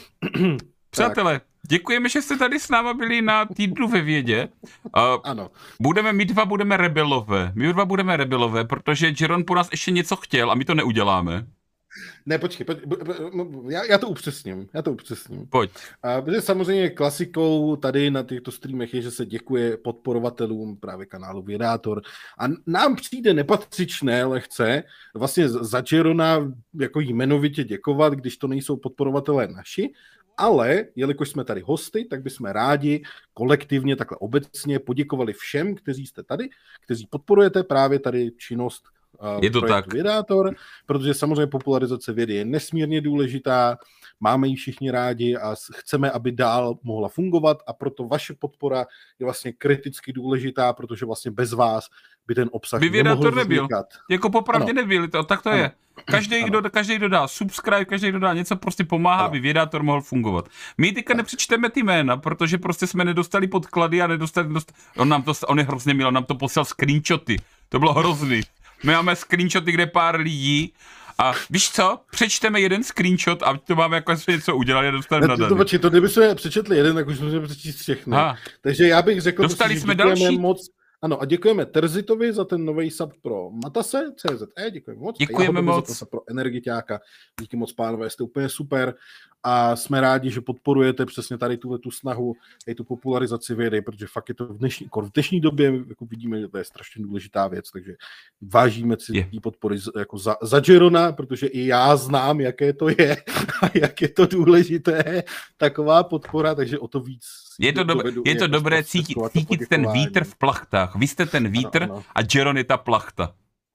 Přátelé, děkujeme, že jste tady s náma byli na Týdnu ve vědě. Uh, ano. Budeme, my dva budeme rebelové. My dva budeme rebelové, protože Jeron po nás ještě něco chtěl a my to neuděláme. Ne, počkej, počkej já, já to upřesním, já to upřesním. Pojď. A protože samozřejmě klasikou tady na těchto streamech je, že se děkuje podporovatelům právě kanálu Vědátor a nám přijde nepatřičné lehce vlastně za Jerona jako jmenovitě děkovat, když to nejsou podporovatelé naši, ale jelikož jsme tady hosty, tak bychom rádi kolektivně, takhle obecně poděkovali všem, kteří jste tady, kteří podporujete právě tady činnost je to tak. Vědátor, protože samozřejmě popularizace vědy je nesmírně důležitá, máme ji všichni rádi a chceme, aby dál mohla fungovat a proto vaše podpora je vlastně kriticky důležitá, protože vlastně bez vás by ten obsah by Vědátor nebyl. Vznikat. Jako popravdě ano. nebyl, to, tak to ano. je. Každý, kdo, každý, kdo dá subscribe, každý, kdo dá něco, prostě pomáhá, ano. aby Vědátor mohl fungovat. My teďka nepřečteme ty jména, protože prostě jsme nedostali podklady a nedostali, nedostali on nám to, on je hrozně milý, on nám to poslal screenshoty, to bylo hrozný. My máme screenshoty, kde pár lidí a víš co, přečteme jeden screenshot a to máme jako jsme něco udělali a dostaneme na to, to, to kdybychom přečetli jeden, tak už můžeme přečíst všechny. Ha. Takže já bych řekl, dostali že jsme další. Moc, ano, a děkujeme Terzitovi za ten nový sub pro Matase, C Z E, děkujeme moc. Děkujeme moc. Pro Energiťáka, díky moc pánové, jste úplně super a jsme rádi, že podporujete přesně tady tuhle tu snahu, i tu popularizaci vědy, protože fakt je to v dnešní, v dnešní době, jako vidíme, že to je strašně důležitá věc, takže vážíme si yeah. tý podpory jako za, za Jerona, protože i já znám, jaké to je a jak je to důležité, taková podpora, takže o to víc. Je to, dob- je to dobré cítit, cítit ten vítr v plachtách. Vy jste ten vítr ano, ano. a Jeron je ta plachta.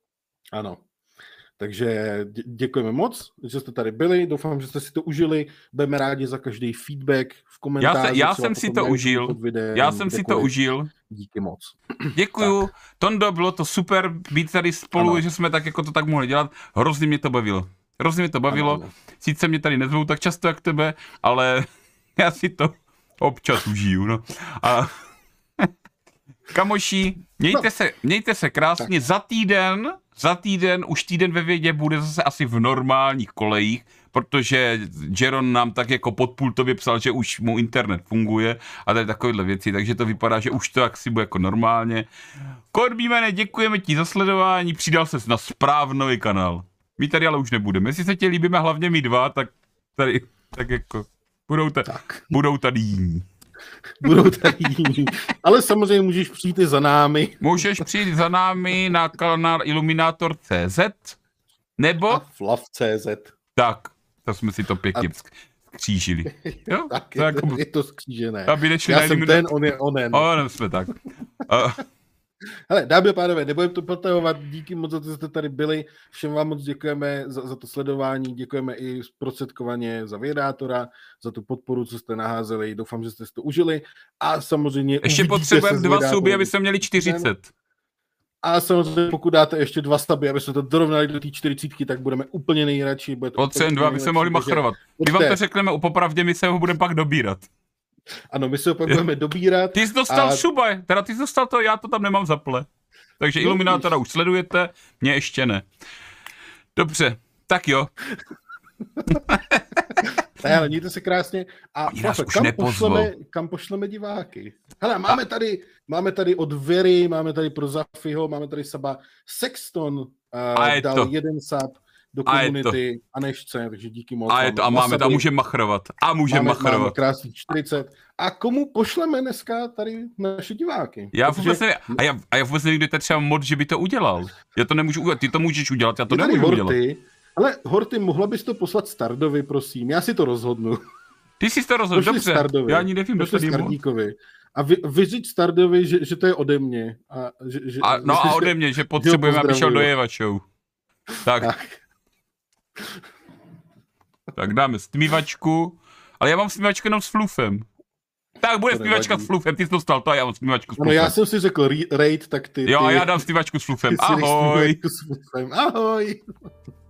Ano. Takže děkujeme moc, že jste tady byli, doufám, že jste si to užili, budeme rádi za každý feedback v komentářích. Já, se, já jsem si to užil, videem. já jsem Děkuji. si to užil. Díky moc. Děkuju, tak. Tondo, bylo to super být tady spolu, ano. že jsme tak jako to tak mohli dělat, hrozně mě to bavilo. Hrozně mě to bavilo, ano, ano. Sice mě tady nezvou tak často jak tebe, ale já si to občas užiju, no. A kamoši, mějte, no. se, mějte se krásně, tak. za týden, za týden, už Týden ve vědě bude zase asi v normálních kolejích, protože Jeron nám tak jako podpultově psal, že už mu internet funguje a tady takovéhle věci, takže to vypadá, že už to asi bude jako normálně. Korbímene, děkujeme ti za sledování, přidal ses na správný kanál. My tady ale už nebudeme, jestli se tě líbíme hlavně my dva, tak tady, tak jako, budou, ta, budou tady jiní. Budou tady jiní. Ale samozřejmě můžeš přijít i za námi. Můžeš přijít za námi na kanál Iluminator tečka cé zet nebo... A Flav tečka cé zet. Tak, to jsme si to pěkně a... skřížili. Jo? Tak to je, jako... to, je to skřížené. Aby nešli Já na jsem Iluminator. ten, on je onen. Onem jsme tak. Uh... Hele, dámy a pánové, nebudeme to protahovat, díky moc za to, že jste tady byli, všem vám moc děkujeme za, za to sledování, děkujeme i zprostředkovaně za Vědátora, za tu podporu, co jste naházeli, doufám, že jste si to užili a samozřejmě ještě potřebujeme dva suby, aby jsme měli čtyřicet. A samozřejmě pokud dáte ještě dva staby, aby jsme to dorovnali do té čtyřicítky, tak budeme úplně nejradši. Potřebujeme dva, aby jsme mohli machrovat. My vám to řekneme popravdě, my se ho budeme pak dobírat. Ano, my se ho pak budeme dobírat. Ty jsi dostal a... suba, teda ty jsi dostal to, já to tam nemám zaple. Takže no, Iluminátora už sledujete, mě ještě ne. Dobře, tak jo. Ne, ale mějte se krásně. A Flafe, kam, pošleme, kam pošleme diváky? Hele, máme tady, máme tady od Very, máme tady pro Zafiho, máme tady Saba Sexton, uh, dal to. jeden sub do komunity a, a nešce, takže díky moc. A je to, a máme to, a můžeme machrovat. A můžeme machrovat. Máme krásných čtyřicet. A komu pošleme dneska tady naše diváky? Já protože... vůbec nevím, a já, a já vůbec nevím, kdy to třeba mod, že by to udělal. Já to nemůžu udělat, ty to můžeš udělat, já to nemůžu Horty, udělat. Ale Horty, mohla bys to poslat Stardovi, prosím, já si to rozhodnu. Ty jsi to rozhodl, dobře, Stardovi. Já ani nevím, kdo to je. A vy, vyříct Stardovi, že, že to je ode mě. A, že, že, a, no myslíš, a ode mě, že potřebujeme, aby šel do Jeva Show. Tak. tak. Tak dáme stmívačku, ale já mám stmívačku jenom s flufem. Tak bude stmívačka s flufem, ty jsi dostal to a já mám stmívačku s flufem. No já jsem si řekl raid, tak ty... Jo, ty, a já dám stmívačku s flufem, ahoj. Ahoj.